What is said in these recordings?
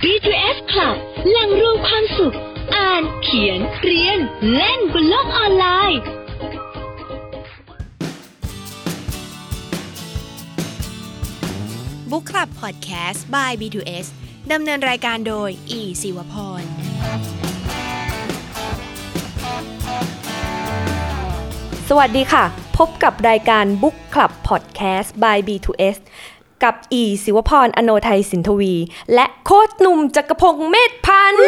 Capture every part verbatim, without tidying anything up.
บี ที เอส Club แหล่งรวมความสุขอ่านเขียนเรียนเล่นบนโลกออนไลน์ Book Club Podcast by บี ทู เอส ดำเนินรายการโดยอีศิวพรสวัสดีค่ะพบกับรายการ Book Club Podcast by บี ทู เอส กับอีศิวพรอโนไทยสินทวีและโค้ชหนุ่มจักรพงษ์เมธพันธ์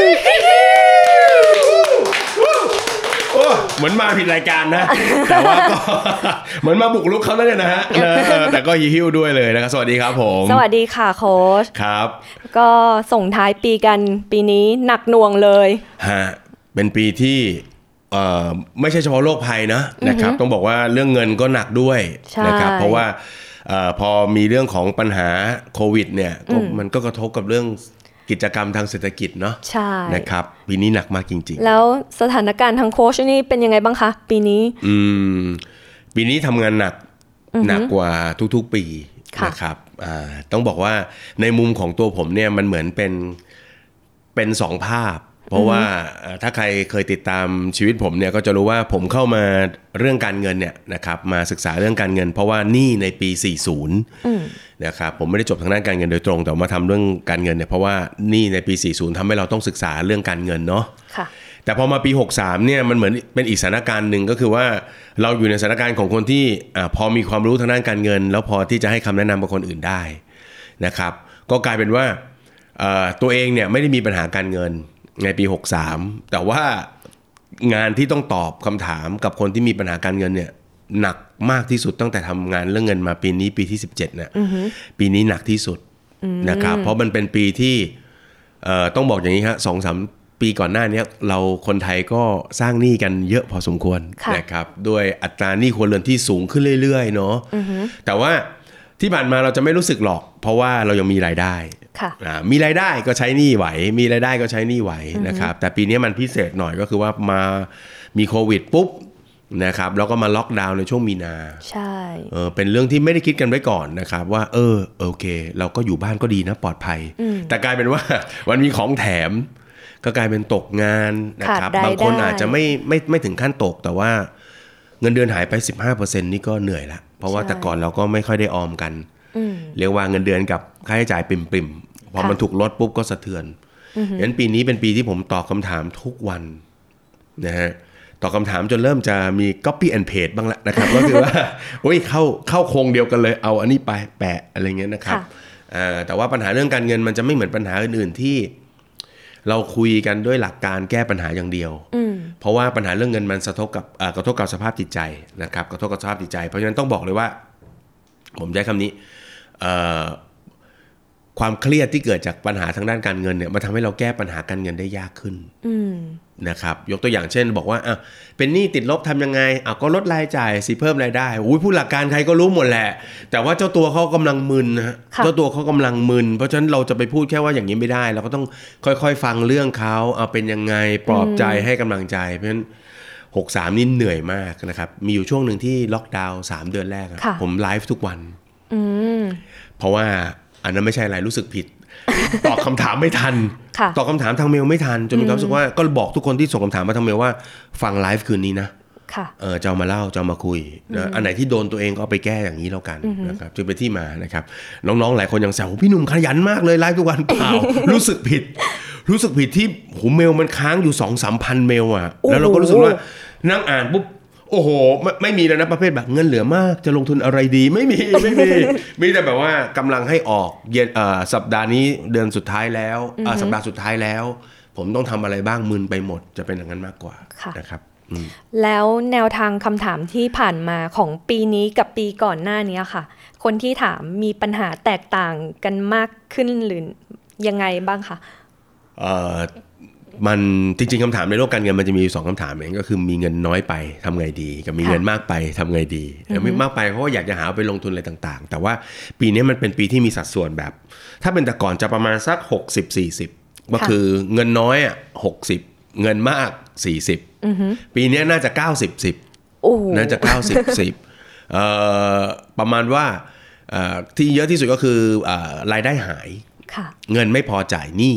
โอ้เหมือนมาผิดรายการนะแต่ว่าก็เหมือนมาบุกรุกเขาแล้วเนี่ยนะฮะแต่ก็ยิ้วด้วยเลยนะครับสวัสดีครับผมสวัสดีค่ะโค้ชครับก็ส่งท้ายปีกันปีนี้หนักหน่วงเลยฮะเป็นปีที่เอ่อไม่ใช่เฉพาะโรคภัยนะนะครับต้องบอกว่าเรื่องเงินก็หนักด้วยนะครับเพราะว่าเอ่อพอมีเรื่องของปัญหาโควิดเนี่ยมันก็กระทบกับเรื่องกิจกรรมทางเศรษฐกิจเนาะใช่นะครับปีนี้หนักมากจริงๆแล้วสถานการณ์ทางโค้ชนี่เป็นยังไงบ้างคะปีนี้อืมปีนี้ทำงานหนักหนักกว่าทุกๆปีนะครับอ่าต้องบอกว่าในมุมของตัวผมเนี่ยมันเหมือนเป็นเป็นสองภาพเพราะว่าถ้าใครเคยติดตามชีวิตผมเนี่ยก็จะรู้ว่าผมเข้ามาเรื่องการเงินเนี่ยนะครับมาศึกษาเรื่องการเงินเพราะว่านี่ในปีสี่สิบนะครับผมไม่ได้จบทางด้านการเงินโดยตรงแต่มาทำเรื่องการเงินเนี่ยเพราะว่านี่ในปีสี่สิบทำให้เราต้องศึกษาเรื่องการเงินเนาะแต่พอมาปีหกสิบสามเนี่ยมันเหมือนเป็นอีกสถานการณ์นึงก็คือว่าเราอยู่ในสถานการณ์ของคนที่อ่าพอมีความรู้ทางด้านการเงินแล้วพอที่จะให้คำแนะนำกับคนอื่นได้นะครับก็กลายเป็นว่าตัวเองเนี่ยไม่ได้มีปัญหาการเงินในปีหกสิบสามแต่ว่างานที่ต้องตอบคำถามกับคนที่มีปัญหาการเงินเนี่ยหนักมากที่สุดตั้งแต่ทำงานเรื่องเงินมาปีนี้ปีที่สิบเจ็ดเนี่ยปีนี้หนักที่สุดนะครับเพราะมันเป็นปีที่ต้องบอกอย่างนี้ฮะ สองถึงสาม ปีก่อนหน้านี้เราคนไทยก็สร้างหนี้กันเยอะพอสมควรนะครับด้วยอัตราหนี้ครัวเรือนที่สูงขึ้นเรื่อยๆเนาะแต่ว่าที่ผ่านมาเราจะไม่รู้สึกหรอกเพราะว่าเรายังมีรายได้มีรายได้ก็ใช้หนี้ไหวมีรายได้ก็ใช้หนี้ไหวนะครับแต่ปีนี้มันพิเศษหน่อยก็คือว่ามามีโควิดปุ๊บนะครับแล้วก็มาล็อกดาวน์ในช่วงมีนาใช่เออเป็นเรื่องที่ไม่ได้คิดกันไว้ก่อนนะครับว่าเออโอเคเราก็อยู่บ้านก็ดีนะปลอดภัยแต่กลายเป็นว่าวันมีของแถมก็กลายเป็นตกงานนะครับบางคนอาจจะไม่ไม่ไม่ถึงขั้นตกแต่ว่าเงินเดือนหายไป สิบห้าเปอร์เซ็นต์ นี่ก็เหนื่อยละเพราะว่าแต่ก่อนเราก็ไม่ค่อยได้ออมกันเรียกว่าเงินเดือนกับค่าใช้จ่ายปริ่มๆพอมันถูกลดปุ๊บก็สะเทือนงั้นปีนี้เป็นปีที่ผมตอบคำถามทุกวันนะฮะตอบคำถามจนเริ่มจะมี copy and paste บ้างละนะครับก็คือว่าโอ้ยเข้าเข้าโครงเดียวกันเลยเอาอันนี้ไปแปะอะไรเงี้ยนะครับแต่ว่าปัญหาเรื่องการเงินมันจะไม่เหมือนปัญหาอื่นๆที่เราคุยกันด้วยหลักการแก้ปัญหาอย่างเดียวเพราะว่าปัญหาเรื่องเงินมันสะทบกับกระทบกับสภาพจิตใจนะครับกระทบกับสภาพจิตใจเพราะฉะนั้นต้องบอกเลยว่าผมใช้คำนี้ความเครียดที่เกิดจากปัญหาทางด้านการเงินเนี่ยมันทำให้เราแก้ปัญหาการเงินได้ยากขึ้นนะครับยกตัวอย่างเช่นบอกว่าอ่ะเป็นหนี้ติดลบทำยังไงอ่ะก็ลดรายจ่ายสิเพิ่มรายได้อุ้ยผู้หลักการใครก็รู้หมดแหละแต่ว่าเจ้าตัวเขากำลังมึนนะเจ้าตัวเขากำลังมึนเพราะฉะนั้นเราจะไปพูดแค่ว่าอย่างนี้ไม่ได้เราก็ต้องค่อยๆฟังเรื่องเขาเอาเป็นยังไงปลอบใจให้กำลังใจเพราะฉะนั้นหกสิบสามนี่เหนื่อยมากนะครับมีอยู่ช่วงหนึ่งที่ล็อกดาวน์สามเดือนแรกผมไลฟ์ทุกวันเพราะว่าอันนั้นไม่ใช่อะไรรู้สึกผิดตอบคำถามไม่ทันตอบคำถามทางเมลไม่ทันจนมีความรู้สึกว่าก็บอกทุกคนที่ส่งคำถามมาทางเมลว่าฟังไลฟ์คืนนี้นะเออจะเอามาเล่าจะเอามาคุยนะอันไหนที่โดนตัวเองก็เอาไปแก้อย่างนี้แล้วกันนะครับจึงเป็นที่มานะครับน้องๆหลายคนยังแซวพี่หนุ่มขยันมากเลยไลฟ์ทุกวันเปล่า รู้สึกผิดรู้สึกผิดที่โหเมลมันค้างอยู่ สองถึงสาม พันเมลอ่ะแล้วเราก็รู้สึกว่านั่งอ่านปุ๊บโอ้โหไม่ไม่มีแล้วนะประเภทแบบเงินเหลือมากจะลงทุนอะไรดีไม่มีไม่มีมีแต่แบบว่ากำลังให้ออกเย็นสัปดาห์นี้เดือนสุดท้ายแล้วสัปดาห์สุดท้ายแล้วผมต้องทำอะไรบ้างมึนไปหมดจะเป็นอย่างนั้นมากกว่านะครับแล้วแนวทางคำถามที่ผ่านมาของปีนี้กับปีก่อนหน้านี้ค่ะคนที่ถามมีปัญหาแตกต่างกันมากขึ้นหรือยังไงบ้างคะเอ่อมันจริงๆคำถามในโลกการเงินมันจะมีสองคำถามเองก็คือมีเงินน้อยไปทำไงดีกับมีเงินมากไปทำไงดีไม่มากไปเพราะว่าอยากจะหาไปลงทุนอะไรต่างๆแต่ว่าปีนี้มันเป็นปีที่มีสัดส่วนแบบถ้าเป็นแต่ก่อนจะประมาณสักหกสิบ สี่สิบก็คือเงินน้อยอ่ะหกสิบเงินมากสี่สิบปีนี้น่าจะเก้าสิบ สิบน่าจะเก้าสิบ สิบเอ่อประมาณว่าที่เยอะที่สุดก็คือรายได้หายเงินไม่พอจ่ายหนี้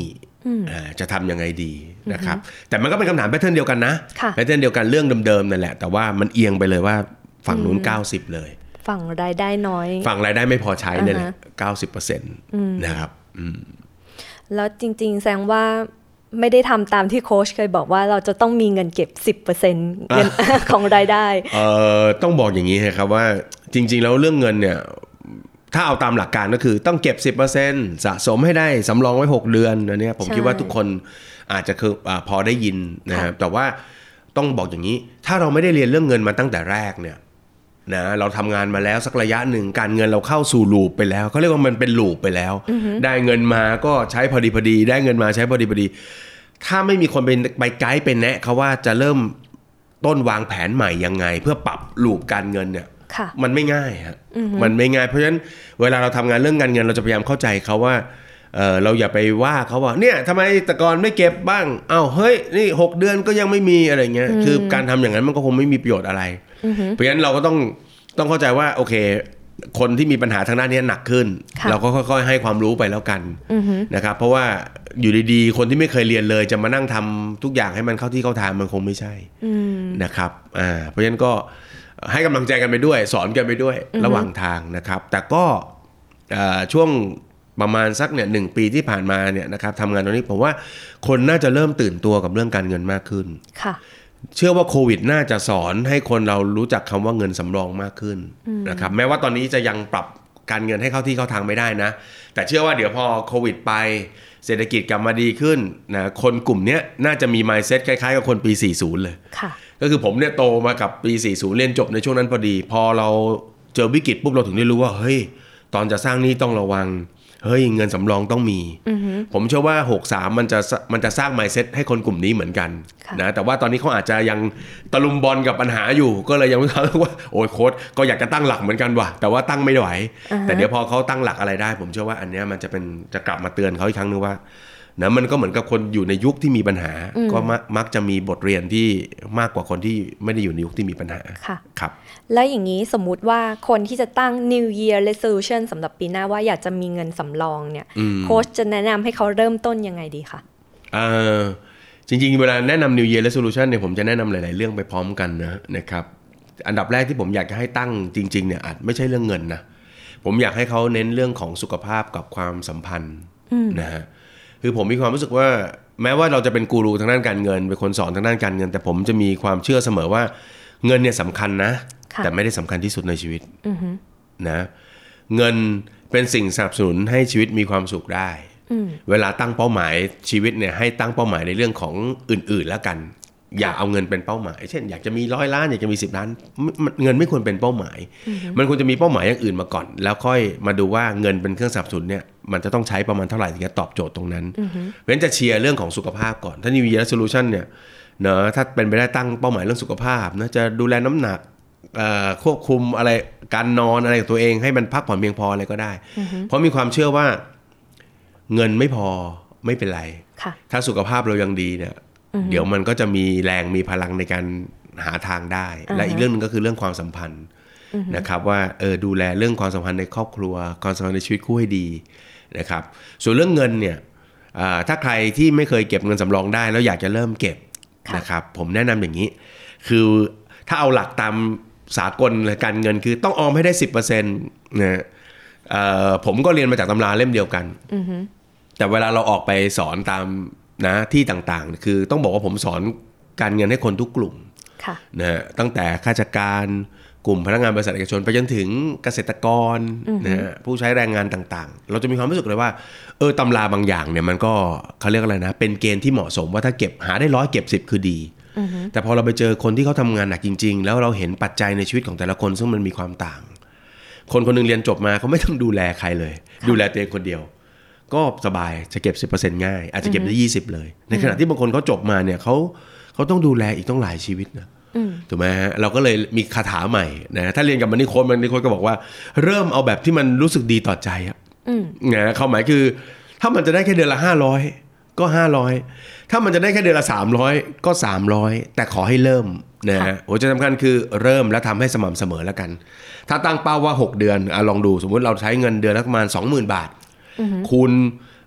จะทำยังไงดีนะครับแต่มันก็เป็นคำถามแพทเทิร์นเดียวกันนะแพทเทิร์นเดียวกันเรื่องเดิมๆนั่นแหละแต่ว่ามันเอียงไปเลยว่าฝั่งนู้นเก้าสิบเลยฝั่งรายได้น้อยฝั่งรายได้ไม่พอใช้เนี่ยแหละ เก้าสิบเปอร์เซ็นต์ นะครับแล้วจริงๆแสดงว่าไม่ได้ทำตามที่โค้ชเคยบอกว่าเราจะต้องมีเงินเก็บ สิบเปอร์เซ็นต์ เงิน ของรายได้เอ่อต้องบอกอย่างนี้ครับว่าจริงๆแล้วเรื่องเงินเนี่ยถ้าเอาตามหลักการก็คือต้องเก็บ สิบเปอร์เซ็นต์ สะสมให้ได้สำรองไว้หกเดือนอันนี้ผมคิดว่าทุกคนอาจจะคืออ่าพอได้ยินนะครับแต่ว่าต้องบอกอย่างนี้ถ้าเราไม่ได้เรียนเรื่องเงินมาตั้งแต่แรกเนี่ยนะเราทำงานมาแล้วสักระยะหนึ่งการเงินเราเข้าสู่ลูปไปแล้วเขาเรียกว่ามันเป็นลูปไปแล้ว uh-huh. ได้เงินมาก็ใช้พอดีพอดีได้เงินมาใช้พอดีพอดีถ้าไม่มีคนเป็นไปไกด์เป็นแนะเขาว่าจะเริ่มต้นวางแผนใหม่ยังไงเพื่อปรับลูปการเงินเนี่ยมันไม่ง่ายฮะ uh-huh. มันไม่ง่ายเพราะฉะนั้นเวลาเราทำงานเรื่องการเงินเราจะพยายามเข้าใจเขาว่าเออเราอย่าไปว่าเขาว่าเนี่ยทำไมแต่ก่อนไม่เก็บบ้างอ้าวเฮ้ยนี่หกเดือนก็ยังไม่มีอะไรเงี้ย uh-huh. คือการทำอย่างนั้นมันก็คงไม่มีประโยชน์อะไร uh-huh. เพราะฉะนั้นเราก็ต้องต้องเข้าใจว่าโอเคคนที่มีปัญหาทางด้านนี้หนักขึ้นเราก็ค่อยๆให้ความรู้ไปแล้วกันนะครับเพราะว่าอยู่ดีๆคนที่ไม่เคยเรียนเลยจะมานั่งทำทุกอย่างให้มันเข้าที่เข้าทางมันคงไม่ใช่นะครับอ่าเพราะฉะนั้นก็ให้กำลังใจกันไปด้วยสอนกันไปด้วยระหว่างทางนะครับแต่ก็ช่วงประมาณสักเนี่ยหนึ่งปีที่ผ่านมาเนี่ยนะครับทำงานตรงนี้ผมว่าคนน่าจะเริ่มตื่นตัวกับเรื่องการเงินมากขึ้นค่ะเชื่อว่าโควิดน่าจะสอนให้คนเรารู้จักคำว่าเงินสำรองมากขึ้นนะครับแม้ว่าตอนนี้จะยังปรับการเงินให้เข้าที่เข้าทางไม่ได้นะแต่เชื่อว่าเดี๋ยวพอโควิดไปเศรษฐกิจกลับมาดีขึ้นนะคนกลุ่มนี้น่าจะมี mindset คล้ายๆกับคนปีสี่สิบเลยก็คือผมเนี่ยโตมากับปีสี่สิบเรียนจบในช่วงนั้นพอดีพอเราเจอวิกฤตปุ๊บเราถึงได้รู้ว่าเฮ้ยตอนจะสร้างหนี้ต้องระวังเฮ้ยเงินสำรองต้องมี uh-huh. ผมเชื่อว่าหกสิบสามมันจะมันจะสร้าง mindset ให้คนกลุ่มนี้เหมือนกันนะแต่ว่าตอนนี้เขาอาจจะยังตะลุมบอลกับปัญหาอยู่ก็เลยยังไม่เข้าว่าโอ้ยโค้ชก็อยากจะตั้งหลักเหมือนกันว่ะแต่ว่าตั้งไม่ไหว uh-huh. แต่เดี๋ยวพอเขาตั้งหลักอะไรได้ผมเชื่อว่าอันนี้มันจะเป็นจะกลับมาเตือนเขาอีกครั้งนึงว่านะมันก็เหมือนกับคนอยู่ในยุคที่มีปัญหาก็มักจะมีบทเรียนที่มากกว่าคนที่ไม่ได้อยู่ในยุคที่มีปัญหาครับแล้วอย่างนี้สมมุติว่าคนที่จะตั้ง New Year Resolution สำหรับปีหน้าว่าอยากจะมีเงินสำรองเนี่ยโค้ชจะแนะนำให้เขาเริ่มต้นยังไงดีคะอ่าจริงๆเวลาแนะนำ New Year Resolution เนี่ยผมจะแนะนำหลายๆเรื่องไปพร้อมกันนะนะครับอันดับแรกที่ผมอยากจะให้ตั้งจริงๆเนี่ยอาจไม่ใช่เรื่องเงินนะผมอยากให้เขาเน้นเรื่องของสุขภาพกับความสัมพันธ์นะฮะคือผมมีความรู้สึกว่าแม้ว่าเราจะเป็นกูรูทางด้านการเงินเป็นคนสอนทางด้านการเงินแต่ผมจะมีความเชื่อเสมอว่าเงินเนี่ยสำคัญนะแต่ไม่ได้สำคัญที่สุดในชีวิตนะเงินเป็นสิ่งสนับสนุนให้ชีวิตมีความสุขได้เวลาตั้งเป้าหมายชีวิตเนี่ยให้ตั้งเป้าหมายในเรื่องของอื่นๆแล้วกันอย่าเอาเงินเป็นเป้าหมายเช่นอยากจะมีร้อยล้านอยากจะมีสิบล้านเงินไม่ควรเป็นเป้าหมายมันควรจะมีเป้าหมายอย่างอื่นมาก่อนแล้วค่อยมาดูว่าเงินเป็นเครื่องสนับสนุนเนี่ยมันจะต้องใช้ประมาณเท่าไหร่ถึงจะตอบโจทย์ตรงนั้นเพราะฉะนั้นจะเชียร์เรื่องของสุขภาพก่อนถ้า New Year Resolution เนี่ยเนอะถ้าเป็นไปได้ตั้งเป้าหมายเรื่องสุขภาพนะจะดูแลน้ำหนักควบคุมอะไรการนอนอะไรกับตัวเองให้มันพักผ่อนเพียงพออะไรก็ได้เพราะมีความเชื่อว่าเงินไม่พอไม่เป็นไรถ้าสุขภาพเรายังดีเนี่ยเดี๋ยวมันก็จะมีแรงมีพลังในการหาทางได้และอีกเรื่องนึงก็คือเรื่องความสัมพันธ์นะครับว่าเออดูแลเรื่องความสัมพันธ์ในครอบครัวความสัมพันธ์ในชีวิตคู่ให้ดีนะครับส่วนเรื่องเงินเนี่ยถ้าใครที่ไม่เคยเก็บเงินสำรองได้แล้วอยากจะเริ่มเก็บนะครับผมแนะนำอย่างนี้คือถ้าเอาหลักตามสากลการเงินคือต้องออมให้ได้ สิบเปอร์เซ็นต์ นะผมก็เรียนมาจากตำราเล่มเดียวกันแต่เวลาเราออกไปสอนตามนะที่ต่างๆคือต้องบอกว่าผมสอนการเงินให้คนทุกกลุ่มนะตั้งแต่ข้าราชการกลุ่มพนักงานบริษัทเอกชนไปจนถึงเกษตรกรนะผู้ใช้แรงงานต่างๆเราจะมีความรู้สึกเลยว่าเออตำราบางอย่างเนี่ยมันก็เขาเรียกอะไรนะเป็นเกณฑ์ที่เหมาะสมว่าถ้าเก็บหาได้ร้อยเก็บสิบคือดีแต่พอเราไปเจอคนที่เขาทำงานหนักจริงๆแล้วเราเห็นปัจจัยในชีวิตของแต่ละคนซึ่งมันมีความต่างคนคนนึงเรียนจบมาเขาไม่ต้องดูแลใครเลยดูแลตัวเองคนเดียวก็สบายจะเก็บ สิบเปอร์เซ็นต์ ง่ายอาจจะเก็บได้ยี่สิบเลยในขณะที่บางคนเขาจบมาเนี่ยเขาเขาต้องดูแลอีกต้องหลายชีวิตนะถูกไหมฮะเราก็เลยมีคาถาใหม่นะถ้าเรียนกับมันนี่โค้ชมันนี่โค้ชก็บอกว่าเริ่มเอาแบบที่มันรู้สึกดีต่อใจอ่ะนะเขาหมายคือถ้ามันจะได้แค่เดือนละห้าร้อยก็ห้าร้อยถ้ามันจะได้แค่เดือนละสามร้อยก็สามร้อยแต่ขอให้เริ่มนะฮะหัวใจสำคัญคือเริ่มแล้วทำให้สม่ำเสมอแล้วกันถ้าตั้งเป้าว่าหกเดือนอ่ะลองดูสมมุติเราใช้เงินเดือนละประมาณ สองหมื่น บาทคูณ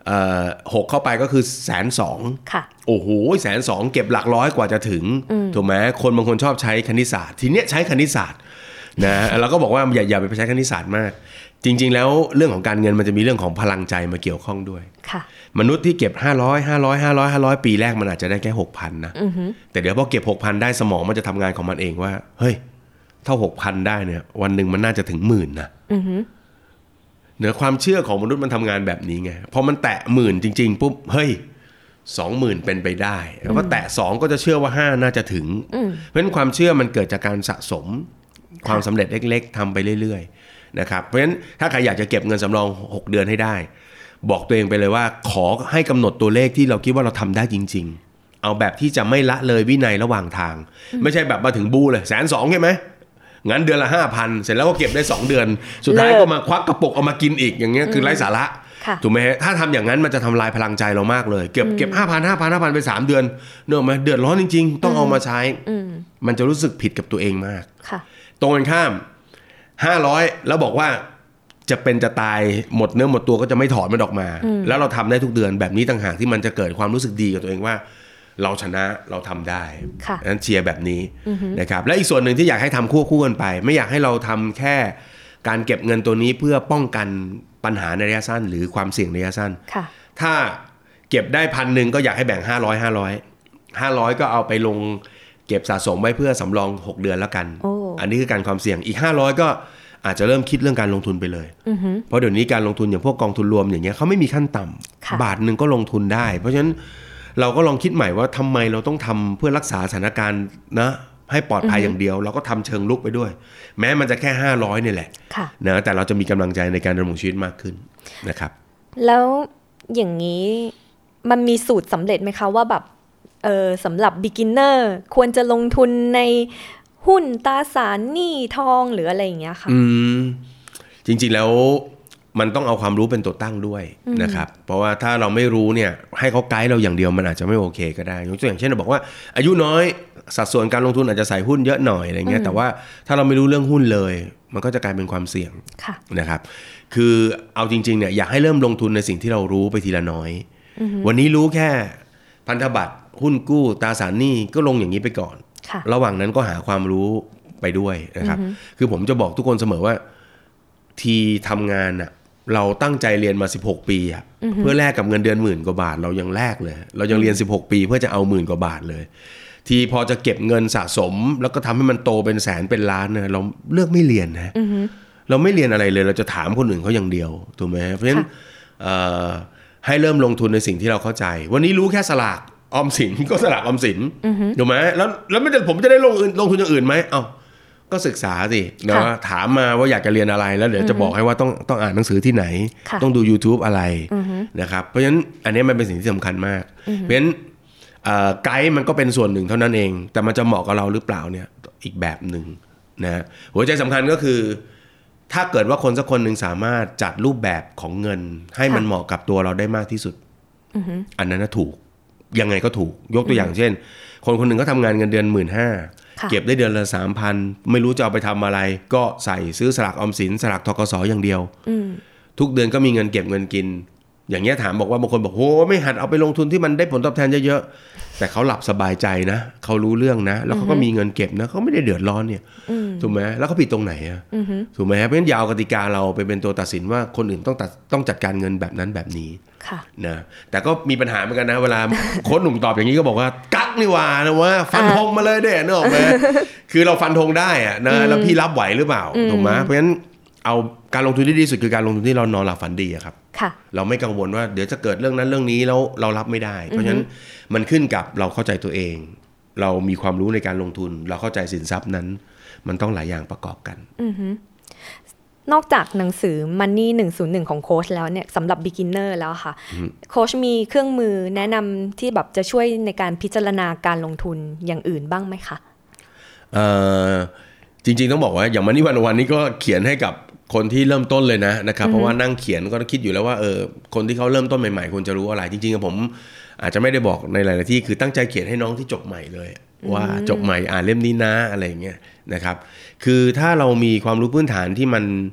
เอ่อหกเข้าไปก็คือแสนสองค่ะโอ้โหแสนสองเก็บหลักร้อยกว่าจะถึงถูกไหมคนบางคนชอบใช้คณิตศาสตร์ทีเนี้ยใช้คณิตศาสตร์นะเราก็บอกว่าอย่าอย่าไปใช้คณิตศาสตร์มากจริงๆแล้วเรื่องของการเงินมันจะมีเรื่องของพลังใจมาเกี่ยวข้องด้วยค่ะมนุษย์ที่เก็บห้าร้อย ห้าร้อย ห้าร้อย ห้าร้อยปีแรกมันอาจจะได้แค่ หกพัน นะแต่เดี๋ยวพอเก็บ หกพัน ได้สมองมันจะทำงานของมันเองว่าเฮ้ยเท่า หกพัน ได้เนี่ยวันหนึ่งมันน่าจะถึงหมื่นนะเหนือความเชื่อของมนุษย์มันทำงานแบบนี้ไงพอมันแตะหมื่นจริงๆปุ๊บเฮ้ย สองหมื่น เป็นไปได้แล้วก็แตะสองก็จะเชื่อว่าห้าน่าจะถึงเพราะฉะนั้นความเชื่อมันเกิดจากการสะสมความสำเร็จเล็กๆทำไปเรื่อยๆนะครับเพราะฉะนั้นถ้าใครอยากจะเก็บเงินสำรองหกเดือนให้ได้บอกตัวเองไปเลยว่าขอให้กำหนดตัวเลขที่เราคิดว่าเราทำได้จริงๆเอาแบบที่จะไม่ละเลยวินัยระหว่างทางไม่ใช่แบบมาถึงบูเลยแสนสองใช่ไหมงั้นเดือนละ ห้าพัน เสร็จแล้วก็เก็บได้สองเดือนสุดท้ายก็มาควักกระปุกเอามากินอีกอย่างเงี้ยคือไร้สาระถูกไหมฮะถ้าทำอย่างนั้นมันจะทำลายพลังใจเรามากเลยเก็บเก็บ ห้าพัน ห้าพัน ห้าพัน ไปสามเดือนเนอะมั้ยเดือดร้อนจริงๆต้องเอามาใช้มันจะรู้สึกผิดกับตัวเองมากตรงกันข้ามห้าร้อยแล้วบอกว่าจะเป็นจะตายหมดเนื้อหมดตัวก็จะไม่ถอนมันออกมาแล้วเราทำได้ทุกเดือนแบบนี้ต่างหากที่มันจะเกิดความรู้สึกดีกับตัวเองว่าเราชนะเราทำได้นั้นเชียร์แบบนี้นะครับและอีกส่วนหนึ่งที่อยากให้ทำควบคู่กันไปไม่อยากให้เราทำแค่การเก็บเงินตัวนี้เพื่อป้องกันปัญหาในระยะสั้นหรือความเสี่ยงในระยะสั้นถ้าเก็บได้พันหนึ่งก็อยากให้แบ่งห้าร้อย ห้าร้อย ห้าร้อยก็เอาไปลงเก็บสะสมไว้เพื่อสำรองหกเดือนแล้วกัน อ, อันนี้คือการความเสี่ยงอีกห้าร้อยก็อาจจะเริ่มคิดเรื่องการลงทุนไปเลยเพราะเดี๋ยวนี้การลงทุนอย่างพวกกองทุนรวมอย่างเงี้ยเขาไม่มีขั้นต่ำบาทหนึ่งก็ลงทุนได้เพราะฉะนั้นเราก็ลองคิดใหม่ว่าทำไมเราต้องทำเพื่อรักษาสถานการณ์นะให้ปลอดภัยอย่างเดียวเราก็ทำเชิงลุกไปด้วยแม้มันจะแค่ห้าร้อยเนี่ยแหละนะแต่เราจะมีกำลังใจในการดำรงชีวิตมากขึ้นนะครับแล้วอย่างนี้มันมีสูตรสำเร็จไหมคะว่าแบบเออสำหรับ beginner ควรจะลงทุนในหุ้นตราสารหนี้ทองหรืออะไรอย่างเงี้ยค่ะอืมจริงๆแล้วมันต้องเอาความรู้เป็นตัวตั้งด้วยนะครับเพราะว่าถ้าเราไม่รู้เนี่ยให้เขาไกด์เราอย่างเดียวมันอาจจะไม่โอเคก็ได้ยกตัวอย่างเช่นเราบอกว่าอายุน้อยสัดส่วนการลงทุนอาจจะใส่หุ้นเยอะหน่อยอะไรเงี้ยแต่ว่าถ้าเราไม่รู้เรื่องหุ้นเลยมันก็จะกลายเป็นความเสี่ยงนะครับคือเอาจริงๆเนี่ยอยากให้เริ่มลงทุนในสิ่งที่เรารู้ไปทีละน้อยวันนี้รู้แค่พันธบัตรหุ้นกู้ตราสารหนี้ก็ลงอย่างนี้ไปก่อนระหว่างนั้นก็หาความรู้ไปด้วยนะครับคือผมจะบอกทุกคนเสมอว่าทีทำงานน่ะเราตั้งใจเรียนมาสิบหกปีอ่ะเพื่อแลกกับเงินเดือนหมื่นกว่าบาทเรายังแลกเลยเรายังเรียนสิบหกปีเพื่อจะเอาหมื่นกว่าบาทเลยทีพอจะเก็บเงินสะสมแล้วก็ทำให้มันโตเป็นแสนเป็นล้านเนี่ยเราเลือกไม่เรียนนะเราไม่เรียนอะไรเลยเราจะถามคนอื่นเขาอย่างเดียวถูกไหมเพราะฉะนั้นให้เริ่มลงทุนในสิ่งที่เราเข้าใจวันนี้รู้แค่สลากออมสินก็สลากออมสินถูกไหมแล้วแล้วไม่ได้ผมจะได้ลงลงทุนอย่างอื่นไหมเอ้าก็ศึกษาสินะถามมาว่าอยากจะเรียนอะไรแล้วเดี๋ยวจะบอกให้ว่าต้องต้องอ่านหนังสือที่ไหนต้องดู YouTube อะไรนะครับเพราะฉะนั้นอันนี้มันเป็นสิ่งที่สำคัญมากเพราะฉะนั้นไกด์มันก็เป็นส่วนหนึ่งเท่านั้นเองแต่มันจะเหมาะกับเราหรือเปล่าเนี่ยอีกแบบหนึ่งนะหัวใจสำคัญก็คือถ้าเกิดว่าคนสักคนหนึ่งสามารถจัดรูปแบบของเงินให้มันเหมาะกับตัวเราได้มากที่สุดอันนั้นถูกยังไงก็ถูกยกตัวอย่างเช่นคนคนหนึ่งก็ทำงานเงินเดือน หนึ่งหมื่นห้าพัน เก็บได้เดือนละ สามพัน ไม่รู้จะเอาไปทำอะไรก็ใส่ซื้อสลากออมสินสลากธกสอย่างเดียวทุกเดือนก็มีเงินเก็บเงินกินอย่างเงี้ยถามบอกว่าบางคนบอกโหไม่หัดเอาไปลงทุนที่มันได้ผลตอบแทนเยอะๆแต่เขาหลับสบายใจนะเขารู้เรื่องนะแล้วเขาก็มีเงินเก็บนะเขาไม่ได้เดือดร้อนเนี่ยถูกไหมแล้วเขาผิดตรงไหนอ่ะถูกไหมเพราะฉะนั้นอย่าเอากติกาเราไปเป็นตัวตัดสินว่าคนอื่นต้องตัดต้องจัดการเงินแบบนั้นแบบนี้นะแต่ก็มีปัญหาเหมือนกันนะเวลาโค้ชหนุ่มตอบอย่างนี้ก็บอกว่ากักนี่ว่านะว่าฟันธงมาเลยเด้นึกออกไหมคือเราฟันธงได้อะนะแล้วพี่รับไหวหรือเปล่าถูกไหมเพราะฉะนั้นเอาการลงทุนที่ดีสุดคือการลงทุนที่เรานอนหลับฝันดีครับเราไม่กังวลว่าเดี๋ยวจะเกิดเรื่องนั้นเรื่องนี้แล้วเรารับไม่ได้เพราะฉะนั้นมันขึ้นกับเราเข้าใจตัวเองเรามีความรู้ในการลงทุนเราเข้าใจสินทรัพย์นั้นมันต้องหลายอย่างประกอบกันนอกจากหนังสือ Money หนึ่งศูนย์หนึ่งของโค้ชแล้วเนี่ยสำหรับ beginner แล้วค่ะโค้ชมีเครื่องมือแนะนำที่แบบจะช่วยในการพิจารณาการลงทุนอย่างอื่นบ้างไหมคะเอ่อจริงๆต้องบอกว่าอย่าง Money วันวันนี้ก็เขียนให้กับคนที่เริ่มต้นเลยนะนะครับเพราะว่านั่งเขียนก็คิดอยู่แล้วว่าเออคนที่เขาเริ่มต้นใหม่ๆควรจะรู้อะไรจริงๆผมอาจจะไม่ได้บอกในหลายๆที่คือตั้งใจเขียนให้น้องที่จบใหม่เลยว่าจบใหม่อ่านเล่มนี้นะอะไรอย่างเงี้ยนะครับคือถ้าเรามีความรู้พื้นฐานที่มัน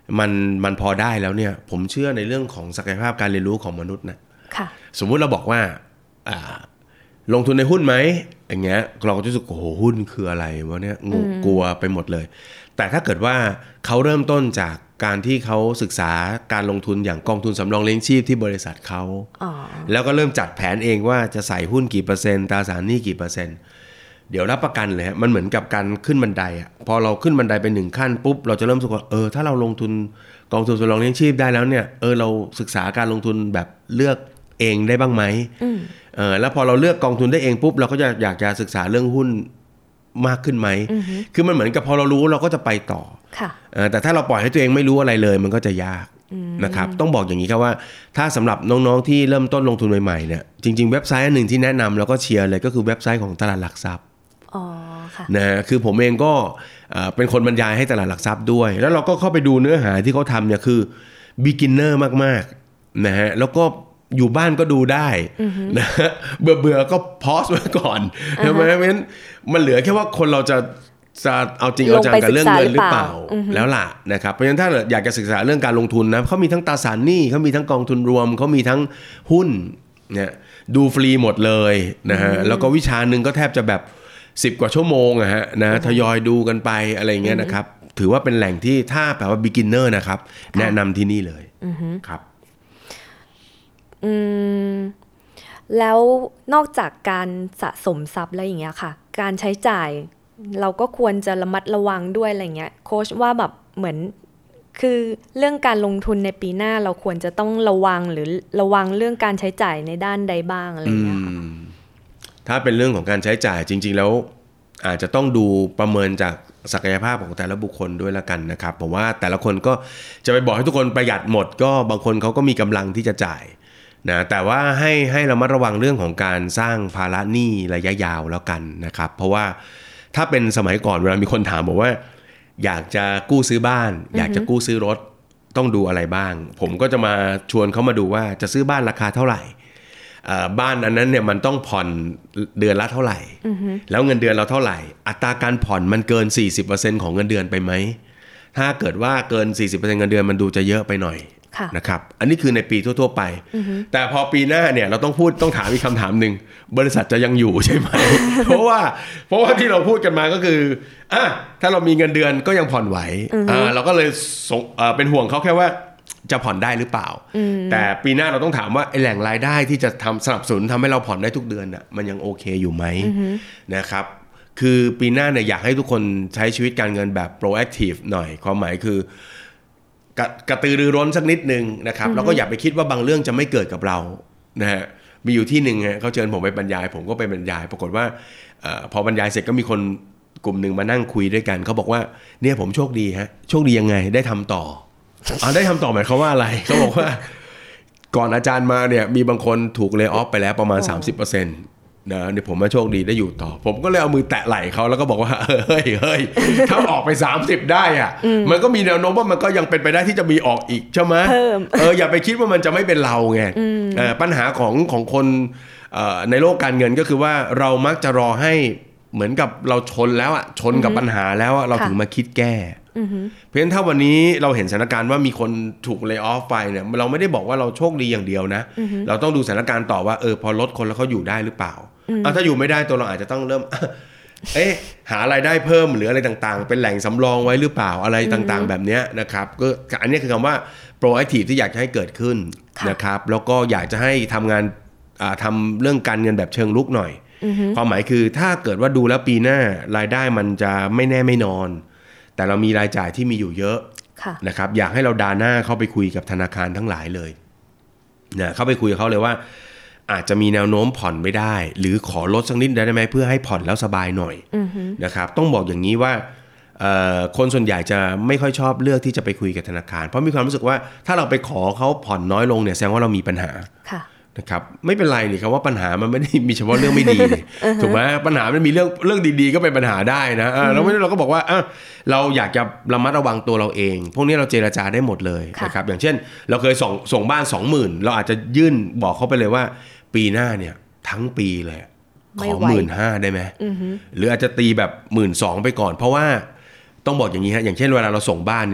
มันมันพอได้แล้วเนี่ยผมเชื่อในเรื่องของศักยภาพการเรียนรู้ของมนุษย์นะสมมุติเราบอกว่าอ่าลงทุนในหุ้นไหมอย่างเงี้ยเราก็จะรู้สึกโอ้โหหุ้นคืออะไรวะเนี่ยงูกลัวไปหมดเลยแต่ถ้าเกิดว่าเขาเริ่มต้นจากการที่เขาศึกษาการลงทุนอย่างกองทุนสำรองเลี้ยงชีพที่บริษัทเขาแล้วก็เริ่มจัดแผนเองว่าจะใส่หุ้นกี่เปอร์เซ็นต์ตราสารหนี้กี่เปอร์เซ็นต์เดี๋ยวรับประกันเลยฮะมันเหมือนกับการขึ้นบันไดอ่ะพอเราขึ้นบันไดไปหนึ่งขั้นปุ๊บเราจะเริ่มรู้สึกว่าเออถ้าเราลงทุนกองทุนสำรองเลี้ยงชีพได้แล้วเนี่ยเออเราศึกษาการลงทุนแบบเลือกเองได้บ้างไหมเออแล้วพอเราเลือกกองทุนได้เองปุ๊บเราก็จะอยากจะศึกษาเรื่องหุ้นมากขึ้นไหมคือมันเหมือนกับพอเรารู้เราก็จะไปต่อแต่ถ้าเราปล่อยให้ตัวเองไม่รู้อะไรเลยมันก็จะยากนะครับต้องบอกอย่างนี้ครับว่าถ้าสำหรับน้องๆที่เริ่มต้นลงทุนใหม่ๆเนี่ยจริงๆเว็บไซต์อันหนึ่งที่แนะนำแล้วก็เชียร์เลยก็คือเว็บไซต์ของตลาดหลักทรัพย์นะคือผมเองก็เป็นคนบรรยายให้ตลาดหลักทรัพย์ด้วยแล้วเราก็เข้าไปดูเนื้อหาที่เขาทำเนี่ยคือ beginner มากๆนะฮะแล้วก็อยู่บ้านก็ดูได้นะเบื่อเบื่อก็พอสไว้ก่อนใช่ไหมเพราะฉะนั้นมันเหลือแค่ว่าคนเราจะจะเอาจริงเอาจังกับเรื่องเงินหรือเปล่าแล้วล่ะนะครับเพราะฉะนั้นถ้าอยากจะศึกษาเรื่องการลงทุนนะเขามีทั้งตราสารหนี้เขามีทั้งกองทุนรวมเขามีทั้งหุ้นเนี่ยดูฟรีหมดเลยนะฮะแล้วก็วิชาหนึ่งก็แทบจะแบบสิบกว่าชั่วโมงอะฮะนะทยอยดูกันไปอะไรเงี้ยนะครับถือว่าเป็นแหล่งที่ถ้าแปลว่า beginner นะครับแนะนำที่นี่เลยครับอืมแล้วนอกจากการสะสมทรัพย์แล้วอย่างเงี้ยค่ะการใช้จ่ายเราก็ควรจะระมัดระวังด้วยอะไรเงี้ยโค้ชว่าแบบเหมือนคือเรื่องการลงทุนในปีหน้าเราควรจะต้องระวังหรือระวังเรื่องการใช้จ่ายในด้านใดบ้างอะไรเงี้ยค่ะถ้าเป็นเรื่องของการใช้จ่ายจริงๆแล้วอาจจะต้องดูประเมินจากศักยภาพของแต่ละบุคคลด้วยละกันนะครับผมว่าแต่ละคนก็จะไปบอกให้ทุกคนประหยัดหมดก็บางคนเขาก็มีกำลังที่จะจ่ายนะแต่ว่าให้ให้ระมัดระวังเรื่องของการสร้างภาระหนี้ระยะยาวแล้วกันนะครับเพราะว่าถ้าเป็นสมัยก่อนเวลามีคนถามบอกว่าอยากจะกู้ซื้อบ้านอยากจะกู้ซื้อรถต้องดูอะไรบ้างผมก็จะมาชวนเขามาดูว่าจะซื้อบ้านราคาเท่าไหร่บ้านอันนั้นเนี่ยมันต้องผ่อนเดือนละเท่าไหร่แล้วเงินเดือนเราเท่าไหร่อัตราการผ่อนมันเกิน สี่สิบเปอร์เซ็นต์ ของเงินเดือนไปไหมถ้าเกิดว่าเกิน สี่สิบเปอร์เซ็นต์ เงินเดือนมันดูจะเยอะไปหน่อยนะครับอันนี้คือในปีทั่วๆไปแต่พอปีหน้าเนี่ยเราต้องพูดต้องถามอีกคำถามหนึ่งบริษัทจะยังอยู่ใช่ไหม เพราะว่าเพราะว่าที่เราพูดกันมาก็คืออ่ะถ้าเรามีเงินเดือนก็ยังผ่อนไหวอ่าเราก็เลยเป็นห่วงเขาแค่ว่าจะผ่อนได้หรือเปล่าแต่ปีหน้าเราต้องถามว่าไอ้แหล่งรายได้ที่จะทำสนับสนุนทำให้เราผ่อนได้ทุกเดือนน่ะมันยังโอเคอยู่ไหมนะครับคือปีหน้าเนี่ยอยากให้ทุกคนใช้ชีวิตการเงินแบบ proactive หน่อยความหมายคือกระ, กระตือรือร้นสักนิดนึงนะครับแล้วก็อย่าไปคิดว่าบางเรื่องจะไม่เกิดกับเรานะฮะมีอยู่ที่หนึ่งเขาเชิญผมไปบรรยายผมก็ไปบรรยายปรากฏว่าอพอบรรยายเสร็จก็มีคนกลุ่มหนึ่งมานั่งคุยด้วยกันเขาบอกว่าเนี่ยผมโชคดีฮะโชคดียังไงได้ทำต่ออ๋อได้ทำต่อหมายความว่าอะไรเขาบอกว่าก่อนอาจารย์มาเนี่ยมีบางคนถูกเลย์ออฟไปแล้วประมาณ สามสิบเปอร์เซ็นต์ นะเดี๋ยวผมมาโชคดีได้อยู่ต่อผมก็เลยเอามือแตะไหล่เขาแล้วก็บอกว่าเฮ้ยเฮ้ยถ้าออกไปสามสิบได้อ่ะมันก็มีแนวโน้มว่ามันก็ยังเป็นไปได้ที่จะมีออกอีกใช่ไหมเอออย่าไปคิดว่ามันจะไม่เป็นเราไงปัญหาของของคนในโลกการเงินก็คือว่าเรามักจะรอให้เหมือนกับเราชนแล้วอ่ะชนกับปัญหาแล้วเราถึงมาคิดแก้เพราะฉะนั้นถ้าวันนี้เราเห็นสถานการณ์ว่ามีคนถูกเลย์ออฟไปเนี่ยเราไม่ได้บอกว่าเราโชคดีอย่างเดียวนะเราต้องดูสถานการณ์ต่อว่าเออพอลดคนแล้วเขาอยู่ได้หรือเปล่าอ่ะถ้าอยู่ไม่ได้ตัวเราอาจจะต้องเริ่มเอ๊ะหารายได้เพิ่มหรืออะไรต่างๆเป็นแหล่งสำรองไว้หรือเปล่าอะไรต่างๆแบบนี้นะครับก็อันนี้คือคำว่า proactive ที่อยากให้เกิดขึ้นนะครับแล้วก็อยากจะให้ทำงานทำเรื่องการเงินแบบเชิงลุกหน่อยความหมายคือถ้าเกิดว่าดูแล้วปีหน้ารายได้มันจะไม่แน่ไม่นอนแต่เรามีรายจ่ายที่มีอยู่เยอะนะครับอยากให้เราดาหน้าเข้าไปคุยกับธนาคารทั้งหลายเลยนะเข้าไปคุยกับเขาเลยว่าอาจจะมีแนวโน้มผ่อนไม่ได้หรือขอลดสักนิดได้ไหมเพื่อให้ผ่อนแล้วสบายหน่อยนะครับต้องบอกอย่างนี้ว่าคนส่วนใหญ่จะไม่ค่อยชอบเลือกที่จะไปคุยกับธนาคารเพราะมีความรู้สึกว่าถ้าเราไปขอเขาผ่อนน้อยลงเนี่ยแสดงว่าเรามีปัญหานะครับไม่เป็นไรนี่ครับว่าปัญหามันไม่ได้มีเฉพาะเรื่องไม่ดี ถูกไหมปัญหามันมีเรื่องเรื่องดีๆก็เป็นปัญหาได้นะเราไม่ได้เราก็บอกว่าเราอยากจะระมัดระวังตัวเราเองพวกนี้เราเจรจาได้หมดเลยนะครับอย่างเช่นเราเคยส่งส่งบ้าน สองหมื่น เราอาจจะยื่นบอกเขาไปเลยว่าปีหน้าเนี่ยทั้งปีเลยขอ หนึ่งหมื่นห้าพัน ได้ไหมหรืออาจจะตีแบบ หนึ่งหมื่นสองพัน ไปก่อนเพราะว่าต้องบอกอย่างนี้ฮะอย่างเช่นเวลาเราส่งบ้านเนี่ย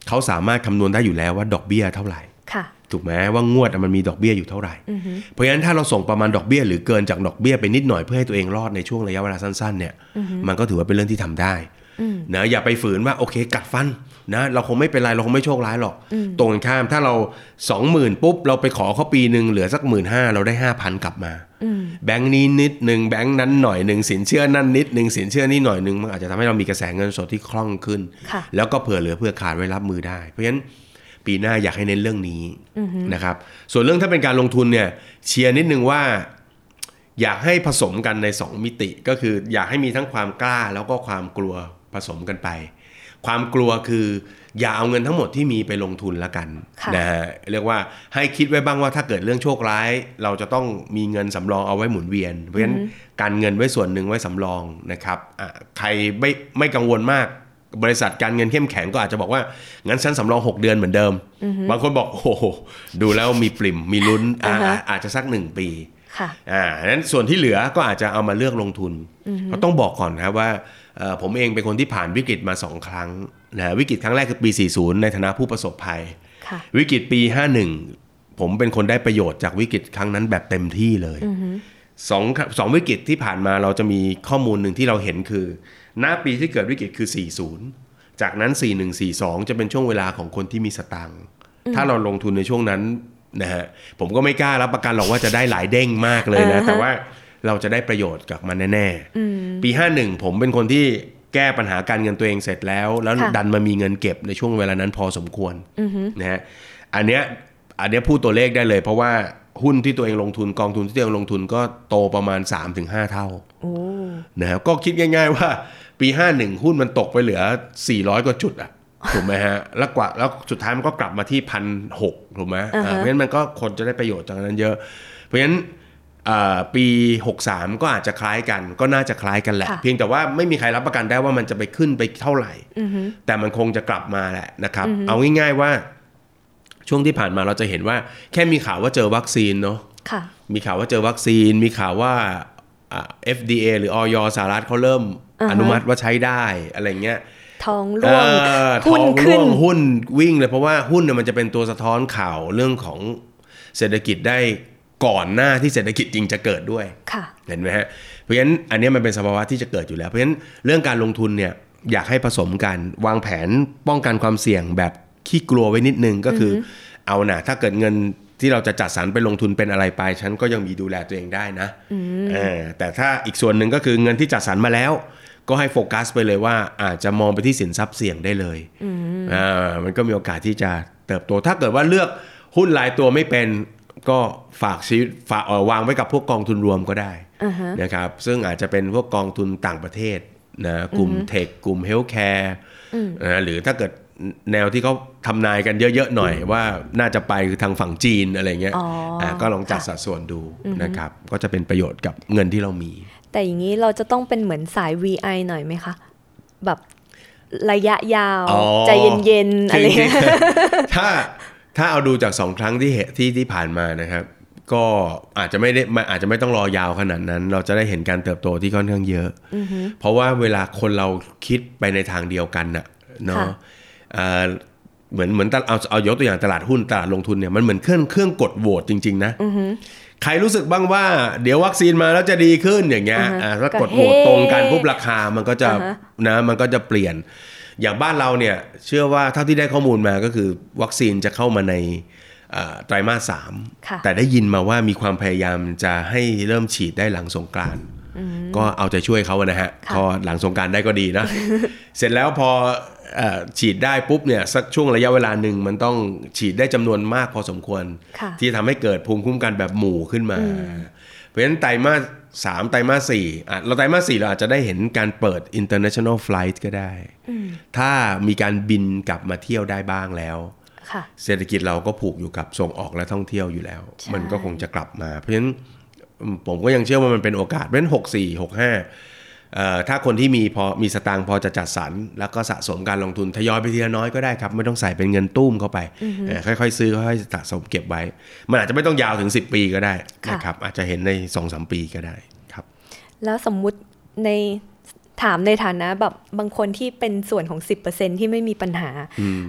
เขาสามารถคำนวณได้อยู่แล้วว่าดอกเบี้ยเท่าไหร่ถูกไหมว่างวดมันมีดอกเบี้ยอยู่เท่าไหร่เพราะฉะนั้นถ้าเราส่งประมาณดอกเบี้ยหรือเกินจากดอกเบี้ยไปนิดหน่อยเพื่อให้ตัวเองรอดในช่วงระยะเวลาสั้นๆเนี่ยมันก็ถือว่าเป็นเรื่องที่ทำได้นะอย่าไปฝืนว่าโอเคกัดฟันนะเราคงไม่เป็นไรเราคงไม่โชคร้ายหรอกตรงกันข้ามถ้าเรา สองหมื่น ปุ๊บเราไปขอเขาปีนึงเหลือสัก หนึ่งหมื่นห้าพัน เราได้ ห้าพัน กลับมาแบงค์นี้นิดนึงแบงค์นั้นหน่อยนึงสินเชื่อนั่นนิดนึงสินเชื่อนี่หน่อยนึงมันอาจจะทำให้เรามีกระแสเงินสดที่คล่องขึ้นแล้วก็เผื่อเหลือเผื่อขาดไว้รับมือได้เพราะฉะนั้นปีหน้าอยากให้เน้นเรื่องนี้นะครับส่วนเรื่องถ้าเป็นการลงทุนเนี่ยเชียร์นิดนึงว่าอยากให้ผสมกันในสองมิติก็คืออยากให้มีทั้งความกล้าแล้วก็ความกลัวผสมกันไปความกลัวคืออย่าเอาเงินทั้งหมดที่มีไปลงทุนละกันนะฮะเรียกว่าให้คิดไว้บ้างว่าถ้าเกิดเรื่องโชคร้ายเราจะต้องมีเงินสำรองเอาไว้หมุนเวียนเพราะฉะนั้นการเงินไว้ส่วนหนึ่งไว้สำรองนะครับใครไม่ไม่กังวลมากบริษัทการเงินเข้มแข็งก็อาจจะบอกว่างั้นฉันสำรองหกเดือนเหมือนเดิมบางคนบอกโอ้โหดูแล้วมีปริ่มมีลุ้น อา, อาจจะสักหนึ่งปีอ่านั้นส่วนที่เหลือก็อาจจะเอามาเลือกลงทุนเราต้องบอกก่อนนะว่าผมเองเป็นคนที่ผ่านวิกฤตมาสองครั้งนะวิกฤตครั้งแรกคือปีสี่สิบในฐานะผู้ประสบภัยวิกฤตปีห้าสิบเอ็ดผมเป็นคนได้ประโยชน์จากวิกฤตครั้งนั้นแบบเต็มที่เลยสองสองวิกฤตที่ผ่านมาเราจะมีข้อมูลหนึ่งที่เราเห็นคือณปีที่เกิดวิกฤตคือสี่สิบจากนั้นสี่สิบเอ็ด สี่สิบสองจะเป็นช่วงเวลาของคนที่มีสตางค์ถ้าเราลงทุนในช่วงนั้นนะฮะผมก็ไม่กล้ารับประกันหรอกว่าจะได้หลายเด้งมากเลยนะ แต่ว่าเราจะได้ประโยชน์กับมันแน่ๆปีห้าสิบเอ็ดผมเป็นคนที่แก้ปัญหาการเงินตัวเองเสร็จแล้วแล้วดันมามีเงินเก็บในช่วงเวลานั้นพอสมควรนะฮะอันเนี้ยอันเนี้ยพูดตัวเลขได้เลยเพราะว่าหุ้นที่ตัวเองลงทุนกองทุนที่ตัวเองลงทุนก็โตประมาณ สามถึงห้า เท่านะครับก็คิดง่ายๆว่าปีห้าสิบเอ็ดหุ้นมันตกไปเหลือสี่ร้อยกว่าจุดอ่ะถูกไหมฮะแล้วกว่าแล้วสุดท้ายมันก็กลับมาที่ หนึ่งพันหกร้อย ถูกไหม uh-huh. เพราะฉะนั้นมันก็คนจะได้ประโยชน์จากนั้นเยอะเพราะฉะนั้นปีหกสิบสามก็อาจจะคล้ายกันก็น่าจะคล้ายกันแหละเพียงแต่ว่าไม่มีใครรับประกันได้ว่ามันจะไปขึ้นไปเท่าไหร่ uh-huh. แต่มันคงจะกลับมาแหละนะครับ uh-huh. เอาง่ายๆว่าช่วงที่ผ่านมาเราจะเห็นว่าแค่มีข่าวว่าเจอวัคซีนเนาะมีข่าวว่าเจอวัคซีนมีข่าวว่า เอฟ ดี เอ หรือ อย.สหรัฐเขาเริ่ม uh-huh. อนุมัติว่าใช้ได้อะไรเงี้ยทองร่วงหุ้นขึ้นหุ้นวิ่งเลยเพราะว่าหุ้นเนี่ยมันจะเป็นตัวสะท้อนข่าวเรื่องของเศรษฐกิจได้ก่อนหน้าที่เศรษฐกิจจริงจะเกิดด้วยเห็นไหมฮะเพราะฉะนั้นอันนี้มันเป็นสภาวะที่จะเกิดอยู่แล้วเพราะฉะนั้นเรื่องการลงทุนเนี่ยอยากให้ผสมกันวางแผนป้องกันความเสี่ยงแบบขี้กลัวไว้นิดนึงก็คือเอานะถ้าเกิดเงินที่เราจะจัดสรรไปลงทุนเป็นอะไรไปฉันก็ยังมีดูแลตัวเองได้นะแต่ถ้าอีกส่วนหนึ่งก็คือเงินที่จัดสรรมาแล้วก็ให้โฟกัสไปเลยว่าอาจจะมองไปที่สินทรัพย์เสี่ยงได้เลยอ่ามันก็มีโอกาสที่จะเติบโตถ้าเกิดว่าเลือกหุ้นรายตัวไม่เป็นก็ฝากชีวิตฝากวางไว้กับพวกกองทุนรวมก็ได้ uh-huh. นะครับซึ่งอาจจะเป็นพวกกองทุนต่างประเทศนะกลุ่ม uh-huh. เทคกลุ่มเฮลท์แคร์นะหรือถ้าเกิดแนวที่เขาทำนายกันเยอะๆหน่อย uh-huh. ว่าน่าจะไปคือทางฝั่งจีนอะไรเงี้ย uh-huh. อ่าก็ลองจัดสัดส่วนดู uh-huh. นะครับก็จะเป็นประโยชน์กับเงินที่เรามีแต่อย่างนี้เราจะต้องเป็นเหมือนสาย วี ไอ หน่อยไหมคะแบบระยะยาวใจเย็นๆอะไรถ้าถ้าเอาดูจากสองครั้งที่ที่ที่ผ่านมานะครับก็อาจจะไม่ได้อาจจะไม่ต้องรอยาวขนาดนั้นเราจะได้เห็นการเติบโตที่ค่อนข้างเยอะเพราะว่าเวลาคนเราคิดไปในทางเดียวกันน่ะเนาะเหมือนเหมือนเอาเอายกตัวอย่างตลาดหุ้นตลาดลงทุนเนี่ยมันเหมือนเครื่องเครื่องกดโหวตจริงๆนะใครรู้สึกบ้างว่าเดี๋ยววัคซีนมาแล้วจะดีขึ้นอย่างเงี้ย uh-huh. ถ้ากดโหวตตรงกันปุ๊บราคามันก็จะ uh-huh. นะมันก็จะเปลี่ยนอย่างบ้านเราเนี่ยเชื่อว่าเท่าที่ได้ข้อมูลมาก็คือวัคซีนจะเข้ามาในไตรมาสสามแต่ได้ยินมาว่ามีความพยายามจะให้เริ่มฉีดได้หลังสงกรานต์ uh-huh. ก็เอาใจช่วยเขานะฮะพอหลังสงกรานต์ได้ก็ดีนะ เสร็จแล้วพอฉีดได้ปุ๊บเนี่ยสักช่วงระยะเวลาหนึ่งมันต้องฉีดได้จำนวนมากพอสมควรที่ทำให้เกิดภูมิคุ้มกันแบบหมู่ขึ้นมาเพราะฉะนั้นไตรมาสสามไตรมาสสี่เราไตรมาสสี่เราอาจจะได้เห็นการเปิด international flight ก็ได้ถ้ามีการบินกลับมาเที่ยวได้บ้างแล้วเศรษฐกิจเราก็ผูกอยู่กับส่งออกและท่องเที่ยวอยู่แล้วมันก็คงจะกลับมาเพราะฉะนั้นผมก็ยังเชื่อว่ามันเป็นโอกาสเพราะฉะนั้นหกสี่ หกห้าถ้าคนที่มีพอมีสตางค์พอจะจัดสรรแล้วก็สะสมการลงทุนทยอยไปทีละน้อยก็ได้ครับไม่ต้องใส่เป็นเงินตุ้มเข้าไปค่อยๆซื้อค่อยๆสะสมเก็บไว้มันอาจจะไม่ต้องยาวถึงสิบปีก็ได้นะครับอาจจะเห็นใน สองถึงสาม ปีก็ได้ครับแล้วสมมุติในถามในฐานะแบบบางคนที่เป็นส่วนของ สิบเปอร์เซ็นต์ ที่ไม่มีปัญหา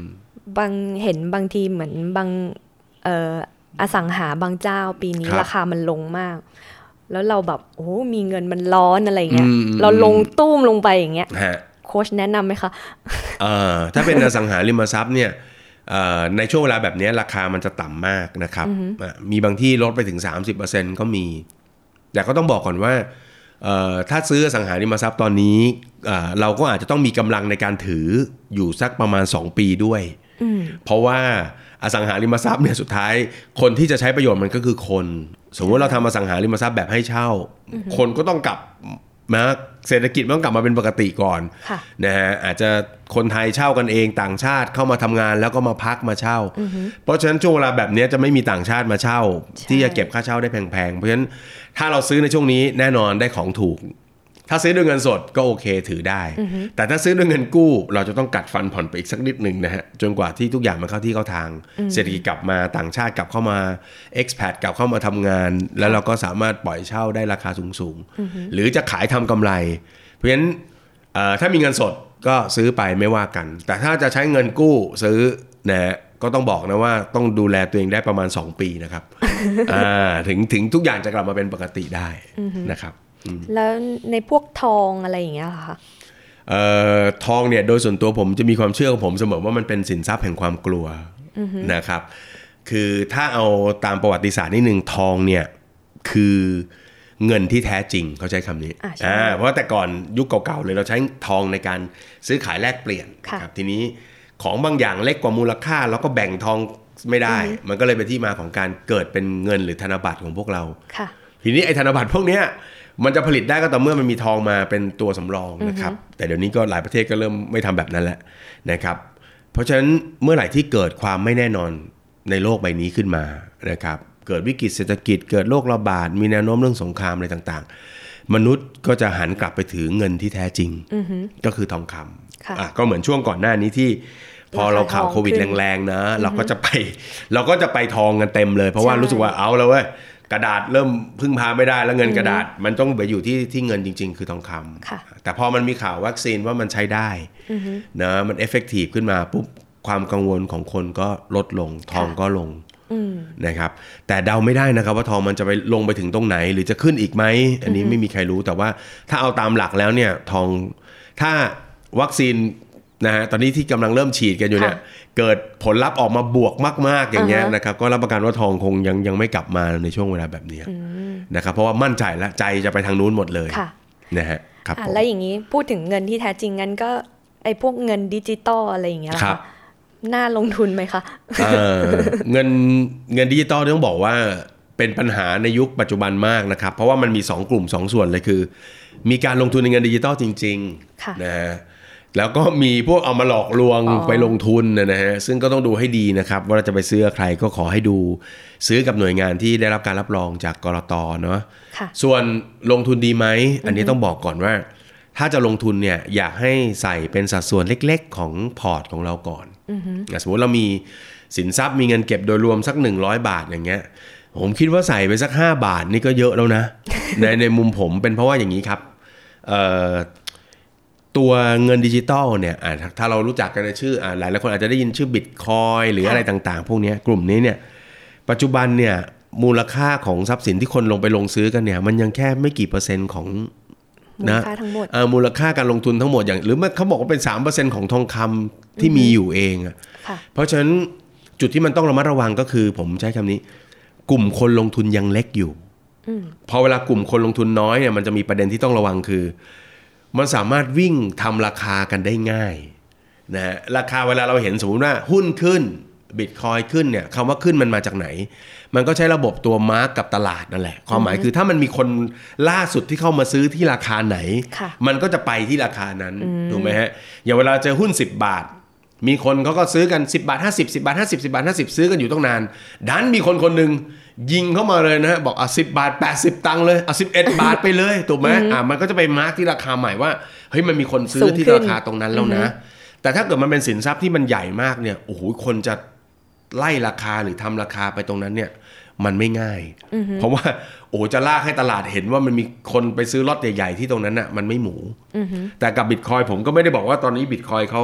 บางเห็นบางทีเหมือนบางเอ่ออสังหาบางเจ้าปีนี้ราคามันลงมากแล้วเราแบบโอ้มีเงินมันร้อนอะไรเงี้ยเราลงตุ้มลงไปอย่างเงี้ยโค้ชแนะนำไหมคะเอ่อถ้าเป็นอสังหาริมทรัพย์เนี่ยในช่วงเวลาแบบนี้ราคามันจะต่ำมากนะครับมีบางที่ลดไปถึง สามสิบเปอร์เซ็นต์ ก็มีแต่ก็ต้องบอกก่อนว่าถ้าซื้ออสังหาริมทรัพย์ตอนนี้เราก็อาจจะต้องมีกำลังในการถืออยู่สักประมาณสองปีด้วยเพราะว่าอสังหาริมทรัพย์เนี่ยสุดท้ายคนที่จะใช้ประโยชน์มันก็คือคนสมมติเราทำอสังหาริมทรัพย์แบบให้เช่าคนก็ต้องกลับมาเศรษฐกิจต้องกลับมาเป็นปกติก่อนนะฮะอาจจะคนไทยเช่ากันเองต่างชาติเข้ามาทำงานแล้วก็มาพักมาเช่าเพราะฉะนั้นช่วงเวลาแบบนี้จะไม่มีต่างชาติมาเช่าที่จะเก็บค่าเช่าได้แพงๆเพราะฉะนั้นถ้าเราซื้อในช่วงนี้แน่นอนได้ของถูกถ้าซื้อด้วยเงินสดก็โอเคถือได้แต่ถ้าซื้อด้วยเงินกู้เราจะต้องกัดฟันผ่อนไปอีกสักนิดนึงนะฮะจนกว่าที่ทุกอย่างมันเข้าที่เข้าทางเศรษฐกิจกลับมาต่างชาติกลับเข้ามา expat กลับเข้ามาทำงานแล้วเราก็สามารถปล่อยเช่าได้ราคาสูงๆหรือจะขายทำกำไรเพราะฉะนั้นถ้ามีเงินสดก็ซื้อไปไม่ว่ากันแต่ถ้าจะใช้เงินกู้ซื้อนะก็ต้องบอกนะว่าต้องดูแลตัวเองได้ประมาณสองปีนะครับถึงถึงทุกอย่างจะกลับมาเป็นปกติได้นะครับแล้วในพวกทองอะไรอย่างเงี้ยค่ะเอ่อทองเนี่ยโดยส่วนตัวผมจะมีความเชื่อของผมเสมอว่ามันเป็นสินทรัพย์แห่งความกลัวนะครับคือถ้าเอาตามประวัติศาสตร์นิดนึงทองเนี่ยคือเงินที่แท้จริงเขาใช้คำนี้อ่าเพราะแต่ก่อนยุคเก่าๆเลยเราใช้ทองในการซื้อขายแลกเปลี่ยนครับทีนี้ของบางอย่างเล็กกว่ามูลค่าเราก็แบ่งทองไม่ได้มันก็เลยเป็นที่มาของการเกิดเป็นเงินหรือธนบัตรของพวกเราทีนี้ไอ้ธนบัตรพวกเนี้ยมันจะผลิตได้ก็ต่อเมื่อมันมีทองมาเป็นตัวสำรองนะครับแต่เดี๋ยวนี้ก็หลายประเทศก็เริ่มไม่ทำแบบนั้นแล้วนะครับเพราะฉะนั้นเมื่อไหร่ที่เกิดความไม่แน่นอนในโลกใบนี้ขึ้นมานะครับเกิดวิกฤตเศรษฐกิจเกิดโรคระบาดมีแนวโน้มเรื่องสงครามอะไรต่างๆมนุษย์ก็จะหันกลับไปถือเงินที่แท้จริงก็คือทองคำอ่ะก็เหมือนช่วงก่อนหน้านี้ที่พอเราข่าวโควิดแรงๆนะเราก็จะไปเราก็จะไปทองกันเต็มเลยเพราะว่ารู้สึกว่าเอาแล้วเว้ยกระดาษเริ่มพึ่งพาไม่ได้แล้วเงินกระดาษมันต้องไปอยู่ที่ที่เงินจริงๆคือทองคำแต่พอมันมีข่าววัคซีนว่ามันใช้ได้นะมันเอฟเฟกตีฟขึ้นมาปุ๊บความกังวลของคนก็ลดลงทองก็ลงนะครับแต่เดาไม่ได้นะครับว่าทองมันจะไปลงไปถึงตรงไหนหรือจะขึ้นอีกไหมอันนี้ไม่มีใครรู้แต่ว่าถ้าเอาตามหลักแล้วเนี่ยทองถ้าวัคซีนนะฮะตอนนี้ที่กำลังเริ่มฉีดกันอยู่เนี่ยเกิดผลลัพธ์ออกมาบวกมากๆอย่างเงี้ยนะครับก็รับประกันว่าทองคงยังยังไม่กลับมาในช่วงเวลาแบบนี้นะครับเพราะว่ามั่นใจแล้วใจจะไปทางนู้นหมดเลยนะฮะครับแล้วอย่างนี้พูดถึงเงินที่แท้จริงงั้นก็ไอ้พวกเงินดิจิตอลอะไรอย่างเงี้ยค่ะน่าลงทุนไหมคะเงินเงินดิจิตอลต้องบอกว่าเป็นปัญหาในยุคปัจจุบันมากนะครับเพราะว่ามันมีสองกลุ่มสองส่วนเลยคือมีการลงทุนในเงินดิจิตอลจริงๆนะฮะแล้วก็มีพวกเอามาหลอกลวงไปลงทุนนะฮะซึ่งก็ต้องดูให้ดีนะครับว่าเราจะไปซื้อใครก็ขอให้ดูซื้อกับหน่วยงานที่ได้รับการรับรองจากกลต.เนาะส่วนลงทุนดีไหมอันนี้ต้องบอกก่อนว่าถ้าจะลงทุนเนี่ยอยากให้ใส่เป็นสัดส่วนเล็กๆของพอร์ตของเราก่อนสมมติเรามีสินทรัพย์มีเงินเก็บโดยรวมสักหนึ่งร้อยบาทอย่างเงี้ยผมคิดว่าใส่ไปสักห้าบาทนี่ก็เยอะแล้วนะ ในในมุมผมเป็นเพราะว่าอย่างนี้ครับเอ่อตัวเงินดิจิตอลเนี่ยถ้าเรารู้จักกันในชื่อหลายหลายคนอาจจะได้ยินชื่อ Bitcoin หรืออะไรต่างๆพวกนี้กลุ่มนี้เนี่ยปัจจุบันเนี่ยมูลค่าของทรัพย์สินที่คนลงไปลงซื้อกันเนี่ยมันยังแค่ไม่กี่เปอร์เซ็นต์ของนะมูลค่าทั้งหมดมูลค่าการลงทุนทั้งหมดอย่างหรือเขาบอกว่าเป็น สามเปอร์เซ็นต์ ของทองคำที่มีอยู่เองอ่ะเพราะฉะนั้นจุดที่มันต้องระมัดระวังก็คือผมใช้คำนี้กลุ่มคนลงทุนยังเล็กอยู่พอเวลากลุ่มคนลงทุนน้อยเนี่ยมันจะมีประเด็นที่ต้องระวังคือมันสามารถวิ่งทำราคากันได้ง่ายนะฮะราคาเวลาเราเห็นสมมติว่าหุ้นขึ้นบิตคอยน์ขึ้นเนี่ยคำว่าขึ้นมันมาจากไหนมันก็ใช้ระบบตัวมาร์กกับตลาดนั่นแหละความหมายคือถ้ามันมีคนล่าสุดที่เข้ามาซื้อที่ราคาไหนมันก็จะไปที่ราคานั้นถูกไหมฮะอย่างเวลาเจอหุ้นสิบบาทมีคนเขาก็ซื้อกันสิบบาทห้าสิบ สิบบาทห้าสิบ สิบบาทห้าสิบซื้อกันอยู่ตั้งนานดันมีคนคนนึงยิงเข้ามาเลยนะฮะบอกอ่ะสิบบาทแปดสิบตังค์เลยอ่ะสิบเอ็ดบาทไปเลยถูกไหมอ่ะมันก็จะไปมาร์กที่ราคาใหม่ว่าเฮ้ยมันมีคนซื้อที่ราคาตรงนั้นแล้วนะแต่ถ้าเกิดมันเป็นสินทรัพย์ที่มันใหญ่มากเนี่ยโอ้โหคนจะไล่ราคาหรือทำราคาไปตรงนั้นเนี่ยมันไม่ง่ายเพราะว่าโอ้จะลากให้ตลาดเห็นว่ามันมีคนไปซื้อล็อตใหญ่ๆที่ตรงนั้นน่ะมันไม่หมูแต่กับ Bitcoin ผมก็ไม่ได้บอกว่าตอนนี้ Bitcoin เขา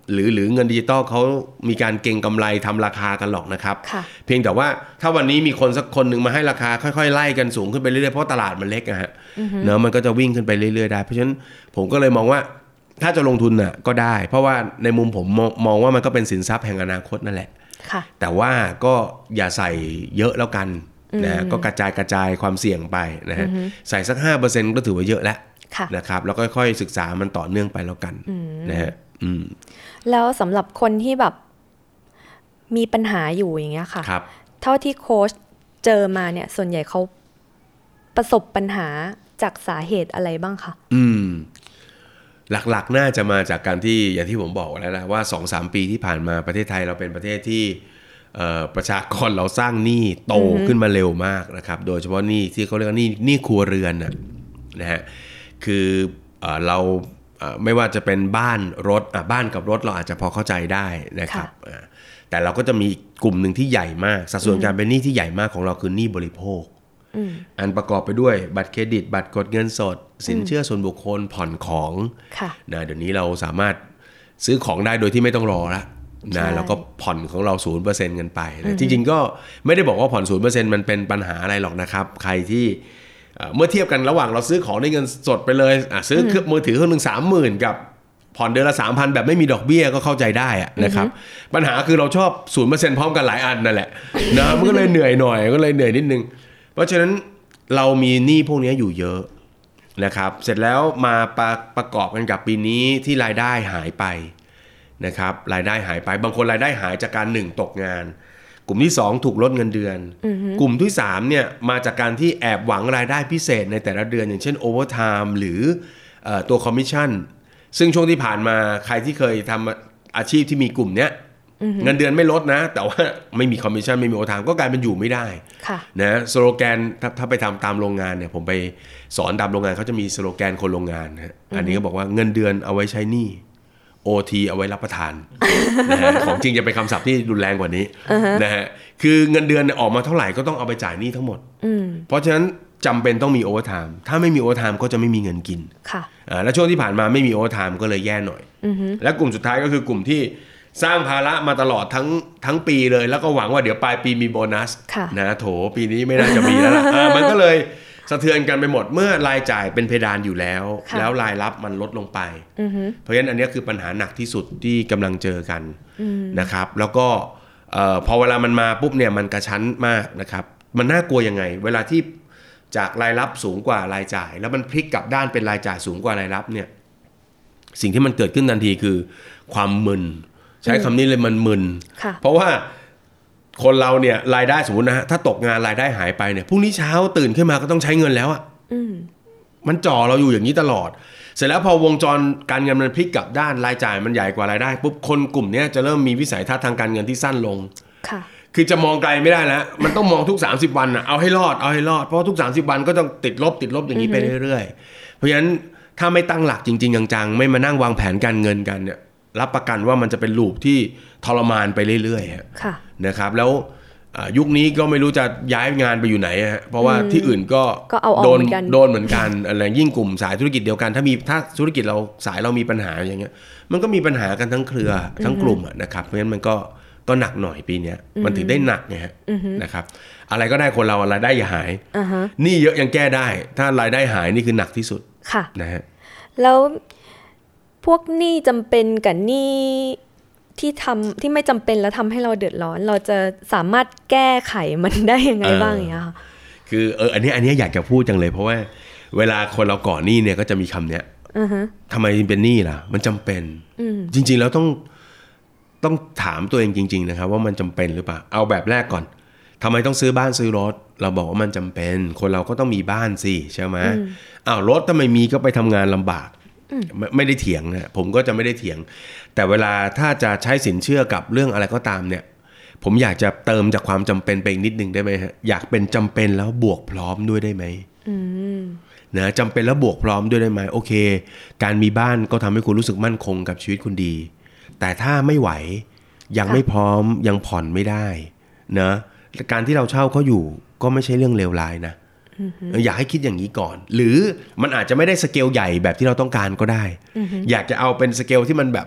หรือหรือเงินดิจิตอลเขามีการเก็งกำไรทำราคากันหรอกนะครับเพียงแต่ว่าถ้าวันนี้มีคนสักคนหนึ่งมาให้ราคาค่อยๆไล่กันสูงขึ้นไปเรื่อยๆเพราะตลาดมันเล็กอะฮะเนอะมันก็จะวิ่งขึ้นไปเรื่อยๆได้เพราะฉะนั้นผมก็เลยมองว่าถ้าจะลงทุนน่ะก็ได้เพราะว่าในมุมผมมองว่ามันก็เป็นสินทรัพย์แห่งอนาคตนั่นแหละแต่ว่าก็อย่าใส่เยอะแล้วกันนะก็กระจายกระจายความเสี่ยงไปนะฮะใส่สัก ห้าเปอร์เซ็นต์ ก็ถือว่าเยอะแล้วนะครับแล้วค่อยๆศึกษามันต่อเนื่องไปแล้วกันนะฮะแล้วสำหรับคนที่แบบมีปัญหาอยู่อย่างเงี้ยค่ะเท่าที่โค้ชเจอมาเนี่ยส่วนใหญ่เขาประสบปัญหาจากสาเหตุอะไรบ้างคะอืมหลักๆน่าจะมาจากการที่อย่างที่ผมบอกแล้วนะว่า สองถึงสาม ปีที่ผ่านมาประเทศไทยเราเป็นประเทศที่ประชากรเราสร้างหนี้โตขึ้นมาเร็วมากนะครับโดยเฉพาะหนี้ที่เขาเรียกว่าหนี้หนี้ครัวเรือนนะนะฮะคือเราไม่ว่าจะเป็นบ้านรถบ้านกับรถเราอาจจะพอเข้าใจได้นะครับแต่เราก็จะมีกลุ่มหนึ่งที่ใหญ่มากสัดส่วนการเป็นหนี้ที่ใหญ่มากของเราคือหนี้บริโภคอันประกอบไปด้วยบัตรเครดิตบัตรกดเงินสดสินเชื่อส่วนบุคคลผ่อนของนะเดี๋ยวนี้เราสามารถซื้อของได้โดยที่ไม่ต้องรอละนะแล้วก็ผ่อนของเรา ศูนย์เปอร์เซ็นต์ กันไปนะจริงๆก็ไม่ได้บอกว่าผ่อน ศูนย์เปอร์เซ็นต์ มันเป็นปัญหาอะไรหรอกนะครับใครที่เมื่อเทียบกันระหว่างเราซื้อของได้เงินสดไปเลยซื้อเครื่องมือถือเครื่องนึง สามหมื่น กับผ่อนเดือนละ สามพัน แบบไม่มีดอกเบี้ยก็เข้าใจได้นะครับปัญหาคือเราชอบ ศูนย์เปอร์เซ็นต์ พร้อมกันหลายอันนั่นแหละนะมันก็เลยเหนื่อยหน่อยก็เลยเหนื่อยนิดนึงเพราะฉะนั้นเรามีหนี้พวกนี้อยู่เยอะนะครับเสร็จแล้วมาประประกอบกันกับปีนี้ที่รายได้หายไปนะครับรายได้หายไปบางคนรายได้หายจากการหนึ่งตกงานกลุ่มที่สองถูกลดเงินเดือนกลุ่มที่สามเนี่ยมาจากการที่แอบหวังรายได้พิเศษในแต่ละเดือนอย่างเช่นโอเวอร์ไทม์หรือเอ่อตัวคอมมิชชั่นซึ่งช่วงที่ผ่านมาใครที่เคยทำอาชีพที่มีกลุ่มเนี้ยเงินเดือนไม่ลดนะแต่ว่าไม่มีคอมมิชชั่นไม่มีโอเวอร์ไทม์ก็กลายเป็นอยู่ไม่ได้นะสโลแกนถ้าถ้าไปทำตามโรงงานเนี่ยผมไปสอนตามโรงงานเขาจะมีสโลแกนคนโรงงานนะอันนี้ก็บอกว่าเงินเดือนเอาไว้ใช้หนี้โอ ที เอาไว้รับประทานนะฮะของจริงจะเป็นคำศัพท์ที่รุนแรงกว่านี้ uh-huh. นะฮะคือเงินเดือนออกมาเท่าไหร่ก็ต้องเอาไปจ่ายหนี้ทั้งหมด uh-huh. เพราะฉะนั้นจำเป็นต้องมีโอเวอร์ไทม์ถ้าไม่มีโอเวอร์ไทม์ก็จะไม่มีเงินกินค่ะอ่าแล้วช่วงที่ผ่านมาไม่มีโอเวอร์ไทม์ก็เลยแย่หน่อย uh-huh. และกลุ่มสุดท้ายก็คือกลุ่มที่สร้างภาระมาตลอดทั้งทั้งปีเลยแล้วก็หวังว่าเดี๋ยวปลายปีมีโบนัสนะโถปีนี้ไม่น่าจะมีแล้วล่ะ มันก็เลยสะเทือนกันไปหมดเมื่อรายจ่ายเป็นเพดานอยู่แล้วแล้วรายรับมันลดลงไปเพราะฉะนั้นอันนี้คือปัญหาหนักที่สุดที่กำลังเจอกันนะครับแล้วก็พอเวลามันมาปุ๊บเนี่ยมันกระชั้นมากนะครับมันน่ากลัวยังไงเวลาที่จากรายรับสูงกว่ารายจ่ายแล้วมันพลิกกลับด้านเป็นรายจ่ายสูงกว่ารายรับเนี่ยสิ่งที่มันเกิดขึ้นทันทีคือความมึนใช้คำนี้เลยมันมึนเพราะว่าคนเราเนี่ยรายได้สมมตินะฮะถ้าตกงานรายได้หายไปเนี่ยพรุ่งนี้เช้าตื่นขึ้นมาก็ต้องใช้เงินแล้วอ่ะมันจ่อเราอยู่อย่างนี้ตลอดเสร็จแล้วพอวงจรการเงินมันพลิกกลับด้านรายจ่ายมันใหญ่กว่ารายได้ปุ๊บคนกลุ่มนี้จะเริ่มมีวิสัยทัศน์ทางการเงินที่สั้นลงค่ะคือจะมองไกลไม่ได้แล้วมันต้องมองทุกสามสิบวันอ่ะเอาให้รอดเอาให้รอดเพราะทุกสามสิบวันก็ต้องติดลบติดลบอย่างนี้ไปเรื่อยๆเพราะฉะนั้นถ้าไม่ตั้งหลักจริงๆจังๆไม่มานั่งวางแผนการเงินกันเนี่ยรับประกันว่ามันจะเป็นลูปที่ทรมานไปเรื่อยๆนะครับแล้วยุคนี้ก็ไม่รู้จะย้ายงานไปอยู่ไหนฮะเพราะว่าที่อื่นก็โดนโดนเหมือนกันอะไรยิ่งกลุ่มสายธุรกิจเดียวกันถ้ามีถ้าธุรกิจเราสายเรามีปัญหาอย่างเงี้ยมันก็มีปัญหากันทั้งเครือทั้งกลุ่มนะครับเพราะฉะนั้นมันก็ก็หนักหน่อยปีนี้มันถึงได้หนักไงฮะนะครับอะไรก็ได้คนเรารายได้อย่าหายนี่เยอะยังแก้ได้ถ้ารายได้หายนี่คือหนักที่สุดนะฮะแล้วพวกหนี้จำเป็นกับหนี้ที่ทำที่ไม่จำเป็นแล้วทำให้เราเดือดร้อนเราจะสามารถแก้ไขมันได้ยังไงบ้างอย่างเงี้ยค่ะคือเอออันนี้อันนี้อยากจะพูดจังเลยเพราะว่าเวลาคนเราก่อหนี้เนี่ยก็จะมีคำเนี้ยทำไมเป็นหนี้ล่ะมันจำเป็นจริงๆแล้วต้องต้องถามตัวเองจริงๆนะครับว่ามันจำเป็นหรือเปล่าเอาแบบแรกก่อนทำไมต้องซื้อบ้านซื้อรถเราบอกว่ามันจำเป็นคนเราก็ต้องมีบ้านสิใช่ไหมอ้าวรถถ้าไม่มีก็ไปทำงานลำบากไม่ได้เถียงนะผมก็จะไม่ได้เถียงแต่เวลาถ้าจะใช้สินเชื่อกับเรื่องอะไรก็ตามเนี่ยผมอยากจะเติมจากความจำเป็นไปอีกนิดนึงได้ไหมฮะอยากเป็นจำเป็นแล้วบวกพร้อมด้วยได้ไหมนะจำเป็นแล้วบวกพร้อมด้วยได้ไหมโอเคการมีบ้านก็ทำให้คุณรู้สึกมั่นคงกับชีวิตคุณดีแต่ถ้าไม่ไหวยังไม่พร้อมยังผ่อนไม่ได้นะการที่เราเช่าเขาอยู่ก็ไม่ใช่เรื่องเลวร้ายนะอยากให้คิดอย่างนี้ก่อนหรือมันอาจจะไม่ได้สเกลใหญ่แบบที่เราต้องการก็ได้อยากจะเอาเป็นสเกลที่มันแบบ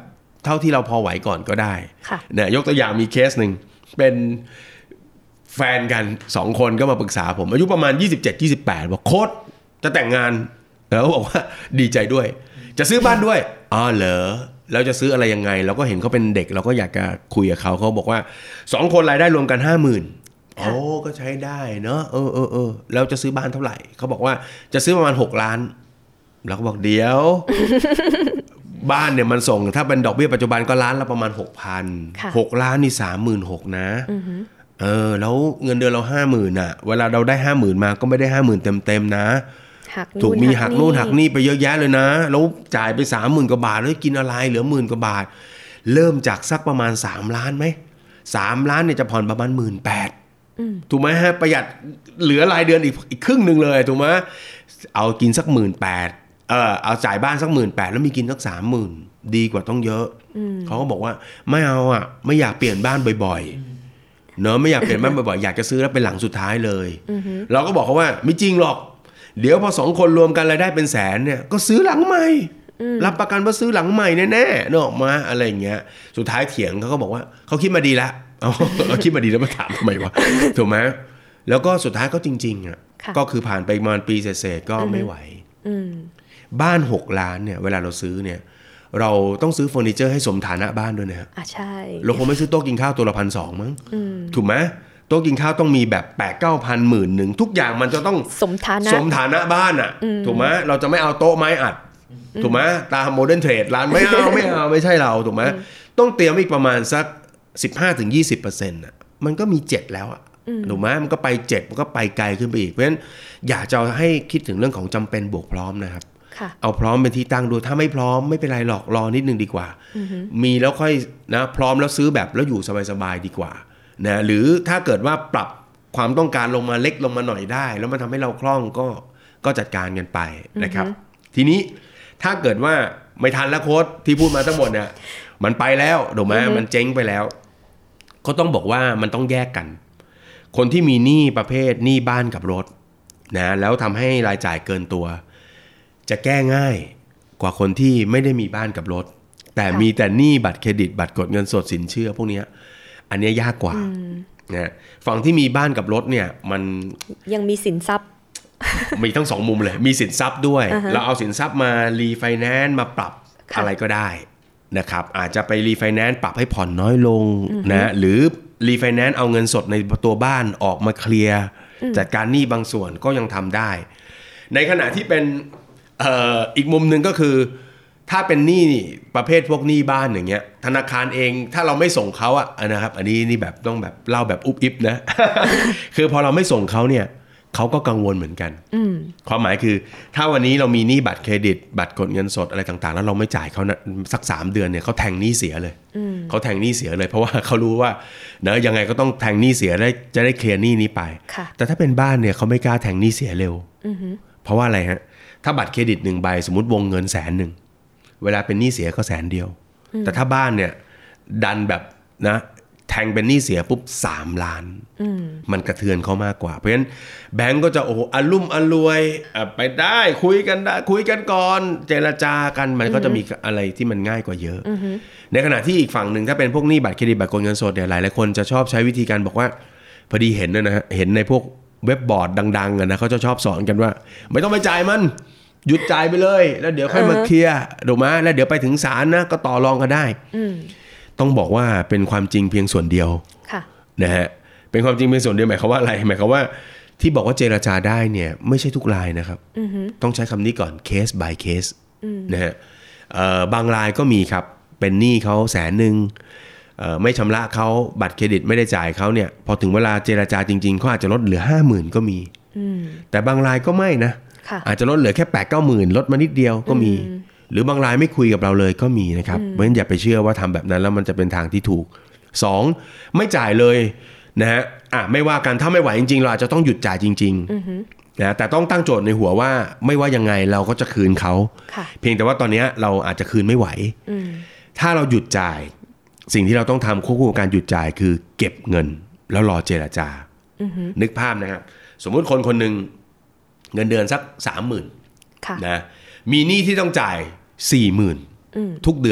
เท่าที่เราพอไหวก่อนก็ได้ค่ะเนี่ยยกตัวอย่างมีเคสหนึ่งเป็นแฟนกันสองคนก็มาปรึกษาผมอายุประมาณยี่สิบเจ็ด ยี่สิบแปดบอกโค้ชจะแต่งงานแล้วบอกว่าดีใจด้วยจะซื้อบ้านด้วยอ๋อเหรอแล้วจะซื้ออะไรยังไงเราก็เห็นเขาเป็นเด็กเราก็อยากจะคุยกับเขาเขาบอกว่าสองคนรายได้รวมกัน ห้าหมื่น โอ้ก็ใช้ได้เนาะเออเออเออแล้วจะซื้อบ้านเท่าไหร่เขาบอกว่าจะซื้อประมาณหกล้านเราก็บอกเดี๋ยว บ้านเนี่ยมันส่งถ้าเป็นดอกเบี้ยปัจจุบันก็ล้านละประมาณ หกพัน หกล้านนี่ สามหมื่นหกพัน นะเออแล้วเงินเดือนเรา ห้าหมื่น น่ะเวลาเราได้ ห้าหมื่น มาก็ไม่ได้ ห้าหมื่น เต็มๆนะถูกมีหักนู่นหักนี่ไปเยอะแยะเลยนะแล้วจ่ายไป สามหมื่น กว่าบาทแล้วกินอะไรเหลือหมื่นกว่าบาทเริ่มจากสักประมาณสามล้านไหมสามล้านเนี่ยจะผ่อนประมาณ หนึ่งหมื่นแปดพัน ถูกไหมฮะประหยัดเหลือรายเดือนอีกอีกครึ่งนึงเลยถูกไหมเอากินสัก หนึ่งหมื่นแปดพัน เออเอาจ่ายบ้านสัก หนึ่งหมื่นแปดพัน แล้วมีกินสัก สามหมื่น ดีกว่าต้องเยอะเขาก็บอกว่าไม่เอาอ่ะไม่อยากเปลี่ยนบ้านบ่อยๆเนอะไม่อยากเปลี่ยนบ้านบ่อยๆอยากจะซื้อแล้วเป็นหลังสุดท้ายเลยเราก็บอกเขาว่าไม่จริงหรอกเดี๋ยวพอสองคนรวมกันรายได้เป็นแสนเนี่ยก็ซื้อหลังใหม่รับประกันว่าซื้อหลังใหม่แน่ๆเนอะออกมาอะไรอย่างเงี้ยสุดท้ายเถียงเขาก็บอกว่าเขาคิดมาดีแล้วเอาคิดมาดีแล้วมาถามทำไมวะถูกไหมแล้วก็สุดท้ายก็จริงๆอ่ะก็คือผ่านไปประมาณปีเศษๆก็ไม่ไหวบ้านหกล้านเนี่ยเวลาเราซื้อเนี่ยเราต้องซื้อเฟอร์นิเจอร์ให้สมฐานะบ้านด้วยนะครับอ่ะใช่เราคงไม่ซื้อโต๊ะกินข้าวตัวละพันสองมั้งถูกไหมโต๊ะกินข้าวต้องมีแบบแปดเก้าพันหมื่นหนึ่งทุกอย่างมันจะต้องสมฐานะสมฐานะบ้านอ่ะถูกไหมเราจะไม่เอาโต๊ะไม้อัดถูกไหมตามโมเดิร์นเทรดร้านไม่เอาไม่เอาไม่ใช่เราถูกไหมต้องเตรียมอีกประมาณสัก สิบห้าถึงยี่สิบเปอร์เซ็นต์ อ่ะมันก็มีเจ็ดแล้วอ่ะถูกไหมมันก็ไปเจ็ดมันก็ไปไกลขึ้นไปอีกเพราะฉะนั้นอยากจะให้คิดถึงเรื่องของจำเป็นบวกพร้อมนะครับเอาพร้อมเป็นที่ตั้งดูถ้าไม่พร้อมไม่เป็นไรหรอกรอนิดนึงดีกว่ามีแล้วค่อยนะพร้อมแล้วซื้อแบบแล้วอยู่สบายๆดีกว่านะหรือถ้าเกิดว่าปรับความต้องการลงมาเล็กลงมาหน่อยได้แล้วมันทำให้เราคล่องก็ก็จัดการกันไปนะครับทีนี้ถ้าเกิดว่าไม่ทันแล้วโค้ชที่พูดมาทั้งหมดเนี่ยมันไปแล้วถูกไหมมันเจ๊งไปแล้วก็ต้องบอกว่ามันต้องแยกกันคนที่มีหนี้ประเภทหนี้บ้านกับรถนะแล้วทำให้รายจ่ายเกินตัวจะแก้ง่ายกว่าคนที่ไม่ได้มีบ้านกับรถแต่มีแต่หนี้บัตรเครดิตบัตรกดเงินสดสินเชื่อพวกนี้อันนี้ยากกว่านะฝั่งที่มีบ้านกับรถเนี่ยมันยังมีสินทรัพย์มีทั้งสองมุมเลยมีสินทรัพย์ด้วย uh-huh. เราเอาสินทรัพย์มารีไฟแนนซ์มาปรับอะไรก็ได้นะครับอาจจะไปรีไฟแนนซ์ปรับให้ผ่อนน้อยลง uh-huh. นะหรือรีไฟแนนซ์เอาเงินสดในตัวบ้านออกมาเคลียร์ uh-huh. จัดการหนี้บางส่วนก็ยังทำได้ในขณะที่เป็นเอ่ออีกมุมนึงก็คือถ้าเป็นหนี้ประเภทพวกหนี้บ้านอย่างเงี้ยธนาคารเองถ้าเราไม่ส่งเขาอะนะครับอันนี้นี่แบบต้องแบบเล่าแบบอุบอิบนะ คือพอเราไม่ส่งเขาเนี่ยเขาก็กังวลเหมือนกันความหมายคือถ้าวันนี้เรามีหนี้บัตรเครดิตบัตรกดเงินสดอะไรต่างๆแล้วเราไม่จ่ายเขานะสักสามเดือนเนี่ยเขาแทงหนี้เสียเลยเขาแทงหนี้เสียเลยเพราะว่าเขารู้ว่าเนอะยังไงก็ต้องแทงหนี้เสียได้จะได้เคลียร์หนี้นี้ไปแต่ถ้าเป็นบ้านเนี่ยเขาไม่กล้าแทงหนี้เสียเร็วเพราะว่าอะไรฮะถ้าบัตรเครดิตหนึ่งใบสมมติวงเงินแสนหนึ่งเวลาเป็นหนี้เสียก็แสนเดียวแต่ถ้าบ้านเนี่ยดันแบบนะแทงเป็นหนี้เสียปุ๊บสามล้านมันกระเทือนเขามากกว่าเพราะฉะนั้นแบงก์ก็จะโอ้โหอลุ่มอรวยไปได้คุยกันได้คุยกันก่อนเจรจากันมันก็จะมีอะไรที่มันง่ายกว่าเยอะในขณะที่อีกฝั่งหนึ่งถ้าเป็นพวกหนี้บัตรเครดิตบัตรกดเงินสดเนี่ยหลายหลายคนจะชอบใช้วิธีการบอกว่าพอดีเห็นนะฮะเห็นในพวกเว็บบอร์ดดังๆนะเขาจะชอบสอนกันว่าไม่ต้องไปจ่ายมันหยุดจ่ายไปเลยแล้วเดี๋ยวค่อยมาเคลียร์ถูกไหมแล้วเดี๋ยวไปถึงศาลนะก็ต่อรองกันได้ต้องบอกว่าเป็นความจริงเพียงส่วนเดียวนะฮะเป็นความจริงเพียงส่วนเดียวหมายความว่าอะไรหมายความว่าที่บอกว่าเจรจาได้เนี่ยไม่ใช่ทุกรายนะครับต้องใช้คำนี้ก่อน case by case นะฮะบางรายก็มีครับเป็นหนี้เขาแสนหนึ่งไม่ชำระเขาบัตรเครดิตไม่ได้จ่ายเขาเนี่ยพอถึงเวลาเจรจาจริงๆเขาอาจจะลดเหลือ ห้าหมื่น ก็มีแต่บางรายก็ไม่นะอาจจะลดเหลือแค่แปดเก้าหมื่นลดมานิดเดียวก็มีหรือบางรายไม่คุยกับเราเลยก็มีนะครับเพราะฉะนั้นอย่าไปเชื่อว่าทำแบบนั้นแล้วมันจะเป็นทางที่ถูกสองไม่จ่ายเลยนะฮะอ่ะไม่ว่ากันถ้าไม่ไหวจริงๆเราอาจจะต้องหยุดจ่ายจริงๆนะแต่ต้องตั้งโจทย์ในหัวว่าไม่ว่ายังไงเราก็จะคืนเขาเพียงแต่ว่าตอนนี้เราอาจจะคืนไม่ไหวถ้าเราหยุดจ่ายสิ่งที่เราต้องทำควบคู่กับการหยุดจ่ายคือเก็บเงินแล้วรอเจรจานึกภาพนะครับสมมุติคนคนหนึ่งเงินเดือนสัก สามหมื่น นะมีหนี้ที่ต้องจ่าย สี่หมื่น ทุกเดือน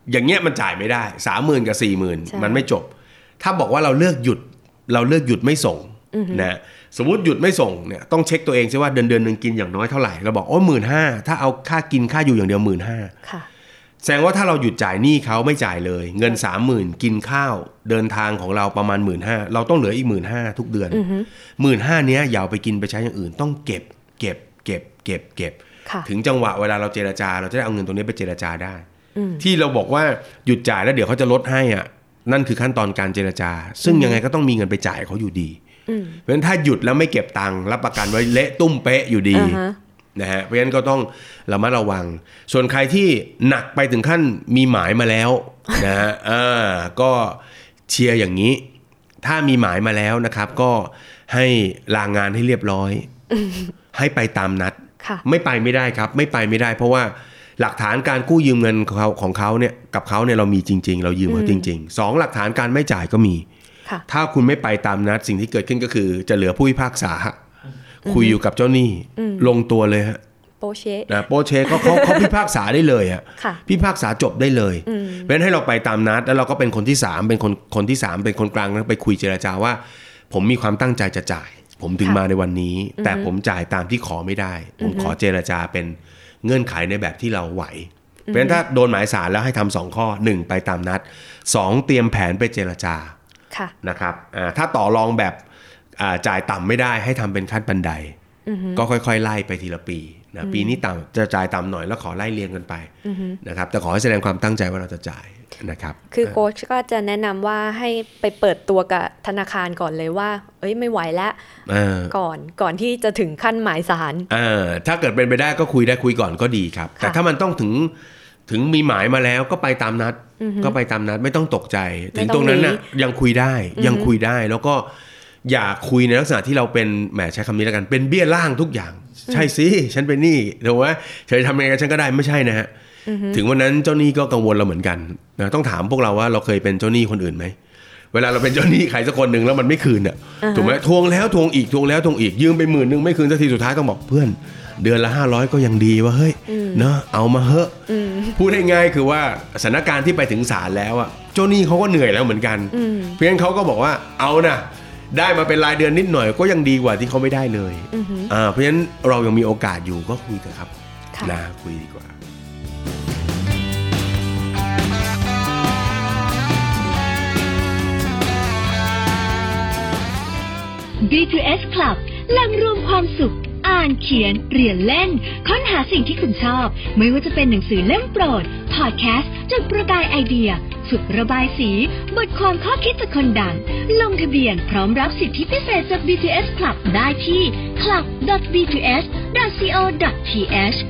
อย่างเงี้ยมันจ่ายไม่ได้ สามหมื่น กับ สี่หมื่น มันไม่จบถ้าบอกว่าเราเลือกหยุดเราเลือกหยุดไม่ส่งนะสมมุติหยุดไม่ส่งเนี่ยต้องเช็คตัวเองซิว่าเดือนเดือนนึงกินอย่างน้อยเท่าไหร่เราบอกโอ้ หนึ่งหมื่นห้าพัน ถ้าเอาค่ากินค่าอยู่อย่างเดียว หนึ่งหมื่นห้าพัน ค่ะแสดงว่าถ้าเราหยุดจ่ายหนี้เขาไม่จ่ายเลยเงิน สามหมื่น กินข้าวเดินทางของเราประมาณ หนึ่งหมื่นห้าพัน เราต้องเหลืออีก หนึ่งหมื่นห้าพัน ทุกเดือน หนึ่งหมื่นห้าพัน เนี้ยอย่าเอาไปกินไปใช้อย่างอื่นต้องเก็บเก็บเก็บเก็บเก็บถึงจังหวะเวลาเราเจรจาเราจะได้เอาเงินตรงนี้ไปเจรจาได้ที่เราบอกว่าหยุดจ่ายแล้วเดี๋ยวเขาจะลดให้อ่ะนั่นคือขั้นตอนการเจรจาซึ่งยังไงก็ต้องมีเงินไปจ่ายเขาอยู่ดีเพราะฉะนั้นถ้าหยุดแล้วไม่เก็บตังค์รับประกันไว้เละตุ้มเป๊ะอยู่ดีนะฮะเพราะฉะนั้นก็ต้องระมัดระวังส่วนใครที่หนักไปถึงขั้นมีหมายมาแล้วนะฮะอ่าก็เชียร์อย่างนี้ถ้ามีหมายมาแล้วนะครับก็ให้ลางานให้เรียบร้อยให้ไปตามนัดไม่ไปไม่ได้ครับไม่ไปไม่ได้เพราะว่าหลักฐานการกู้ยืมเงินของเขาของเขาเนี่ยกับเขาเนี่ยเรามีจริงๆเรายืมเขาจริงๆสองหลักฐานการไม่จ่ายก็มีถ้าคุณไม่ไปตามนัดสิ่งที่เกิดขึ้นก็คือจะเหลือผู้พิพากษาคุยอยู่กับเจ้าหนี้ลงตัวเลยฮะโปเชนะโปเชเขาเขาเขาพิพากษาได้เลยฮะพิพากษาจบได้เลยเพราะฉะนั้นให้เราไปตามนัดแล้วเราก็เป็นคนที่สามเป็นคนคนที่สามเป็นคนกลางนะไปคุยเจรจาว่าผมมีความตั้งใจจะจ่ายผมถึงมาในวันนี้แต่ผมจ่ายตามที่ขอไม่ได้ผมขอเจรจาเป็นเงื่อนไขในแบบที่เราไหวเพราะฉะนั้นถ้าโดนหมายศาลแล้วให้ทำสองข้อหนึ่งไปตามนัดสองเตรียมแผนไปเจรจานะครับถ้าต่อรองแบบจ่ายต่ำไม่ได้ให้ทำเป็นขั้นบันไดก็ค่อยๆไล่ไปทีละปีนะปีนี้ต่ำจะจ่ายต่ำหน่อยแล้วขอไล่เรียงกันไปนะครับแต่ขอให้แสดงความตั้งใจว่าเราจะจ่ายนะครับคือโค้ชก็จะแนะนำว่าให้ไปเปิดตัวกับธนาคารก่อนเลยว่าเอ้ยไม่ไหวแล้วก่อนก่อนที่จะถึงขั้นหมายศาลถ้าเกิดเป็นไปได้ก็คุยได้คุยก่อนก็ดีครับแต่ถ้ามันต้องถึงถึงมีหมายมาแล้วก็ไปตามนัดก็ไปตามนัดไม่ต้องตกใจถึงตรงนั้นน่ะยังคุยได้ยังคุยได้แล้วก็อย่าคุยในลักษณะที่เราเป็นแหมใช้คำนี้แล้วกันเป็นเบี้ยล่างทุกอย่างใช่สิฉันเป็นหนี้ถูกไหมเธอทำยังไงฉันก็ได้ไม่ใช่นะฮะถึงวันนั้นเจ้าหนี้ก็กังวลเราเหมือนกันนะต้องถามพวกเราว่าเราเคยเป็นเจ้าหนี้คนอื่นไหมเวลาเราเป็นเจ้าหนี้ใครสักคนหนึ่งแล้วมันไม่คืนอ่ะถูกไหมทวงแล้วทวงอีกทวงแล้วทวงอีกยืมไปหมื่นนึงไม่คืนสักทีสุดท้ายต้องบอกเพื่อนเดือนละห้าร้อยก็ยังดีว่าเฮ้ยเนาะเอามาเฮ้พูดง่ายๆคือว่าสถานการณ์ที่ไปถึงศาลแล้วอ่ะเจ้าหนี้เขาก็เหนื่อยแล้วเหมือนกันเพราะฉะนั้นเขาก็บอกว่าเอานะได้มาเป็นรายเดือนนิดหน่อยก็ยังดีกว่าที่เขาไม่ได้เลยอ่าเพราะฉะนั้นเรายังมีโอกาสอยู่ก็คุยเถอะครับนะคุยดีกว่าบี ทู เอส Club แหล่งรวมความสุขอ่านเขียนเรียนเล่นค้นหาสิ่งที่คุณชอบไม่ว่าจะเป็นหนังสือเล่มโปรดพอดแคสต์จุดประกายไอเดียฝึกระบายสีบทความข้อคิดจากคนดังลงทะเบียนพร้อมรับสิทธิพิเศษจาก บี ทู เอส Club ได้ที่ คลับ ดอท บี ทู เอส ดอท ซี โอ ดอท ที เอช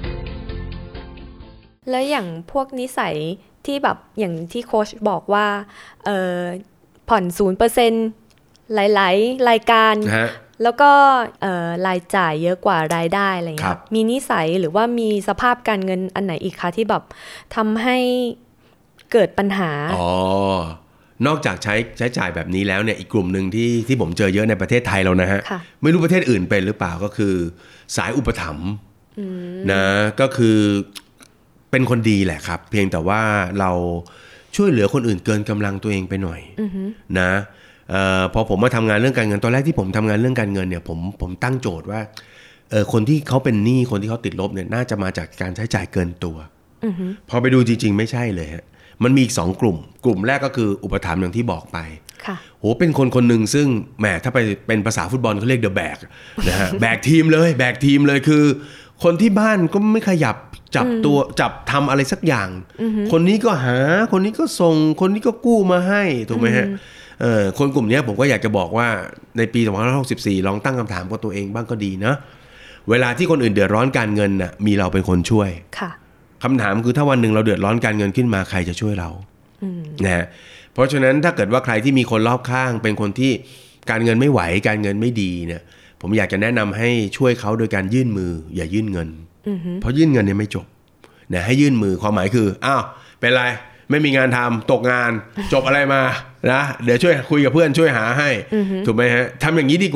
แล้วอย่างพวกนิสัยที่แบบอย่างที่โค้ชบอกว่าเอ่อผ่อน ศูนย์ เปอร์เซ็นต์ หลายๆรายการแล้วก็รายจ่ายเยอะกว่ารายได้อะไรอย่างเงี้ยมีนิสัยหรือว่ามีสภาพการเงินอันไหนอีกคะที่แบบทำให้เกิดปัญหาอ๋อนอกจากใช้ใช้จ่ายแบบนี้แล้วเนี่ยอีกกลุ่มหนึ่งที่ที่ผมเจอเยอะในประเทศไทยเรานะฮะไม่รู้ประเทศอื่นเป็นหรือเปล่าก็คือสายอุปถัมภ์นะก็คือเป็นคนดีแหละครับเพียงแต่ว่าเราช่วยเหลือคนอื่นเกินกำลังตัวเองไปหน่อยนะเอ่อพอผมมาทำงานเรื่องการเงินตอนแรกที่ผมทำงานเรื่องการเงินเนี่ยผมผมตั้งโจทย์ว่าเออคนที่เขาเป็นหนี้คนที่เขาติดลบเนี่ยน่าจะมาจากการใช้จ่ายเกินตัวพอไปดูจริงๆไม่ใช่เลยฮะมันมีอีกสองกลุ่มกลุ่มแรกก็คืออุปถัมภ์อย่างที่บอกไปโหเป็นคนคนหนึ่งซึ่งแหมถ้าไปเป็นภาษาฟุตบอลเขาเรียกเดอะแบกนะฮะแบกทีมเลยแบกทีมเลยคือคนที่บ้านก็ไม่ขยับจับตัวจับทำอะไรสักอย่างคนนี้ก็หาคนนี้ก็ส่งคนนี้ก็กู้มาให้ถูกไหมฮะเออคนกลุ่มนี้ผมก็อยากจะบอกว่าในปีสองพันห้าร้อยหกสิบสี่ลองตั้งคำถามกับตัวเองบ้างก็ดีนะเวลาที่คนอื่นเดือดร้อนการเงินน่ะมีเราเป็นคนช่วยคำถามคือถ้าวันหนึ่งเราเดือดร้อนการเงินขึ้นมาใครจะช่วยเรานะฮะเพราะฉะนั้นถ้าเกิดว่าใครที่มีคนรอบข้างเป็นคนที่การเงินไม่ไหวการเงินไม่ดีเนี่ยผมอยากจะแนะนำให้ช่วยเขาโดยการยื่นมืออย่ายื่นเงินเพราะยื่นเงินเนี่ยไม่จบนะให้ยื่นมือความหมายคืออ้าวเป็นไรไม่มีงานทำตกงานจบอะไรมานะเดี๋ยวช่วยคุยกับเพื่อนช่วยหาให้ถูกไหมฮะทำอย่างนี้ดีกว่า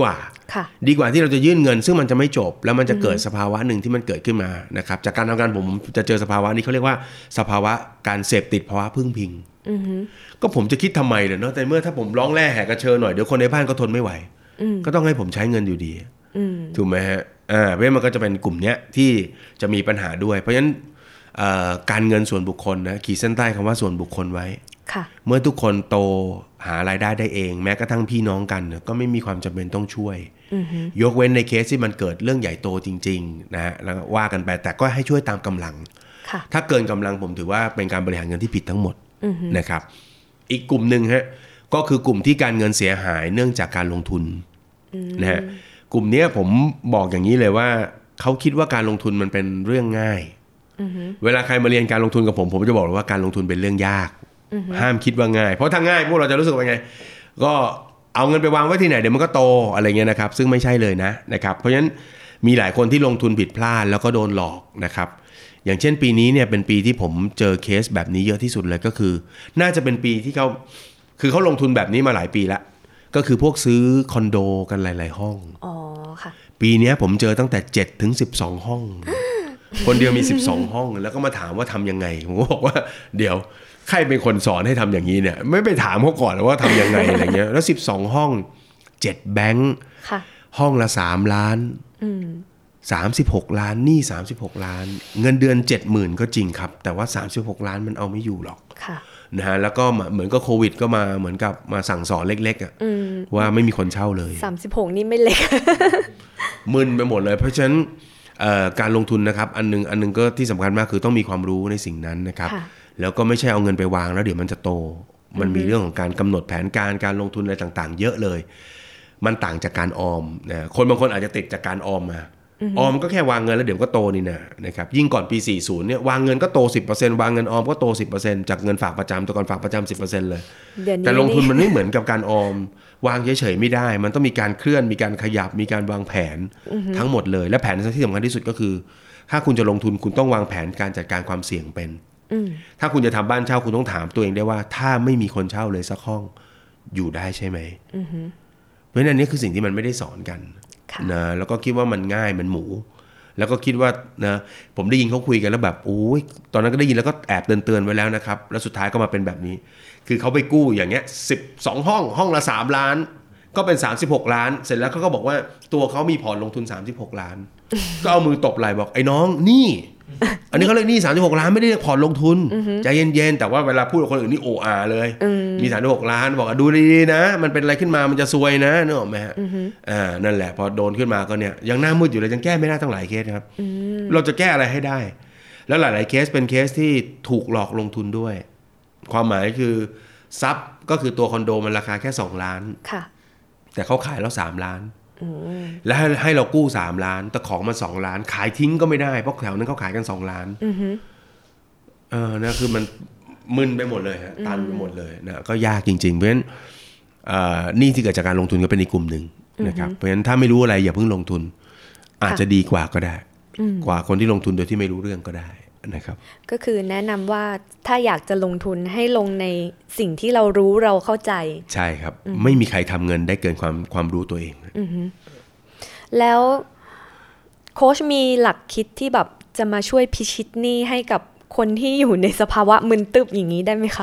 ดีกว่าที่เราจะยื่นเงินซึ่งมันจะไม่จบแล้วมันจะเกิดสภาวะหนึ่งที่มันเกิดขึ้นมานะครับจากการทำงานผมจะเจอสภาวะนี้เขาเรียกว่าสภาวะการเสพติดภาวะพึ่งพิงก็ผมจะคิดทำไมเนาะแต่เมื่อถ้าผมร้องแร่แหกกระเชิญหน่อยเดี๋ยวคนในบ้านก็ทนไม่ไหวก็ต้องให้ผมใช้เงินอยู่ดีถูกไหมฮะอ่าเพราะมันก็จะเป็นกลุ่มเนี้ยที่จะมีปัญหาด้วยเพราะฉะนั้นการเงินส่วนบุคคลนะขีดเส้นใต้คำว่าส่วนบุคคลไว้เมื่อทุกคนโตหารายได้ได้เองแม้กระทั่งพี่น้องกันก็ไม่มีความจำเป็นต้องช่วยยกเว้นในเคสที่มันเกิดเรื่องใหญ่โตจริงๆนะแล้วว่ากันไปแต่ก็ให้ช่วยตามกำลังถ้าเกินกำลังผมถือว่าเป็นการบริหารเงินที่ผิดทั้งหมดนะครับอีกกลุ่มหนึ่งฮะก็คือกลุ่มที่การเงินเสียหายเนื่องจากการลงทุนนะฮะกลุ่มนี้ผมบอกอย่างนี้เลยว่าเขาคิดว่าการลงทุนมันเป็นเรื่องง่ายเวลาใครมาเรียนการลงทุนกับผมผมจะบอกเลยว่าการลงทุนเป็นเรื่องยากห้ามคิดว่าง่ายเพราะถ้าง่ายพวกเราจะรู้สึกว่าไงก็เอาเงินไปวางไว้ที่ไหนเดี๋ยวมันก็โตอะไรเงี้ยนะครับซึ่งไม่ใช่เลยนะนะครับเพราะฉะนั้นมีหลายคนที่ลงทุนผิดพลาดแล้วก็โดนหลอกนะครับอย่างเช่นปีนี้เนี่ยเป็นปีที่ผมเจอเคสแบบนี้เยอะที่สุดเลยก็คือน่าจะเป็นปีที่เขาคือเขาลงทุนแบบนี้มาหลายปีละก็คือพวกซื้อคอนโดกันหลายๆห้องอ๋อค่ะปีนี้ผมเจอตั้งแต่เจ็ดถึงสิบสองห้องคนเดียวมีสิบสองห้องแล้วก็มาถามว่าทำยังไงผมก็บอกว่าเดี๋ยวใครเป็นคนสอนให้ทำอย่างนี้เนี่ยไม่ไปถามเขาก่อนว่าทำยังไงอะไรเงี้ยแล้วสิบสองห้องเจ็ดแบงค์ห้องละสามล้านสามสิบหกล้านหนี้สามสิบหกล้านเงินเดือน เจ็ดหมื่น ก็จริงครับแต่ว่าสามสิบหกล้านมันเอาไม่อยู่หรอกนะฮะแล้วก็เหมือนกับโควิดก็มาเหมือนกับมาสั่งสอนเล็กๆอ่ะว่าไม่มีคนเช่าเลยสามสิบหกนี่ไม่เล็กมึนไปหมดเลยเพราะฉะนั้นการลงทุนนะครับอันนึงอันนึงก็ที่สำคัญมากคือต้องมีความรู้ในสิ่งนั้นนะครับแล้วก็ไม่ใช่เอาเงินไปวางแล้วเดี๋ยวมันจะโตมันมีเรื่องของการกำหนดแผนการการลงทุนอะไรต่างๆเยอะเลยมันต่างจากการออมนะคนบางคนอาจจะติดจากการออมมาออมก็แค่วางเงินแล้วเดี๋ยวก็โตนี่นะนะครับยิ่งก่อนปีสี่สิบเนี่ยวางเงินก็โต สิบเปอร์เซ็นต์ วางเงินออมก็โต สิบเปอร์เซ็นต์ จากเงินฝากประจำแต่ก่อนฝากประจำ สิบเปอร์เซ็นต์ เลยแต่ลงทุนมันไม่เหมือนกับการออมวางเฉยๆไม่ได้มันต้องมีการเคลื่อนมีการขยับมีการวางแผนทั้งหมดเลยและแผนที่สำคัญที่สุดก็คือถ้าคุณจะลงทุนคุณต้องวางแผนการจัดการความเสี่ยงเป็นถ้าคุณจะทำบ้านเช่าคุณต้องถามตัวเองได้ว่าถ้าไม่มีคนเช่าเลยสักห้องอยู่ได้ใช่ไหมเพราะฉะนั้นนี่คือสิ่งที่มันไม่ได้สอนกันนะแล้วก็คิดว่ามันง่ายมันหมูแล้วก็คิดว่านะผมได้ยินเขาคุยกันแล้วแบบโอ้ยตอนนั้นก็ได้ยินแล้วก็แอบเตือนๆไว้แล้วนะครับแล้วสุดท้ายก็มาเป็นแบบนี้คือเขาไปกู้อย่างเงี้ยสิบสองห้องห้องละสามล้านก็เป็นสามสิบหกล้านเสร็จแล้วเขาก็บอกว่าตัวเขามีพอร์ตลงทุนสามสิบหกล้านก็เอามือตบไหล่บอกไอ้น้องนี่อันนี้เขาเรียกหนี้สามสิบหกล้านไม่ได้พอร์ตลงทุนใจเย็นๆแต่ว่าเวลาพูดกับคนอื่นนี่โออาเลยมีสามสิบหกล้านบอกดูดีๆนะมันเป็นอะไรขึ้นมามันจะซวยนะนึกออกไหมฮะอ่านั่นแหละพอโดนขึ้นมาก็เนี่ยยังหน้ามืดอยู่เลยยังแก้ไม่ได้ตั้งหลายเคสครับเราจะแก้อะไรให้ได้แล้วหลายๆเคสเป็นเคสที่ถูกหลอกลงทุนด้วยความหมายคือทรัพย์ก็คือตัวคอนโดมันราคาแค่สองล้านแต่เขาขายแล้วสามล้านแล้วให้ให้เรากู้สามล้านแต่ของมันสองล้านขายทิ้งก็ไม่ได้เพราะแถวนั้นเขาขายกันสองล้านเออนะคือมันมึนไปหมดเลยฮะตันไปหมดเลยนะก็ยากจริงๆเพราะฉะนั้นหนี้ที่เกิดจากการลงทุนก็เป็นอีกกลุ่มหนึ่งนะครับเพราะฉะนั้นถ้าไม่รู้อะไรอย่าเพิ่งลงทุนอาจจะดีกว่าก็ได้กว่าคนที่ลงทุนโดยที่ไม่รู้เรื่องก็ได้นะครับก็คือแนะนำว่าถ้าอยากจะลงทุนให้ลงในสิ่งที่เรารู้เราเข้าใจใช่ครับไม่มีใครทำเงินได้เกินความความรู้ตัวเองแล้วโค้ชมีหลักคิดที่แบบจะมาช่วยพิชิตหนี้ให้กับคนที่อยู่ในสภาวะมึนตึบอย่างนี้ได้ไหมคะ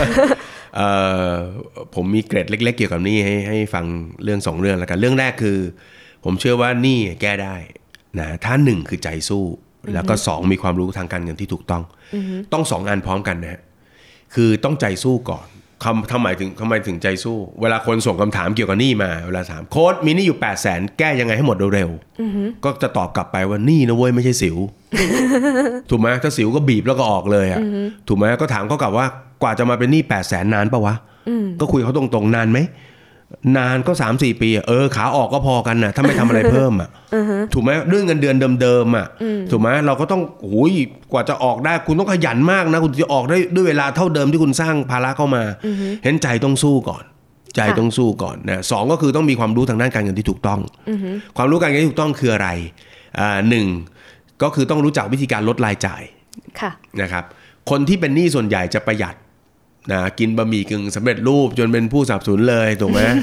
ผมมีเกร็ดเล็กๆเกี่ยวกับหนี้ให้ให้ฟังเรื่องสองเรื่องแล้วกันเรื่องแรกคือผมเชื่อว่าหนี้แก้ได้นะถ้าหนึ่งคือใจสู้แล้วก็สองมีความรู้ทางการเงินที่ถูกต้องต้องสองงานพร้อมกันนะฮะคือต้องใจสู้ก่อนคำทำไมถึงทำไมถึงใจสู้เวลาคนส่งคำถามเกี่ยวกับหนี้มาเวลาถามโค้ชมีหนี้อยู่แปดแสนแก้ยังไงให้หมดเร็วๆก็จะตอบกลับไปว่าหนี้นะเว้ยไม่ใช่สิว ถูกไหมถ้าสิวก็บีบแล้วก็ออกเลยอ่ะถูกไหมก็ถามเขากลับว่ากว่าจะมาเป็นหนี้แปดแสนนานปะวะก็คุยเขาตรงๆนานไหมนานก็ สามสี่ ปีเออขาออกก็พอกันน่ะถ้าไม่ทำอะไรเพิ่มอ่ะ ถูกไหมเรื่องเงินเดือนเดิมๆอ่ะถูกไหมเราก็ต้องโอ้ยกว่าจะออกได้คุณต้องขยันมากนะคุณจะออกได้ด้วยเวลาเท่าเดิมที่คุณสร้างภาระเข้ามาเห็นใจต้องสู้ก่อนใจต้องสู้ก่อนนะสองก็คือต้องมีความรู้ทางด้านการเงินที่ถูกต้องความรู้การเงินที่ถูกต้องคืออะไรอ่าหนึ่งก็คือต้องรู้จักวิธีการลดรายจ่ายนะครับคนที่เป็นหนี้ส่วนใหญ่จะประหยัดนะกินบะหมี่กึ่งสำเร็จรูปจนเป็นผู้สนับสนุนเลยถูกไหม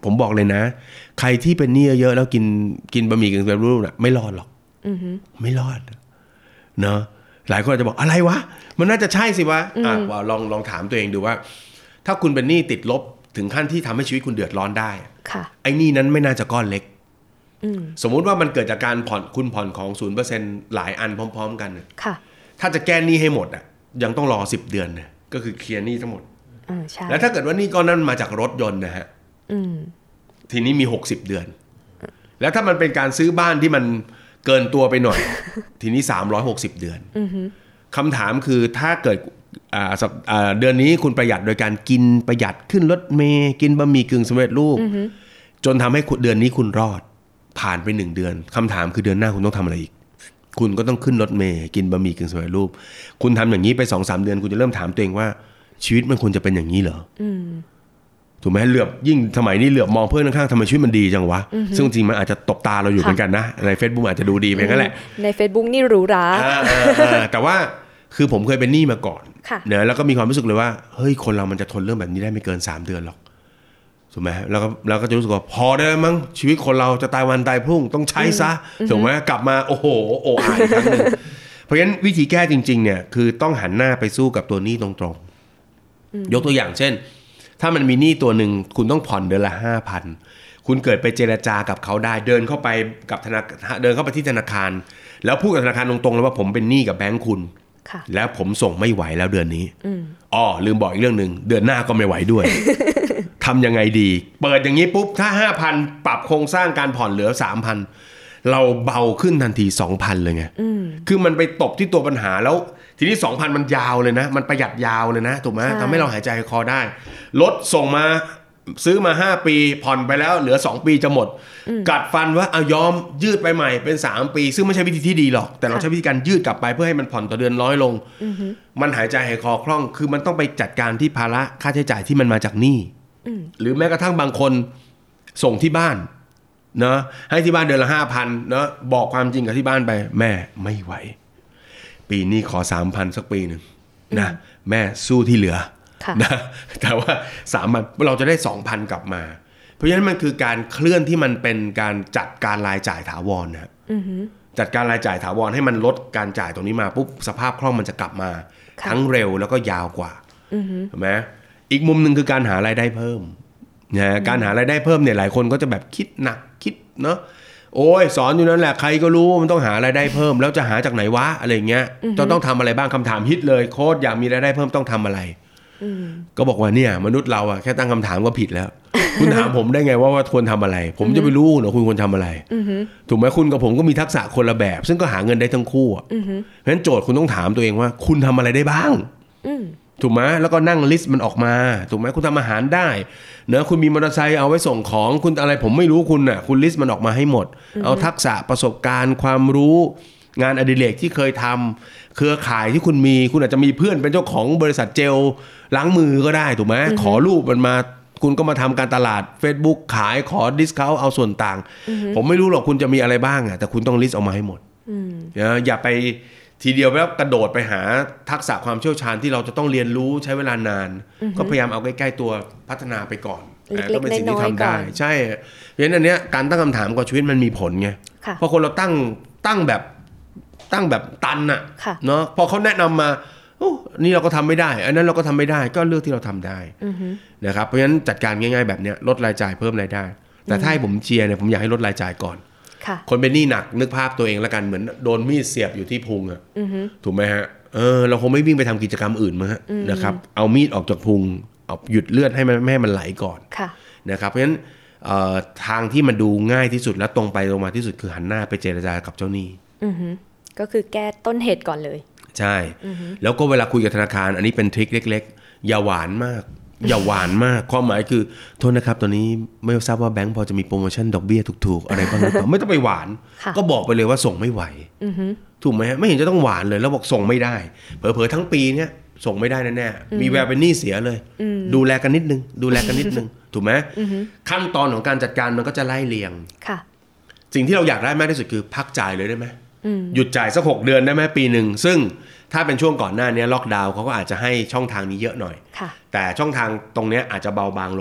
ผมบอกเลยนะใครที่เป็นหนี้เยอะแล้วกินกินบะหมี่กึ่งสำเร็จรูปน่ะไม่รอดหรอกไม่รอดเนาะหลายคนจะบอกอะไรวะมันน่าจะใช่สิวะอ่ะว่าลองลองถามตัวเองดูว่าถ้าคุณเป็นหนี้ติดลบถึงขั้นที่ทำให้ชีวิตคุณเดือดร้อนได้ไอ้หนี้นั้นไม่น่าจะก้อนเล็กสมมุติว่ามันเกิดจากการผ่อนคุณผ่อนของ ศูนย์เปอร์เซ็นต์ หลายอันพร้อมๆกันถ้าจะแก้หนี้ให้หมดอ่ะยังต้องรอสิบเดือนนะก็คือเคลียร์หนี้ทั้งหมดแล้วถ้าเกิดว่าหนี้ก้อนนั้นมาจากรถยนต์นะฮะทีนี้มีหกสิบเดือนแล้วถ้ามันเป็นการซื้อบ้านที่มันเกินตัวไปหน่อย ทีนี้สามร้อยหกสิบเดือนคำถามคือถ้าเกิดเดือนนี้คุณประหยัดโดยการกินประหยัดขึ้นรถเมล์กินบะหมี่กึ่งสำเร็จรูปจนทำให้เดือนนี้คุณรอดผ่านไปหนึ่งเดือนคำถามคือเดือนหน้าคุณต้องทำอะไรอีกคุณก็ต้องขึ้นรถเมล์กินบะหมี่กึ่งสำเร็จรูปคุณทำอย่างนี้ไป สองถึงสาม เดือนคุณจะเริ่มถามตัวเองว่าชีวิตมันควรจะเป็นอย่างนี้เหรอถูกไหมเหลือบยิ่งสมัยนี้เหลือบมองเพื่อนข้างๆทำไมชีวิตมันดีจังวะซึ่งจริงมันอาจจะตบตาเราอยู่เหมือนกันนะใน Facebook อาจจะดูดีไปงั้นแหละใน Facebook นี่หรูหราแต่ว่าคือผมเคยเป็นหนี้มาก่อนเนอะแล้วก็มีความรู้สึกเลยว่าเฮ้ยคนเรามันจะทนเรื่องแบบนี้ได้ไม่เกินสามเดือนหรอกถูกไหมแล้วก็แล้วก็จะรู้สึกว่าพอได้มั้งชีวิตคนเราจะตายวันตายพรุ่งต้องใช้ซะถูกไหมกลับมาโอ้โหโอ้อายครั้งนึงเพราะฉะนั้นวิธีแก้จริงๆเนี่ยคือต้องหันหน้าไปสู้กับตัวหนี้ตรงๆยกตัวอย่างเช่นถ้ามันมีหนี้ตัวหนึ่งคุณต้องผ่อนเดือนละ ห้าพัน คุณเกิดไปเจรจากับเขาได้เดินเข้าไปกับธนาคารเดินเข้าไปที่ธนาคารแล้วพูดกับธนาคารตรงๆเลยว่าผมเป็นหนี้กับแบงค์คุณแล้วผมส่งไม่ไหวแล้วเดือนนี้อ๋อลืมบอกอีกเรื่องนึงเดือนหน้าก็ไม่ไหวด้วย ทำยังไงดีเปิดอย่างนี้ปุ๊บถ้า ห้าพัน ปรับโครงสร้างการผ่อนเหลือ สามพัน เราเบาขึ้นทันที สองพัน เลยไงคือมันไปตบที่ตัวปัญหาแล้วทีนี้ สองพัน มันยาวเลยนะมันประหยัดยาวเลยนะถูกไหมทำให้เราหายใจคอได้รถส่งมาซื้อมาห้าปีผ่อนไปแล้วเหลือสองปีจะหมดกัดฟันว่าเอายอมยืดไปใหม่เป็นสามปีซึ่งไม่ใช่วิธีที่ดีหรอกแต่เราใช้วิธีการยืดกลับไปเพื่อให้มันผ่อนต่อเดือนน้อยลงมันหายใจหายคอคล่องคือมันต้องไปจัดการที่ภาระค่าใช้จ่ายที่มันมาจากหนี้หรือแม้กระทั่งบางคนส่งที่บ้านเนาะให้ที่บ้านเดือนละ ห้าพัน เนาะบอกความจริงกับที่บ้านไปแม่ไม่ไหวปีนี้ขอ สามพัน สักปีนึงนะแม่สู้ที่เหลือนะแต่ว่า สามพัน เราจะได้ สองพัน กลับมาเพราะฉะนั้นมันคือการเคลื่อนที่มันเป็นการจัดการรายจ่ายถาวรนะจัดการรายจ่ายถาวรให้มันลดการจ่ายตรงนี้มาปุ๊บสภาพคล่องมันจะกลับมาทั้งเร็วแล้วก็ยาวกว่าถูกไหมอีกมุมนึงคือการหารายได้เพิ่มนะการหารายได้เพิ่มเนี่ยหลายคนก็จะแบบคิดหนักคิดเนาะโอ้ยสอนอยู่นั่นแหละใครก็รู้มันต้องหารายได้เพิ่มแล้วจะหาจากไหนวะอะไรเงี้ยจะต้องทำอะไรบ้างคำถามฮิตเลยโค้ชอยากมีรายได้เพิ่มต้องทำอะไรก็บอกว่าเนี่ยมนุษย์เราอะแค่ตั้งคำถามก็ผิดแล้ว คุณถามผมได้ไงว่าว่าควรทำอะไรผมจะไปรู้เหรอคุณควรทำอะไรถูกไหมคุณกับผมก็มีทักษะคนละแบบซึ่งก็หาเงินได้ทั้งคู่เพราะฉะนั้นโจทย์คุณต้องถามตัวเองว่าคุณทำอะไรได้บ้างถูกไหมแล้วก็นั่งลิสต์มันออกมาถูกไหมคุณทำอาหารได้เนอะคุณมีมอเตอร์ไซค์เอาไว้ส่งของคุณอะไรผมไม่รู้คุณน่ะคุณลิสต์มันออกมาให้หมดเอาทักษะประสบการณ์ความรู้งานอดิเรกที่เคยทำเครือข่ายที่คุณมีคุณอาจจะมีเพื่อนเป็นเจ้าของบริษัทเจลล้างมือก็ได้ถูกไหมขอรูปมันมาคุณก็มาทำการตลาด Facebook ขายขอดิสเคาท์เอาส่วนต่างผมไม่รู้หรอกคุณจะมีอะไรบ้างอ่ะแต่คุณต้องลิสต์ออกมาให้หมดอย่าไปทีเดียวแล้วกระโดดไปหาทักษะความเชี่ยวชาญที่เราจะต้องเรียนรู้ใช้เวลานานก็พยายามเอาใกล้ๆตัวพัฒนาไปก่อนก็เป็นสิ่งที่ทำได้ใช่เพราะฉะนั้นอันเนี้ยการตั้งคำถามกับชีวิตมันมีผลไงเพราะคนเราตั้งตั้งแบบตั้งแบบตันน่ะเนาะพอเขาแนะนำมาโอ้นี่เราก็ทำไม่ได้อันนั้นเราก็ทำไม่ได้ก็เลือกที่เราทำได้นะครับเพราะฉะนั้นจัดการง่ายๆแบบเนี้ยลดรายจ่ายเพิ่มรายได้แต่ถ้าให้ผมเชียร์เนี่ยผมอยากให้ลดรายจ่ายก่อนคนเป็นหนี้หนักนึกภาพตัวเองแล้วกันเหมือนโดนมีดเสียบอยู่ที่พุงอ่ะถูกไหมฮะเออเราคงไม่วิ่งไปทำกิจกรรมอื่นมั้งนะครับเอามีดออกจากพุงเอาหยุดเลือดให้มันไม่ให้มันไหลก่อนนะครับเพราะฉะนั้นทางที่มันดูง่ายที่สุดและตรงไปตรงมาที่สุดคือหันหน้าไปเจรจากับเจ้าหนี้ก็คือแก้ต้นเหตุก่อนเลยใช่แล้วก็เวลาคุยกับธนาคารอันนี้เป็นทริคเล็กๆอย่าหวานมากอย่าหวานมากความหมายคือโทษนะครับตอนนี้ไม่ทราบว่าแบงค์พอจะมีโปรโมชั่นดอกเบี้ยถูกๆอะไรบ้างหรือเปล่าไม่ต้องไปหวานก็บอกไปเลยว่าส่งไม่ไหวถูกไหมฮะไม่เห็นจะต้องหวานเลยแล้วบอกส่งไม่ได้เผลอๆทั้งปีเนี้ยส่งไม่ได้แน่ๆมีแววเป็นหนี้เสียเลยดูแลกันนิดนึงดูแลกันนิดนึงถูกไหมขั้นตอนของการจัดการมันก็จะไล่เรียงสิ่งที่เราอยากได้มากที่สุดคือพักจ่ายเลยได้ไหมหยุดจ่ายสักหกเดือนได้ไหมปีหนึ่งซึ่งถ้าเป็นช่วงก่อนหน้านี้ล็อกดาวน์เขาก็อาจจะให้ช่องทางนี้เยอะหน่อยแต่ช่องทางตรงนี้อาจจะเบาบางลง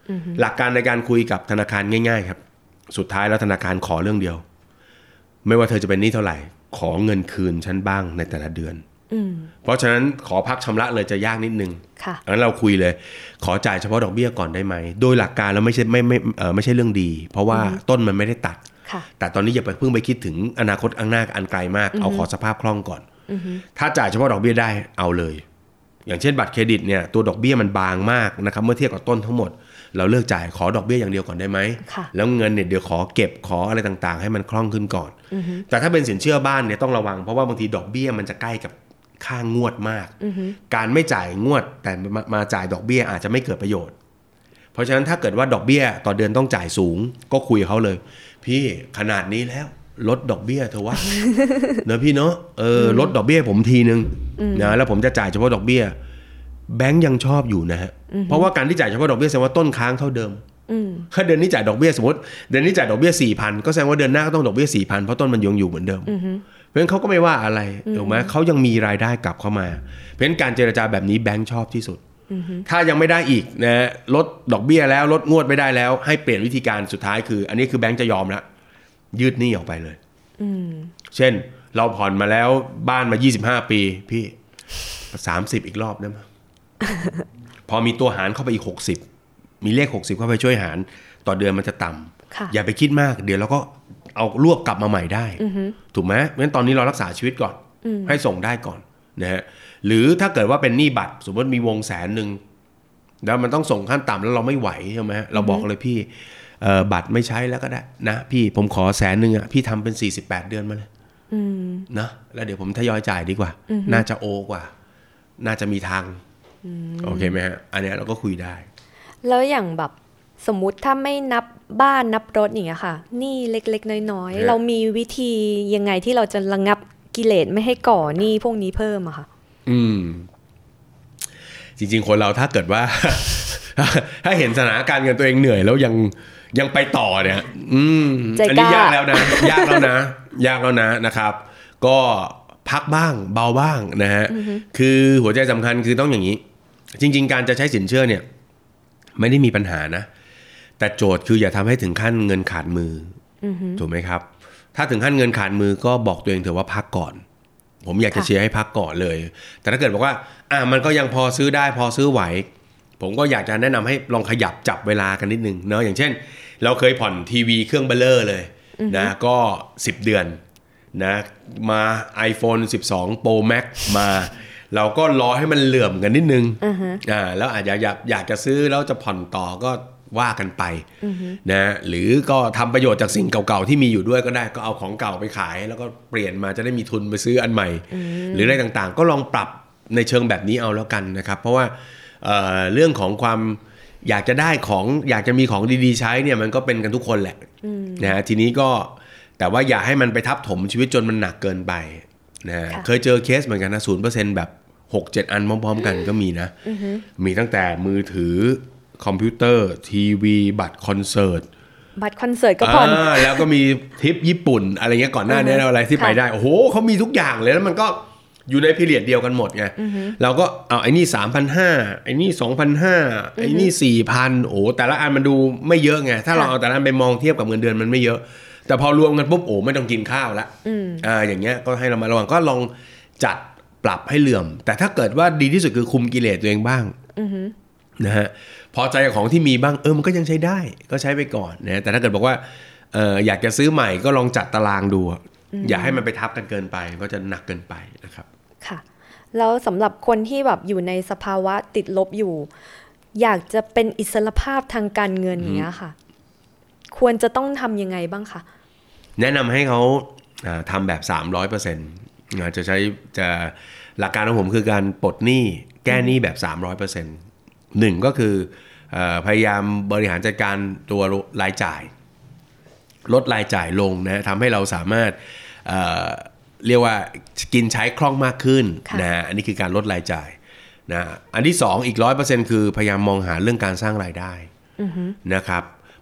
หลักการในการคุยกับธนาคารง่ายๆครับสุดท้ายแล้วธนาคารขอเรื่องเดียวไม่ว่าเธอจะเป็นหนี้เท่าไหร่ขอเงินคืนฉันบ้างในแต่ละเดือนเพราะฉะนั้นขอพักชำระเลยจะยากนิดนึงงั้นเราคุยเลยขอจ่ายเฉพาะดอกเบี้ยก่อนได้ไหมโดยหลักการแล้วไม่ใช่ไม่ไม่เอ่อไม่ใช่เรื่องดีเพราะว่าต้นมันไม่ได้ตัดแต่ตอนนี้อย่าไปเพิ่งไปคิดถึงอนาคตอันหน้าอันไกลมากเอาขอสภาพคล่องก่อนถ้าจ่ายเฉพาะดอกเบี้ยได้เอาเลยอย่างเช่นบัตรเครดิตเนี่ยตัวดอกเบี้ยมันบางมากนะครับเมื่อเทียบกับต้นทั้งหมดเราเลิกจ่ายขอดอกเบี้ยอย่างเดียวก่อนได้ไหมแล้วเงินเนี่ยเดี๋ยวขอเก็บขออะไรต่างๆให้มันคล่องขึ้นก่อนแต่ถ้าเป็นสินเชื่อบ้านเนี่ยต้องระวังเพราะว่าบางทีดอกเบี้ยมันจะใกล้กับค่างวดมากการไม่จ่ายงวดแต่มามาจ่ายดอกเบี้ยอาจจะไม่เกิดประโยชน์เพราะฉะนั้นถ้าเกิดว่าดอกเบี้ยต่อเดือนต้องจ่ายสูงก็คุยกับเขาเลยพี่ขนาดนี้แล้วลดดอกเบี้ยเถอะวะ เนอะพี่เนอะเออลดดอกเบี้ยผมทีนึงนะแล้วผมจะจ่ายเฉพาะดอกเบี้ยแบงก์ยังชอบอยู่นะฮะเพราะว่าการที่จ่ายเฉพาะดอกเบี้ยแสดงว่าต้นค้างเท่าเดิมถ้าเดือนนี้จ่ายดอกเบี้ยสมมติเดือนนี้จ่ายดอกเบี้ย สี่พัน ก็แสดงว่าเดือนหน้าก็ต้องดอกเบี้ย สี่พัน เพราะต้นมันยังอยู่เหมือนเดิมเพราะฉะนั้นเขาก็ไม่ว่าอะไรถูกไหมเขายังมีรายได้กลับเข้ามาเพราะฉะนั้นการเจรจาแบบนี้แบงก์ชอบที่สุดถ้ายังไม่ได้อีกนะลดดอกเบี้ยแล้วลดงวดไม่ได้แล้วให้เปลี่ยนวิธีการสุดท้ายคืออันนี้คือแบงก์จะยอมแล้วยืดหนี้ออกไปเลยเช่นเราผ่อนมาแล้วบ้านมายี่สิบห้าปีพี่สามสิบอีกรอบได้มั้ย พอมีตัวหารเข้าไปอีกหกสิบมีเลขหกสิบเข้าไปช่วยหารต่อเดือนมันจะต่ำอย่าไปคิดมากเดี๋ยวเราก็เอารวบกลับมาใหม่ได้ถูกไหมเพราะฉะนั้นตอนนี้เรารักษาชีวิตก่อนให้ส่งได้ก่อนนะฮะหรือถ้าเกิดว่าเป็นหนี้บัตรสมมติมีวงแสนนึงแล้วมันต้องส่งขั้นต่ำแล้วเราไม่ไหวใช่ไหมเราบอกเลยพี่บัตรไม่ใช้แล้วก็ได้นะพี่ผมขอแสนนึงอ่ะพี่ทำเป็นสี่สิบแปดเดือนมาเลยนะแล้วเดี๋ยวผมทยอยจ่ายดีกว่าน่าจะโอกว่าน่าจะมีทางโอเคไหมฮะอันนี้เราก็คุยได้แล้วอย่างแบบสมมุติถ้าไม่นับบ้านนับรถอย่างเงี้ยค่ะหนี้เล็กๆน้อยๆเรามีวิธียังไงที่เราจะระงับกิเลสไม่ให้ก่อหนี้พวกนี้เพิ่มอะค่ะอืมจริงๆคนเราถ้าเกิดว่า ถ้าเห็นสถานการณ์เงินตัวเองเหนื่อยแล้วยังยังไปต่อเนี่ยอืมอันนี้ยากแล้วนะยากแล้วนะยากแล้วนะนะครับก็พักบ้างเบาบ้างนะฮะคือหัวใจสำคัญคือต้องอย่างนี้จริงๆการจะใช้สินเชื่อเนี่ยไม่ได้มีปัญหานะแต่โจทย์คืออย่าทำให้ถึงขั้นเงินขาดมือถูกไหมครับถ้าถึงขั้นเงินขาดมือก็บอกตัวเองเถอะว่าพักก่อนผมอยากจะเชียร์ให้พักก่อนเลยแต่ถ้าเกิดบอกว่าอ่ะมันก็ยังพอซื้อได้พอซื้อไหวผมก็อยากจะแนะนำให้ลองขยับจับเวลากันนิดนึงเนาะอย่างเช่นเราเคยผ่อนทีวีเครื่องเบลเลอร์เลยนะก็สิบเดือนนะมา iPhone สิบสอง Pro Max มาเราก็รอให้มันเหลื่อมกันนิดนึง uh-huh. อ่าแล้วอาจจะอยากอยากจะซื้อแล้วจะผ่อนต่อก็ว่ากันไป uh-huh. นะหรือก็ทำประโยชน์จากสิ่งเก่าๆที่มีอยู่ด้วยก็ได้ก็เอาของเก่าไปขายแล้วก็เปลี่ยนมาจะได้มีทุนไปซื้ออันใหม่ uh-huh. หรืออะไรต่างๆก็ลองปรับในเชิงแบบนี้เอาแล้วกันนะครับเพราะว่า เอ่อ เรื่องของความอยากจะได้ของอยากจะมีของดีๆใช้เนี่ยมันก็เป็นกันทุกคนแหละ uh-huh. นะทีนี้ก็แต่ว่าอย่าให้มันไปทับถมชีวิตจนมันหนักเกินไปนะเคยเจอเคสเหมือนกันนะ ศูนย์เปอร์เซ็นต์ แบบ หกเจ็ด อันพร้อมๆกันก็มีนะมีตั้งแต่มือถือคอมพิวเตอร์ทีวีบัตรคอนเสิร์ตบัตรคอนเสิร์ตก็ผ่อนแล้วก็มีทริปญี่ปุ่นอะไรเงี้ยก่อนหน้านี้อะไรที่ไปได้โอ้โหเขามีทุกอย่างเลยแล้วมันก็อยู่ในพีเรียดเดียวกันหมดไงเราก็เอาไอ้นี่ สามพันห้าร้อย ไอ้นี่ สองพันห้าร้อย ไอ้นี่ สี่พัน โอ้แต่ละอันมันดูไม่เยอะไงถ้าเราเอาแต่ละอันไปมองเทียบกับเงินเดือนมันไม่เยอะแต่พอรวมกันปุ๊บโอ้ไม่ต้องกินข้าวละอ่าอย่างเงี้ยก็ให้เรามาระวังก็ลองจัดปรับให้เหลื่อมแต่ถ้าเกิดว่าดีที่สุดคือคุมกิเลสตัวเองบ้างนะฮะพอใจกับของที่มีบ้างเออมันก็ยังใช้ได้ก็ใช้ไปก่อนนะแต่ถ้าเกิดบอกว่าเอออยากจะซื้อใหม่ก็ลองจัดตารางดูอย่าให้มันไปทับกันเกินไปก็จะหนักเกินไปนะครับค่ะแล้วสำหรับคนที่แบบอยู่ในสภาวะติดลบอยู่อยากจะเป็นอิสรภาพทางการเงินอย่างเงี้ยค่ะควรจะต้องทำยังไงบ้างคะแนะนำให้เขาทำแบบ สามร้อยเปอร์เซ็นต์ จะใช้จะหลักการของผมคือการปลดหนี้แก้หนี้แบบ สามร้อยเปอร์เซ็นต์ หนึ่งก็คือพยายามบริหารจัดการตัวรายจ่ายลดรายจ่ายลงนะทำให้เราสามารถ เอ่อ เรียกว่ากินใช้คล่องมากขึ้นนะอันนี้คือการลดรายจ่ายนะอันที่สองอีก ร้อยเปอร์เซ็นต์ คือพยายามมองหาเรื่องการสร้างรายได้นะครับ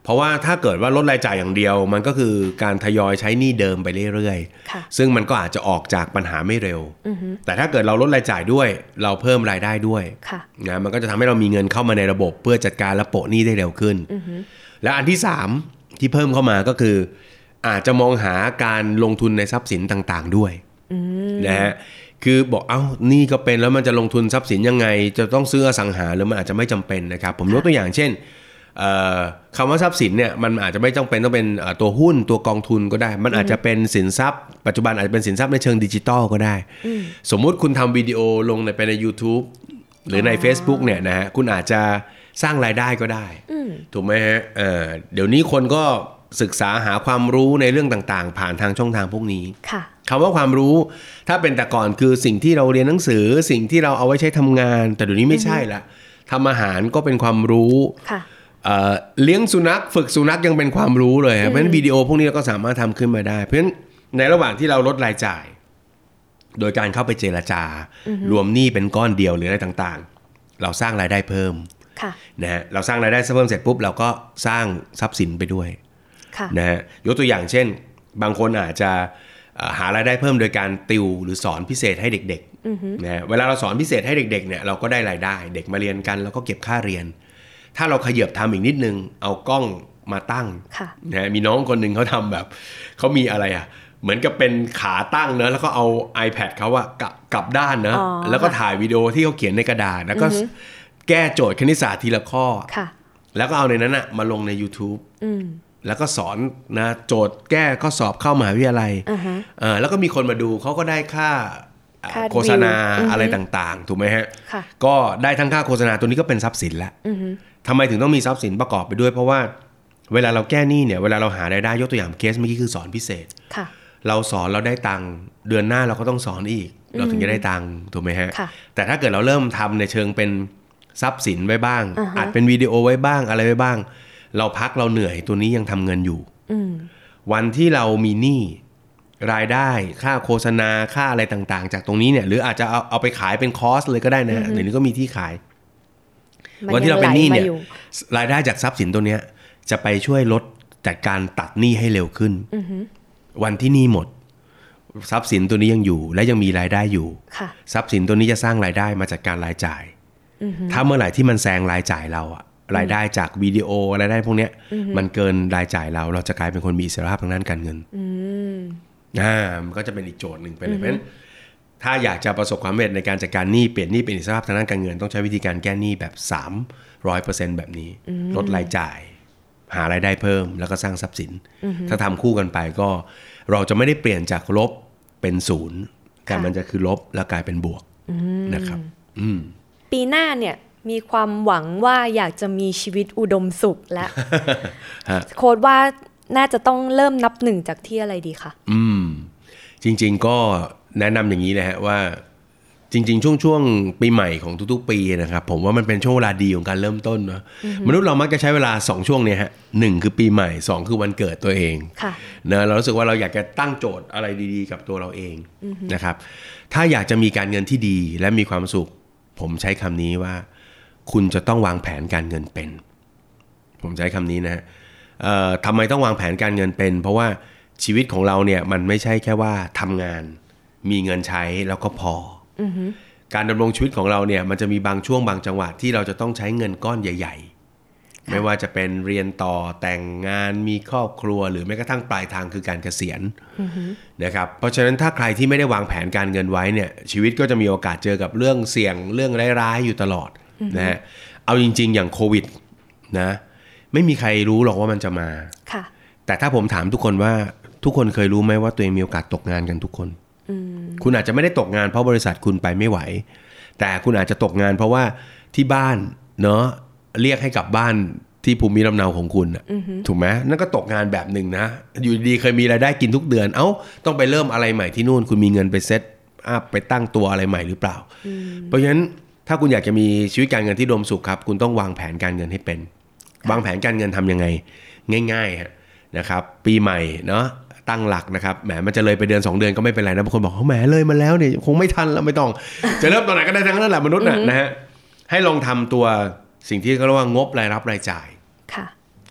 เพราะว่าถ้าเกิดว่าลดรายจ่ายอย่างเดียวมันก็คือการทยอยใช้หนี้เดิมไปเรื่อยๆซึ่งมันก็อาจจะออกจากปัญหาไม่เร็วแต่ถ้าเกิดเราลดรายจ่ายด้วยเราเพิ่มรายได้ด้วยนะมันก็จะทำให้เรามีเงินเข้ามาในระบบเพื่อจัดการและโปะหนี้ได้เร็วขึ้นและอันที่สามที่เพิ่มเข้ามาก็คืออาจจะมองหาการลงทุนในทรัพย์สินต่างๆด้วยนะฮะคือบอกเอ้านี่ก็เป็นแล้วมันจะลงทุนทรัพย์สินยังไงจะต้องซื้ออสังหาหรือมันอาจจะไม่จำเป็นนะครับผมยกตัวอย่างเช่นคำว่าทรัพย์สินเนี่ยมันอาจจะไม่จำเป็นต้องเป็นตัวหุ้นตัวกองทุนก็ได้มันอาจจะเป็นสินทรัพย์ปัจจุบันอาจจะเป็นสินทรัพย์ในเชิงดิจิตอลก็ได้สมมุติคุณทำวิดีโอลงในไปใน YouTube หรือใน Facebook เนี่ยนะฮะคุณอาจจะสร้างรายได้ก็ได้ถูกไหมฮะ เ, เดี๋ยวนี้คนก็ศึกษาหาความรู้ในเรื่องต่างๆผ่านทางช่องทางพวกนี้คำว่าความรู้ถ้าเป็นแต่ก่อนคือสิ่งที่เราเรียนหนังสือสิ่งที่เราเอาไว้ใช้ทำงานแต่เดี๋ยวนี้ไม่ใช่ละทำอาหารก็เป็นความรู้เอ่อเลี้ยงสุนัขฝึกสุนัขยังเป็นความรู้เลยเพราะฉะนั้นวิดีโอพวกนี้เราก็สามารถทำขึ้นมาได้เพราะฉะนั้นในระหว่างที่เราลดรายจ่ายโดยการเข้าไปเจรจารวมหนี้เป็นก้อนเดียวหรืออะไรต่างๆเราสร้างรายได้เพิ่มนะฮะเราสร้างรายได้เพิ่มเสร็จปุ๊บเราก็สร้างทรัพย์สินไปด้วยนะฮะยกตัวอย่างเช่นบางคนอาจจะหารายได้เพิ่มโดยการติวหรือสอนพิเศษให้เด็กๆนะเวลาเราสอนพิเศษให้เด็กๆเนี่ยเราก็ได้รายได้เด็กมาเรียนกันแล้วก็เก็บค่าเรียนถ้าเราขยับทำอีกนิดนึงเอากล้องมาตั้งนะมีน้องคนหนึ่งเขาทำแบบเขามีอะไรอ่ะเหมือนกับเป็นขาตั้งเนอะแล้วก็เอา iPad เขาอะกลับด้านเนอะแล้วก็ถ่ายวิดีโอที่เขาเขียนในกระดาษแล้วก็แก้โจทย์คณิตศาสตร์ทีละข้อแล้วก็เอาในนั้นอะมาลงใน YouTube แล้วก็สอนนะโจทย์แก้ข้อสอบเข้ามหาวิทยาลัย uh-huh. เออแล้วก็มีคนมาดูเขาก็ได้ค่าโฆษณา uh-huh. อะไรต่างๆถูกไหมฮะก็ได้ทั้งค่าโฆษณาตัวนี้ก็เป็นทรัพย์สินละ uh-huh. ทำไมถึงต้องมีทรัพย์สินประกอบไปด้วยเพราะว่าเวลาเราแก้หนี้เนี่ยเวลาเราหารายได้ยกตัวอย่างเคสเมื่อกี้คือสอนพิเศษเราสอนเราได้ตังค์เดือนหน้าเราก็ต้องสอนอีก uh-huh. เราถึงจะได้ตังค์ถูกไหมฮะแต่ถ้าเกิดเราเริ่มทำในเชิงเป็นทรัพย์สินไว้บ้าง uh-huh. อัดเป็นวิดีโอไว้บ้างอะไรไว้บ้างเราพักเราเหนื่อยตัวนี้ยังทำเงินอยู่วันที่เรามีหนี้รายได้ค่าโฆษณาค่าอะไรต่างๆจากตรงนี้เนี่ยหรืออาจจะเอาเอาไปขายเป็นคอร์สเลยก็ได้นะเดี๋ยวนี้ก็มีที่ขายวันที่เราเป็นหนี้เนี่ยรายได้จากทรัพย์สินตัวเนี้ยจะไปช่วยลดจัดการตัดหนี้ให้เร็วขึ้นวันที่หนี้หมดทรัพย์สินตัวนี้ยังอยู่และยังมีรายได้อยู่ทรัพย์สินตัวนี้จะสร้างรายได้มาจากการรายจ่ายถ้าเมื่อไหร่ที่มันแซงรายจ่ายเราอะรายได้จากวิดีโอรายได้พวกนี้มันเกินรายจ่ายเราเราจะกลายเป็นคนมีอิสรภาพทางด้านการเงินอ่ามันก็จะเป็นอีกโจทย์หนึ่งไปเลยเพราะฉะนั้นถ้าอยากจะประสบความสำเร็จในการจัดการหนี้เปลี่ยนหนี้เป็นอิสรภาพทางด้านการเงินต้องใช้วิธีการแก้หนี้แบบ สามร้อยเปอร์เซ็นต์ แบบนี้ลดรายจ่ายหารายได้เพิ่มแล้วก็สร้างทรัพย์สินถ้าทำคู่กันไปก็เราจะไม่ได้เปลี่ยนจากลบเป็นศูนย์แต่มันจะคือลบแล้วกลายเป็นบวกนะครับปีหน้าเนี่ยมีความหวังว่าอยากจะมีชีวิตอุดมสุขและ โค้ดว่าน่าจะต้องเริ่มนับหนึ่งจากที่อะไรดีคะอืมจริงๆก็แนะนำอย่างนี้นะฮะว่าจริงๆช่วงช่วงปีใหม่ของทุกๆปีนะครับผมว่ามันเป็นช่วงเวลาดีของการเริ่มต้นเนาะมนุษย์เรามักจะใช้เวลาสองช่วงนี้ฮะหนึ่งคือปีใหม่สองคือวันเกิดตัวเองนะเรารู้สึกว่าเราอยากจะตั้งโจทย์อะไรดีๆกับตัวเราเองนะครับถ้าอยากจะมีการเงินที่ดีและมีความสุขผมใช้คำนี้ว่าคุณจะต้องวางแผนการเงินเป็นผมใช้คำนี้นะฮะทำไมต้องวางแผนการเงินเป็นเพราะว่าชีวิตของเราเนี่ยมันไม่ใช่แค่ว่าทำงานมีเงินใช้แล้วก็พอ uh-huh. การดำรงชีวิตของเราเนี่ยมันจะมีบางช่วงบางจังหวะที่เราจะต้องใช้เงินก้อนใหญ่ๆ ไม่ว่าจะเป็นเรียนต่อแต่งงานมีครอบครัวหรือแม้กระทั่งปลายทางคือการเกษียณ uh-huh. นะครับเพราะฉะนั้นถ้าใครที่ไม่ได้วางแผนการเงินไว้เนี่ยชีวิตก็จะมีโอกาสเจอกับเรื่องเสี่ยงเรื่องร้ายๆอยู่ตลอดนะฮะเอาจริงๆอย่างโควิดนะไม่มีใครรู้หรอกว่ามันจะมาแต่ถ้าผมถามทุกคนว่าทุกคนเคยรู้ไหมว่าตัวเองมีโอกาสตกงานกันทุกคนคุณอาจจะไม่ได้ตกงานเพราะบริษัทคุณไปไม่ไหวแต่คุณอาจจะตกงานเพราะว่าที่บ้านเนาะเรียกให้กลับบ้านที่ภูมิลำเนาของคุณถูกไหมนั่นก็ตกงานแบบหนึ่งนะอยู่ดีเคยมีรายได้กินทุกเดือนเอ้าต้องไปเริ่มอะไรใหม่ที่นู่นคุณมีเงินไปเซตอัพไปตั้งตัวอะไรใหม่หรือเปล่าเพราะฉะนั้นถ้าคุณอยากจะมีชีวิตการเงินที่อุดมสุขครับคุณต้องวางแผนการเงินให้เป็นวางแผนการเงินทำยังไงง่ายๆฮะนะครับปีใหม่เนาะตั้งหลักนะครับแหมมันจะเลยไปเดือนสองเดือนก็ไม่เป็นไรนะบางคนบอกเขาแหมเลยมาแล้วเนี่ยคงไม่ทันแล้วไม่ต้องจะเริ่มตอนไหนก็ได้ทั้งนั้นแหละมนุษย์น่ะนะฮะให้ลองทำตัวสิ่งที่เขาเรียกว่างบรายรับรายจ่าย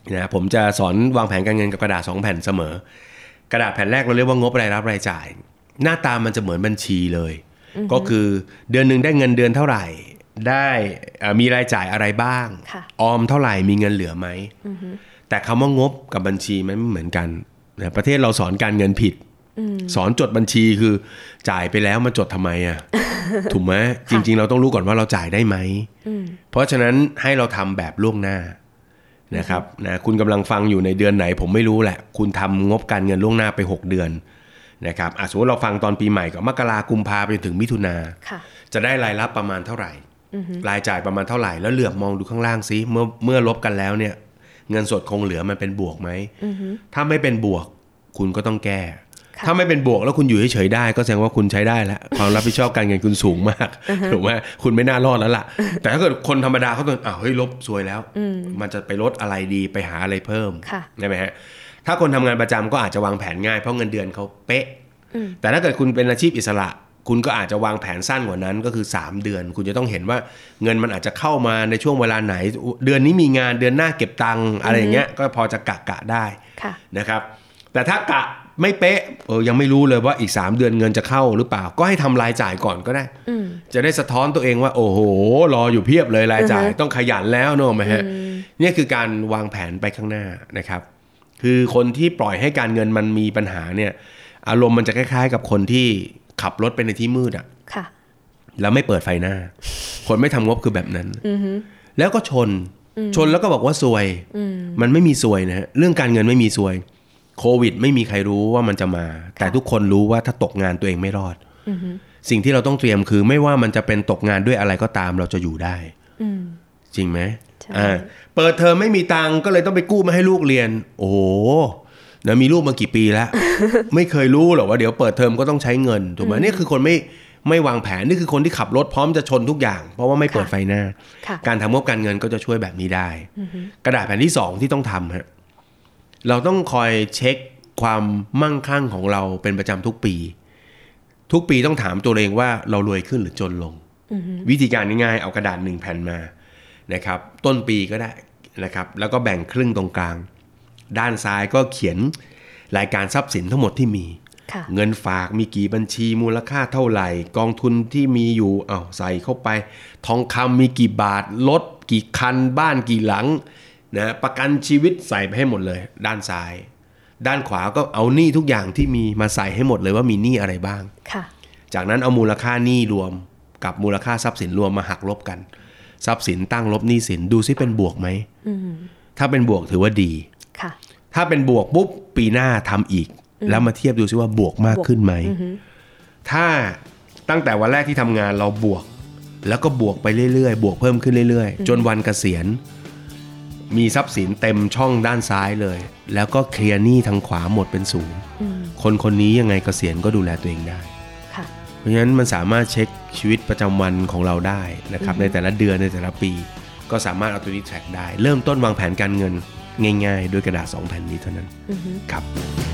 นะผมจะสอนวางแผนการเงินกับกระดาษสองแผ่นเสมอกระดาษแผ่นแรกเราเรียกว่างบรายรับรายจ่ายหน้าตามันจะเหมือนบัญชีเลยก็คือเดือนนึงได้เงินเดือนเท่าไหร่ได้มีรายจ่ายอะไรบ้างออมเท่าไหร่มีเงินเหลือไหมแต่คำว่างบกับบัญชีมันไม่เหมือนกันนะประเทศเราสอนการเงินผิดสอนจดบัญชีคือจ่ายไปแล้วมาจดทำไมอ่ะ ถูกไหมจริงๆเราต้องรู้ก่อนว่าเราจ่ายได้ไหมเพราะฉะนั้นให้เราทำแบบล่วงหน้านะครับนะคุณกำลังฟังอยู่ในเดือนไหนผมไม่รู้แหละคุณทำงบการเงินล่วงหน้าไปหกเดือนนะครับสมมติเราฟังตอนปีใหม่ก็มกรากุมภาไปถึงมิถุนาจะได้รายรับประมาณเท่าไหร่รายจ่ายประมาณเท่าไหร่แล้วเหลือบมองดูข้างล่างซิเมื่อเมื่อลบกันแล้วเนี่ยเงินสดคงเหลือมันเป็นบวกไหมถ้าไม่เป็นบวกคุณก็ต้องแก้ถ้าไม่เป็นบวกแล้วคุณอยู่เฉยๆได้ก็แสดงว่าคุณใช้ได้แล้วความรับผิดชอบการเงินคุณสูงมากถูกไหมคุณไม่น่ารอดแล้วล่ะแต่ถ้าเกิดคนธรรมดาเขาต้องอ้าวเฮ้ยลบซวยแล้วมันจะไปลดอะไรดีไปหาอะไรเพิ่มใช่ไหมฮะถ้าคนทำงานประจำก็อาจจะวางแผนง่ายเพราะเงินเดือนเขาเป๊ะแต่ถ้าเกิดคุณเป็นอาชีพอิสระคุณก็อาจจะวางแผนสั้นกว่านั้นก็คือสามเดือนคุณจะต้องเห็นว่าเงินมันอาจจะเข้ามาในช่วงเวลาไหนเดือนนี้มีงานเดือนหน้าเก็บตังค์อะไรอย่างเงี้ยก็พอจะกะกะได้นะครับแต่ถ้ากะไม่เป๊ะเออยังไม่รู้เลยว่าอีกสามเดือนเงินจะเข้าหรือเปล่าก็ให้ทำรายจ่ายก่อนก็ได้จะได้สะท้อนตัวเองว่าโอ้โหรออยู่เพียบเลยรายจ่ายต้องขยันแล้วเนอะไหมฮะนี่คือการวางแผนไปข้างหน้านะครับคือคนที่ปล่อยให้การเงินมันมีปัญหาเนี่ยอารมณ์มันจะคล้ายๆกับคนที่ขับรถไปในที่มืดอ่ะแล้วไม่เปิดไฟหน้าคนไม่ทำงบคือแบบนั้นแล้วก็ชนชนแล้วก็บอกว่าซวยมันไม่มีซวยนะฮะเรื่องการเงินไม่มีซวยโควิดไม่มีใครรู้ว่ามันจะมาแต่ทุกคนรู้ว่าถ้าตกงานตัวเองไม่รอดสิ่งที่เราต้องเตรียมคือไม่ว่ามันจะเป็นตกงานด้วยอะไรก็ตามเราจะอยู่ได้จริงไหมอ่าเปิดเทอมไม่มีตังค์ก็เลยต้องไปกู้มาให้ลูกเรียนโอ้โหนะมีลูกมากี่ปีแล้ว ไม่เคยรู้หรอกว่าเดี๋ยวเปิดเทอมก็ต้องใช้เงินถูกไหมนี่คือคนไม่ไม่วางแผนนี่คือคนที่ขับรถพร้อมจะชนทุกอย่างเพราะว่าไม่เปิดไฟหน้าการทำงบการเงินก็จะช่วยแบบนี้ได้กระดาษแผ่นที่สองที่ต้องทำฮะเราต้องคอยเช็คความมั่งคั่งของเราเป็นประจำทุกปีทุกปีต้องถามตัวเองว่าเรารวยขึ้นหรือจนลงวิธีการง่ายๆเอากระดาษหนึ่งแผ่นมานะครับต้นปีก็ได้นะครับแล้วก็แบ่งครึ่งตรงกลางด้านซ้ายก็เขียนรายการทรัพย์สินทั้งหมดที่มีเงินฝากมีกี่บัญชีมูลค่าเท่าไหร่กองทุนที่มีอยู่เอาใส่เข้าไปทองคำมีกี่บาทรถกี่คันบ้านกี่หลังนะประกันชีวิตใส่ไปให้หมดเลยด้านซ้ายด้านขวาก็เอาหนี้ทุกอย่างที่มีมาใส่ให้หมดเลยว่ามีหนี้อะไรบ้างจากนั้นเอามูลค่าหนี้รวมกับมูลค่าทรัพย์สินรวมมาหักลบกันทรัพย์สินตั้งลบหนี้สินดูซิเป็นบวกไหมถ้าเป็นบวกถือว่าดีถ้าเป็นบวกปุ๊บปีหน้าทำอีกแล้วมาเทียบดูซิว่าบวกมากขึ้นไหมถ้าตั้งแต่วันแรกที่ทำงานเราบวกแล้วก็บวกไปเรื่อยๆบวกเพิ่มขึ้นเรื่อยๆจนวันเกษียณมีทรัพย์สินเต็มช่องด้านซ้ายเลยแล้วก็เคลียร์หนี้ทางขวาหมดเป็นศูนย์คนคนนี้ยังไงเกษียณก็ดูแลตัวเองได้เพราะฉะนั้นมันสามารถเช็คชีวิตประจำวันของเราได้นะครับในแต่ละเดือนในแต่ละปีก็สามารถเอาตัวนี้แทร็กได้เริ่มต้นวางแผนการเงินง่ายๆด้วยกระดาษสองแผ่นนี้เท่านั้นครับ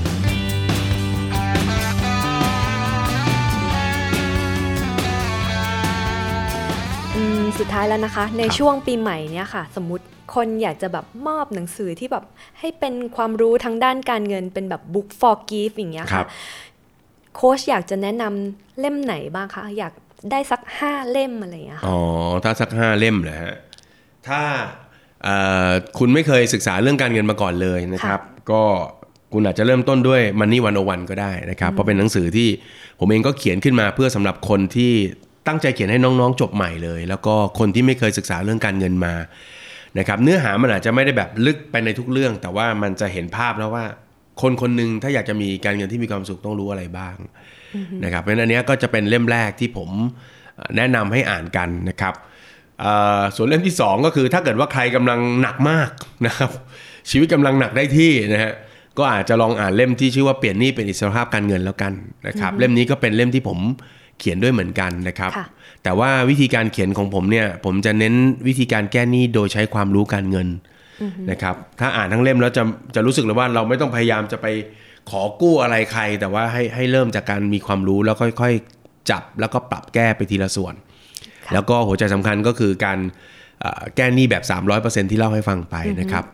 สุดท้ายแล้วนะคะในช่วงปีใหม่เนี้ยค่ะสมมุติคนอยากจะแบบมอบหนังสือที่แบบให้เป็นความรู้ทางด้านการเงินเป็นแบบ book for gift อย่างเงี้ยค่ะโค้ชอยากจะแนะนำเล่มไหนบ้างคะอยากได้สักห้าเล่มอะไรอย่างเงี้ยอ๋อถ้าสักห้าเล่มเหรอฮะถ้าคุณไม่เคยศึกษาเรื่องการเงินมาก่อนเลยนะครับก็คุณอาจจะเริ่มต้นด้วย Money หนึ่งศูนย์หนึ่งก็ได้นะครับเพราะเป็นหนังสือที่ผมเองก็เขียนขึ้นมาเพื่อสำหรับคนที่ตั้งใจเขียนให้น้องๆจบใหม่เลยแล้วก็คนที่ไม่เคยศึกษาเรื่องการเงินมานะครับเนื้อหามันอาจจะไม่ได้แบบลึกไปในทุกเรื่องแต่ว่ามันจะเห็นภาพแล้วว่าคนคนนึงถ้าอยากจะมีการเงินที่มีความสุขต้องรู้อะไรบ้างนะครับเพราะฉะนั้นอันนี้ก็จะเป็นเล่มแรกที่ผมแนะนำให้อ่านกันนะครับส่วนเล่มที่สองก็คือถ้าเกิดว่าใครกำลังหนักมากนะครับชีวิตกำลังหนักได้ที่นะฮะก็อาจจะลองอ่านเล่มที่ชื่อว่าเปลี่ยนหนี้เป็นอิสรภาพการเงินแล้วกันนะครับเล่มนี้ก็เป็นเล่มที่ผมเขียนด้วยเหมือนกันนะครับแต่ว่าวิธีการเขียนของผมเนี่ยผมจะเน้นวิธีการแก้หนี้โดยใช้ความรู้การเงินนะครับถ้าอ่านทั้งเล่มแล้วจะจะรู้สึกเลยว่าเราไม่ต้องพยายามจะไปขอกู้อะไรใครแต่ว่าให้ให้เริ่มจากการมีความรู้แล้วค่อยๆจับแล้วก็ปรับแก้ไปทีละส่วนแล้วก็หัวใจสำคัญก็คือการแก้หนี้แบบ สามร้อยเปอร์เซ็นต์ ที่เล่าให้ฟังไปนะครับ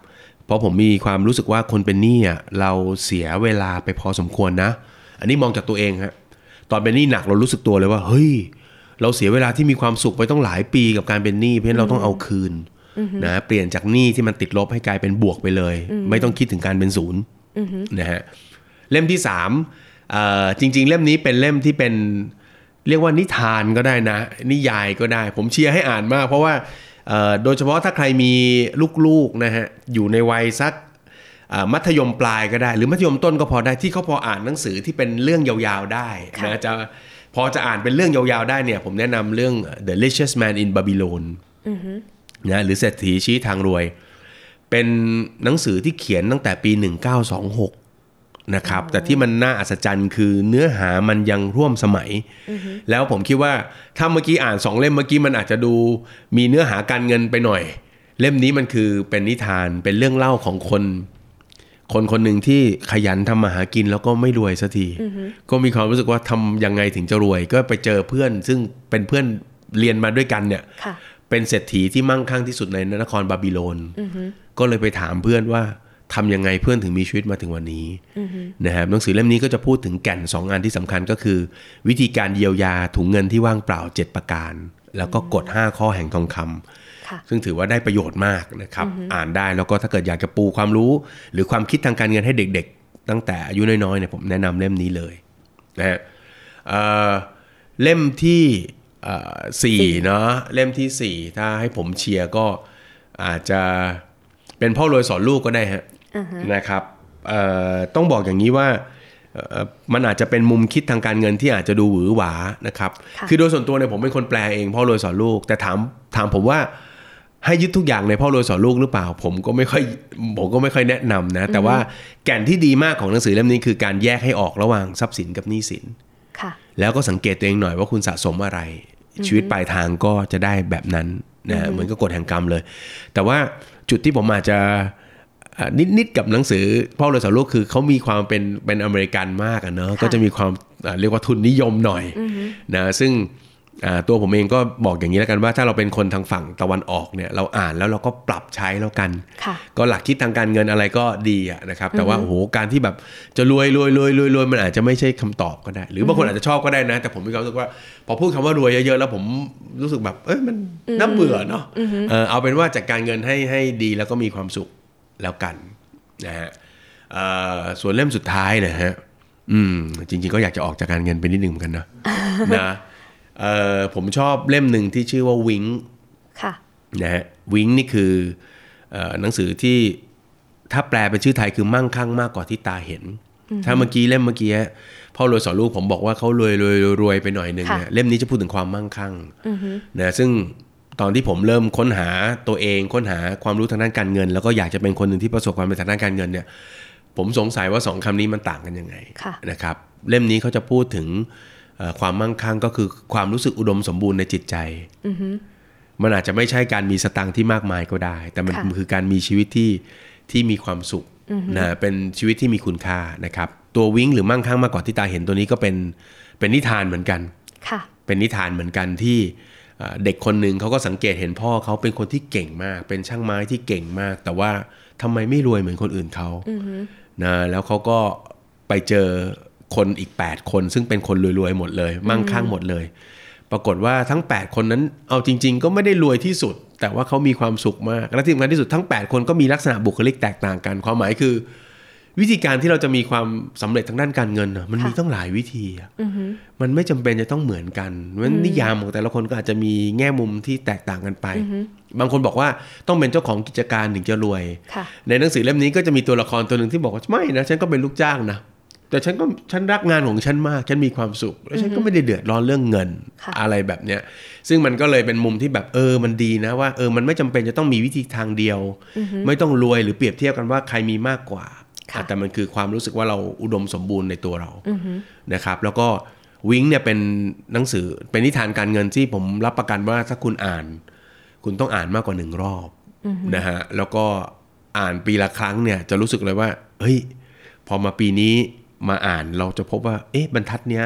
เพราะผมมีความรู้สึกว่าคนเป็นหนี้อ่ะเราเสียเวลาไปพอสมควรนะอันนี้มองจากตัวเองฮะตอนเป็นหนี้หนักเรารู้สึกตัวเลยว่าเฮ้ยเราเสียเวลาที่มีความสุขไปต้องหลายปีกับการเป็นหนี้เพราะฉะนั้นเราต้องเอาคืนนะเปลี่ยนจากหนี้ที่มันติดลบให้กลายเป็นบวกไปเลยไม่ต้องคิดถึงการเป็นศูนย์นะฮะเล่มที่สามจริงๆเล่มนี้เป็นเล่มที่เป็นเรียกว่านิทานก็ได้นะนิยายก็ได้ผมเชียร์ให้อ่านมากเพราะว่าโดยเฉพาะถ้าใครมีลูกๆนะฮะอยู่ในวัยสักมัธยมปลายก็ได้หรือมัธยมต้นก็พอได้ที่เขาพออ่านหนังสือที่เป็นเรื่องยาวๆได้นะจะพอจะอ่านเป็นเรื่องยาวๆได้เนี่ยผมแนะนำเรื่อง The Richest Man in Babylon นะหรือเศรษฐีชี้ทางรวยเป็นหนังสือที่เขียนตั้งแต่ปีหนึ่งเก้าสองหกนะครับแต่ที่มันน่าอัศจรรย์คือเนื้อหามันยังร่วมสมัยแล้วผมคิดว่าถ้าเมื่อกี้อ่านสองเล่มเมื่อกี้มันอาจจะดูมีเนื้อหาการเงินไปหน่อยเล่มนี้มันคือเป็นนิทานเป็นเรื่องเล่าของคนคนคนหนึ่งที่ขยันทำมาหากินแล้วก็ไม่รวยสักทีก็มีความรู้สึกว่าทำยังไงถึงจะรวยก็ไปเจอเพื่อนซึ่งเป็นเพื่อนเรียนมาด้วยกันเนี่ยเป็นเศรษฐีที่มั่งคั่งที่สุดในนครบาบิโลนก็เลยไปถามเพื่อนว่าทำยังไงเพื่อนถึงมีชีวิตมาถึงวันนี้นะครับหนังสือเล่มนี้ก็จะพูดถึงแก่นสองงานที่สำคัญก็คือวิธีการเยียวยาถุงเงินที่ว่างเปล่าเจ็ดประการแล้วก็กฎห้าข้อแห่งทองคำซึ่งถือว่าได้ประโยชน์มากนะครับอ่านได้แล้วก็ถ้าเกิดอยากจะปูความรู้หรือความคิดทางการเงินให้เด็กๆตั้งแต่อายุน้อยๆเนี่ยผมแนะนำเล่มนี้เลยนะฮะ เอ่อ เล่มที่สี่เนาะเล่มที่สี่ถ้าให้ผมเชียร์ก็อาจจะเป็นพ่อรวยสอนลูกก็ได้ฮะ uh-huh. นะครับต้องบอกอย่างนี้ว่ามันอาจจะเป็นมุมคิดทางการเงินที่อาจจะดูหวือหวานะครับคือโดยส่วนตัวเนี่ยผมเป็นคนแปลเองพ่อรวยสอนลูกแต่ถามถามผมว่าให้ยึดทุกอย่างในพ่อรวยสอนลูกหรือเปล่าผมก็ไม่ค่อยผมก็ไม่ค่อยแนะนำนะแต่ว่าแก่นที่ดีมากของหนังสือเล่มนี้คือการแยกให้ออกระหว่างทรัพย์สินกับหนี้สินแล้วก็สังเกตตัวเองหน่อยว่าคุณสะสมอะไรชีวิตปลายทางก็จะได้แบบนั้นนะเหมือนกับกฎแห่งกรรมเลยแต่ว่าจุดที่ผมอาจจะนิดๆกับหนังสือพ่อรวยสอนลูกคือเขามีความเป็นเป็นอเมริกันมากอะเนอะก็จะมีความเรียกว่าทุนนิยมหน่อยนะซึ่งตัวผมเองก็บอกอย่างนี้แล้วกันว่าถ้าเราเป็นคนทางฝั่งตะวันออกเนี่ยเราอ่านแล้วเราก็ปรับใช้แล้วกันก็หลักคิดทางการเงินอะไรก็ดีอะนะครับแต่ว่าโอ้โหการที่แบบจะรวยรวยรวยรวยรวยมันอาจจะไม่ใช่คำตอบก็ได้หรือบางคนอาจจะชอบก็ได้นะแต่ผมมีความรู้สึกว่าพอพูดคำว่ารวยเยอะๆแล้วผมรู้สึกแบบเอ้ยมันน่าเบื่อเนาะเอาเป็นว่าจัดการเงินให้ให้ดีแล้วก็มีความสุขแล้วกันนะฮะส่วนเล่มสุดท้ายนะฮะอืมจริงๆก็อยากจะออกจากการเงินไปนิดนึงเหมือนกันนะนะเอ่อผมชอบเล่มหนึ่งที่ชื่อว่าวิงค่ะนะฮะวิงนี่คือเอ่อหนังสือที่ถ้าแปลเป็นชื่อไทยคือมั่งคั่งมากกว่าที่ตาเห็นถ้าเมื่อกี้เล่มเมื่อกี้พ่อรวยสอนลูกผมบอกว่าเขารวยรวยรวยไปหน่อยนึงเนี่ยเล่มนี้จะพูดถึงความมั่งคั่งนะซึ่งตอนที่ผมเริ่มค้นหาตัวเองค้นหาความรู้ทางด้านการเงินแล้วก็อยากจะเป็นคนหนึ่งที่ประสบความสำเร็จทางด้านการเงินเนี่ยผมสงสัยว่าสองคำนี้มันต่างกันยังไงนะครับเล่มนี้เขาจะพูดถึงความมั่งคั่งก็คือความรู้สึกอุดมสมบูรณ์ในจิตใจมันอาจจะไม่ใช่การมีสตางค์ที่มากมายก็ได้แต่มันคือการมีชีวิตที่ที่มีความสุขนะเป็นชีวิตที่มีคุณค่านะครับตัววิ้งหรือมั่งคั่งมากกว่าที่ตาเห็นตัวนี้ก็เป็นเป็นนิทานเหมือนกันเป็นนิทานเหมือนกันที่เด็กคนหนึ่งเขาก็สังเกตเห็นพ่อเขาเป็นคนที่เก่งมากเป็นช่างไม้ที่เก่งมากแต่ว่าทำไมไม่รวยเหมือนคนอื่นเขานะแล้วเขาก็ไปเจอคนอีกแปดคนซึ่งเป็นคนรวยๆหมดเลยมั่งคั่งหมดเลยปรากฏว่าทั้งแปดคนนั้นเอาจริงๆก็ไม่ได้รวยที่สุดแต่ว่าเขามีความสุขมากและที่สำคัญที่สุดทั้งแปดคนก็มีลักษณะบุคลิกแตกต่างกันความหมายคือวิธีการที่เราจะมีความสำเร็จทางด้านการเงินมันมีต้องหลายวิธีมันไม่จำเป็นจะต้องเหมือนกันมันนิยามของแต่ละคนก็อาจจะมีแง่มุมที่แตกต่างกันไปบางคนบอกว่าต้องเป็นเจ้าของกิจการถึงจะรวยในหนังสือเล่มนี้ก็จะมีตัวละครตัวหนึ่งที่บอกว่าไม่นะฉันก็เป็นลูกจ้างนะแต่ฉันก็ฉันรักงานของฉันมากฉันมีความสุขแล้วฉันก็ไม่ได้เดือดร้อนเรื่องเงินอะไรแบบเนี้ยซึ่งมันก็เลยเป็นมุมที่แบบเออมันดีนะว่าเออมันไม่จำเป็นจะต้องมีวิธีทางเดียวไม่ต้องรวยหรือเปรียบเทียบกันว่าใครมีมากกว่าแต่มันคือความรู้สึกว่าเราอุดมสมบูรณ์ในตัวเรานะครับแล้วก็วิ้งเนี่ยเป็นหนังสือเป็นนิทานการเงินที่ผมรับประกันว่าถ้าคุณอ่านคุณต้องอ่านมากกว่าหนึ่งรอบนะฮะแล้วก็อ่านปีละครั้งเนี่ยจะรู้สึกเลยว่าเฮ้ยพอมาปีนี้มาอ่านเราจะพบว่าเอ๊ะบรรทัดเนี้ย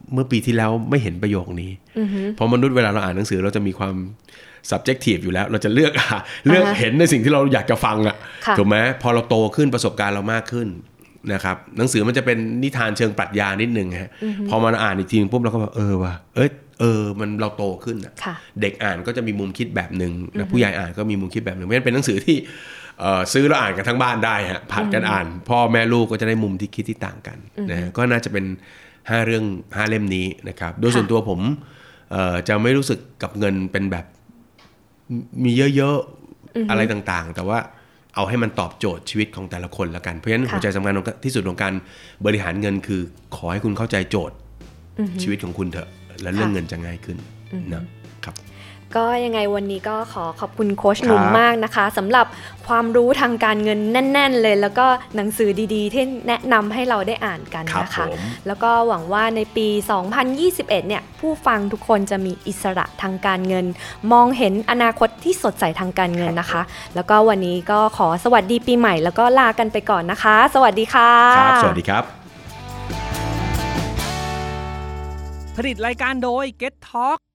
เมื่อปีที่แล้วไม่เห็นประโยคนี้เพราะมนุษย์เวลาเราอ่านหนังสือเราจะมีความ subjective อยู่แล้วเราจะเลือกเลือกเห็นในสิ่งที่เราอยากจะฟังอ่ะถูกไหมพอเราโตขึ้นประสบการณ์เรามากขึ้นนะครับหนังสือมันจะเป็นนิทานเชิงปรัชญานิดนึงฮะพอมาอ่านอีกทีปุ๊บเราก็แบบเออว่ะเอ้ยเออมันเราโตขึ้นอ่ะเด็กอ่านก็จะมีมุมคิดแบบนึงนะผู้ใหญ่อ่านก็มีมุมคิดแบบนึงเพราะฉะนั้นเป็นหนังสือที่ซื้อแล้วอ่านกันทั้งบ้านได้ฮะผัดกันอ่านพ่อแม่ลูกก็จะได้มุมที่คิดที่ต่างกันนะก็น่าจะเป็นห้าเรื่องห้าเล่มนี้นะครับโดยส่วนตัวผมจะไม่รู้สึกกับเงินเป็นแบบมีเยอะๆอะไรต่างๆแต่ว่าเอาให้มันตอบโจทย์ชีวิตของแต่ละคนละกันเพราะฉะนั้นหัวใจสำคัญที่สุดของการบริหารเงินคือขอให้คุณเข้าใจโจทย์ชีวิตของคุณเถอะและเรื่องเงินจะง่ายขึ้นนะครับก็ยังไงวันนี้ก็ขอขอบคุณโค้ชหนุ่มมากนะคะสำหรับความรู้ทางการเงินแน่นๆเลยแล้วก็หนังสือดีๆที่แนะนำให้เราได้อ่านกันนะคะแล้วก็หวังว่าในปีสองพันยี่สิบเอ็ดเนี่ยผู้ฟังทุกคนจะมีอิสระทางการเงินมองเห็นอนาคตที่สดใสทางการเงินนะคะแล้วก็วันนี้ก็ขอสวัสดีปีใหม่แล้วก็ลากันไปก่อนนะคะสวัสดีค่ะครับสวัสดีครับผลิตรายการโดย Get Talk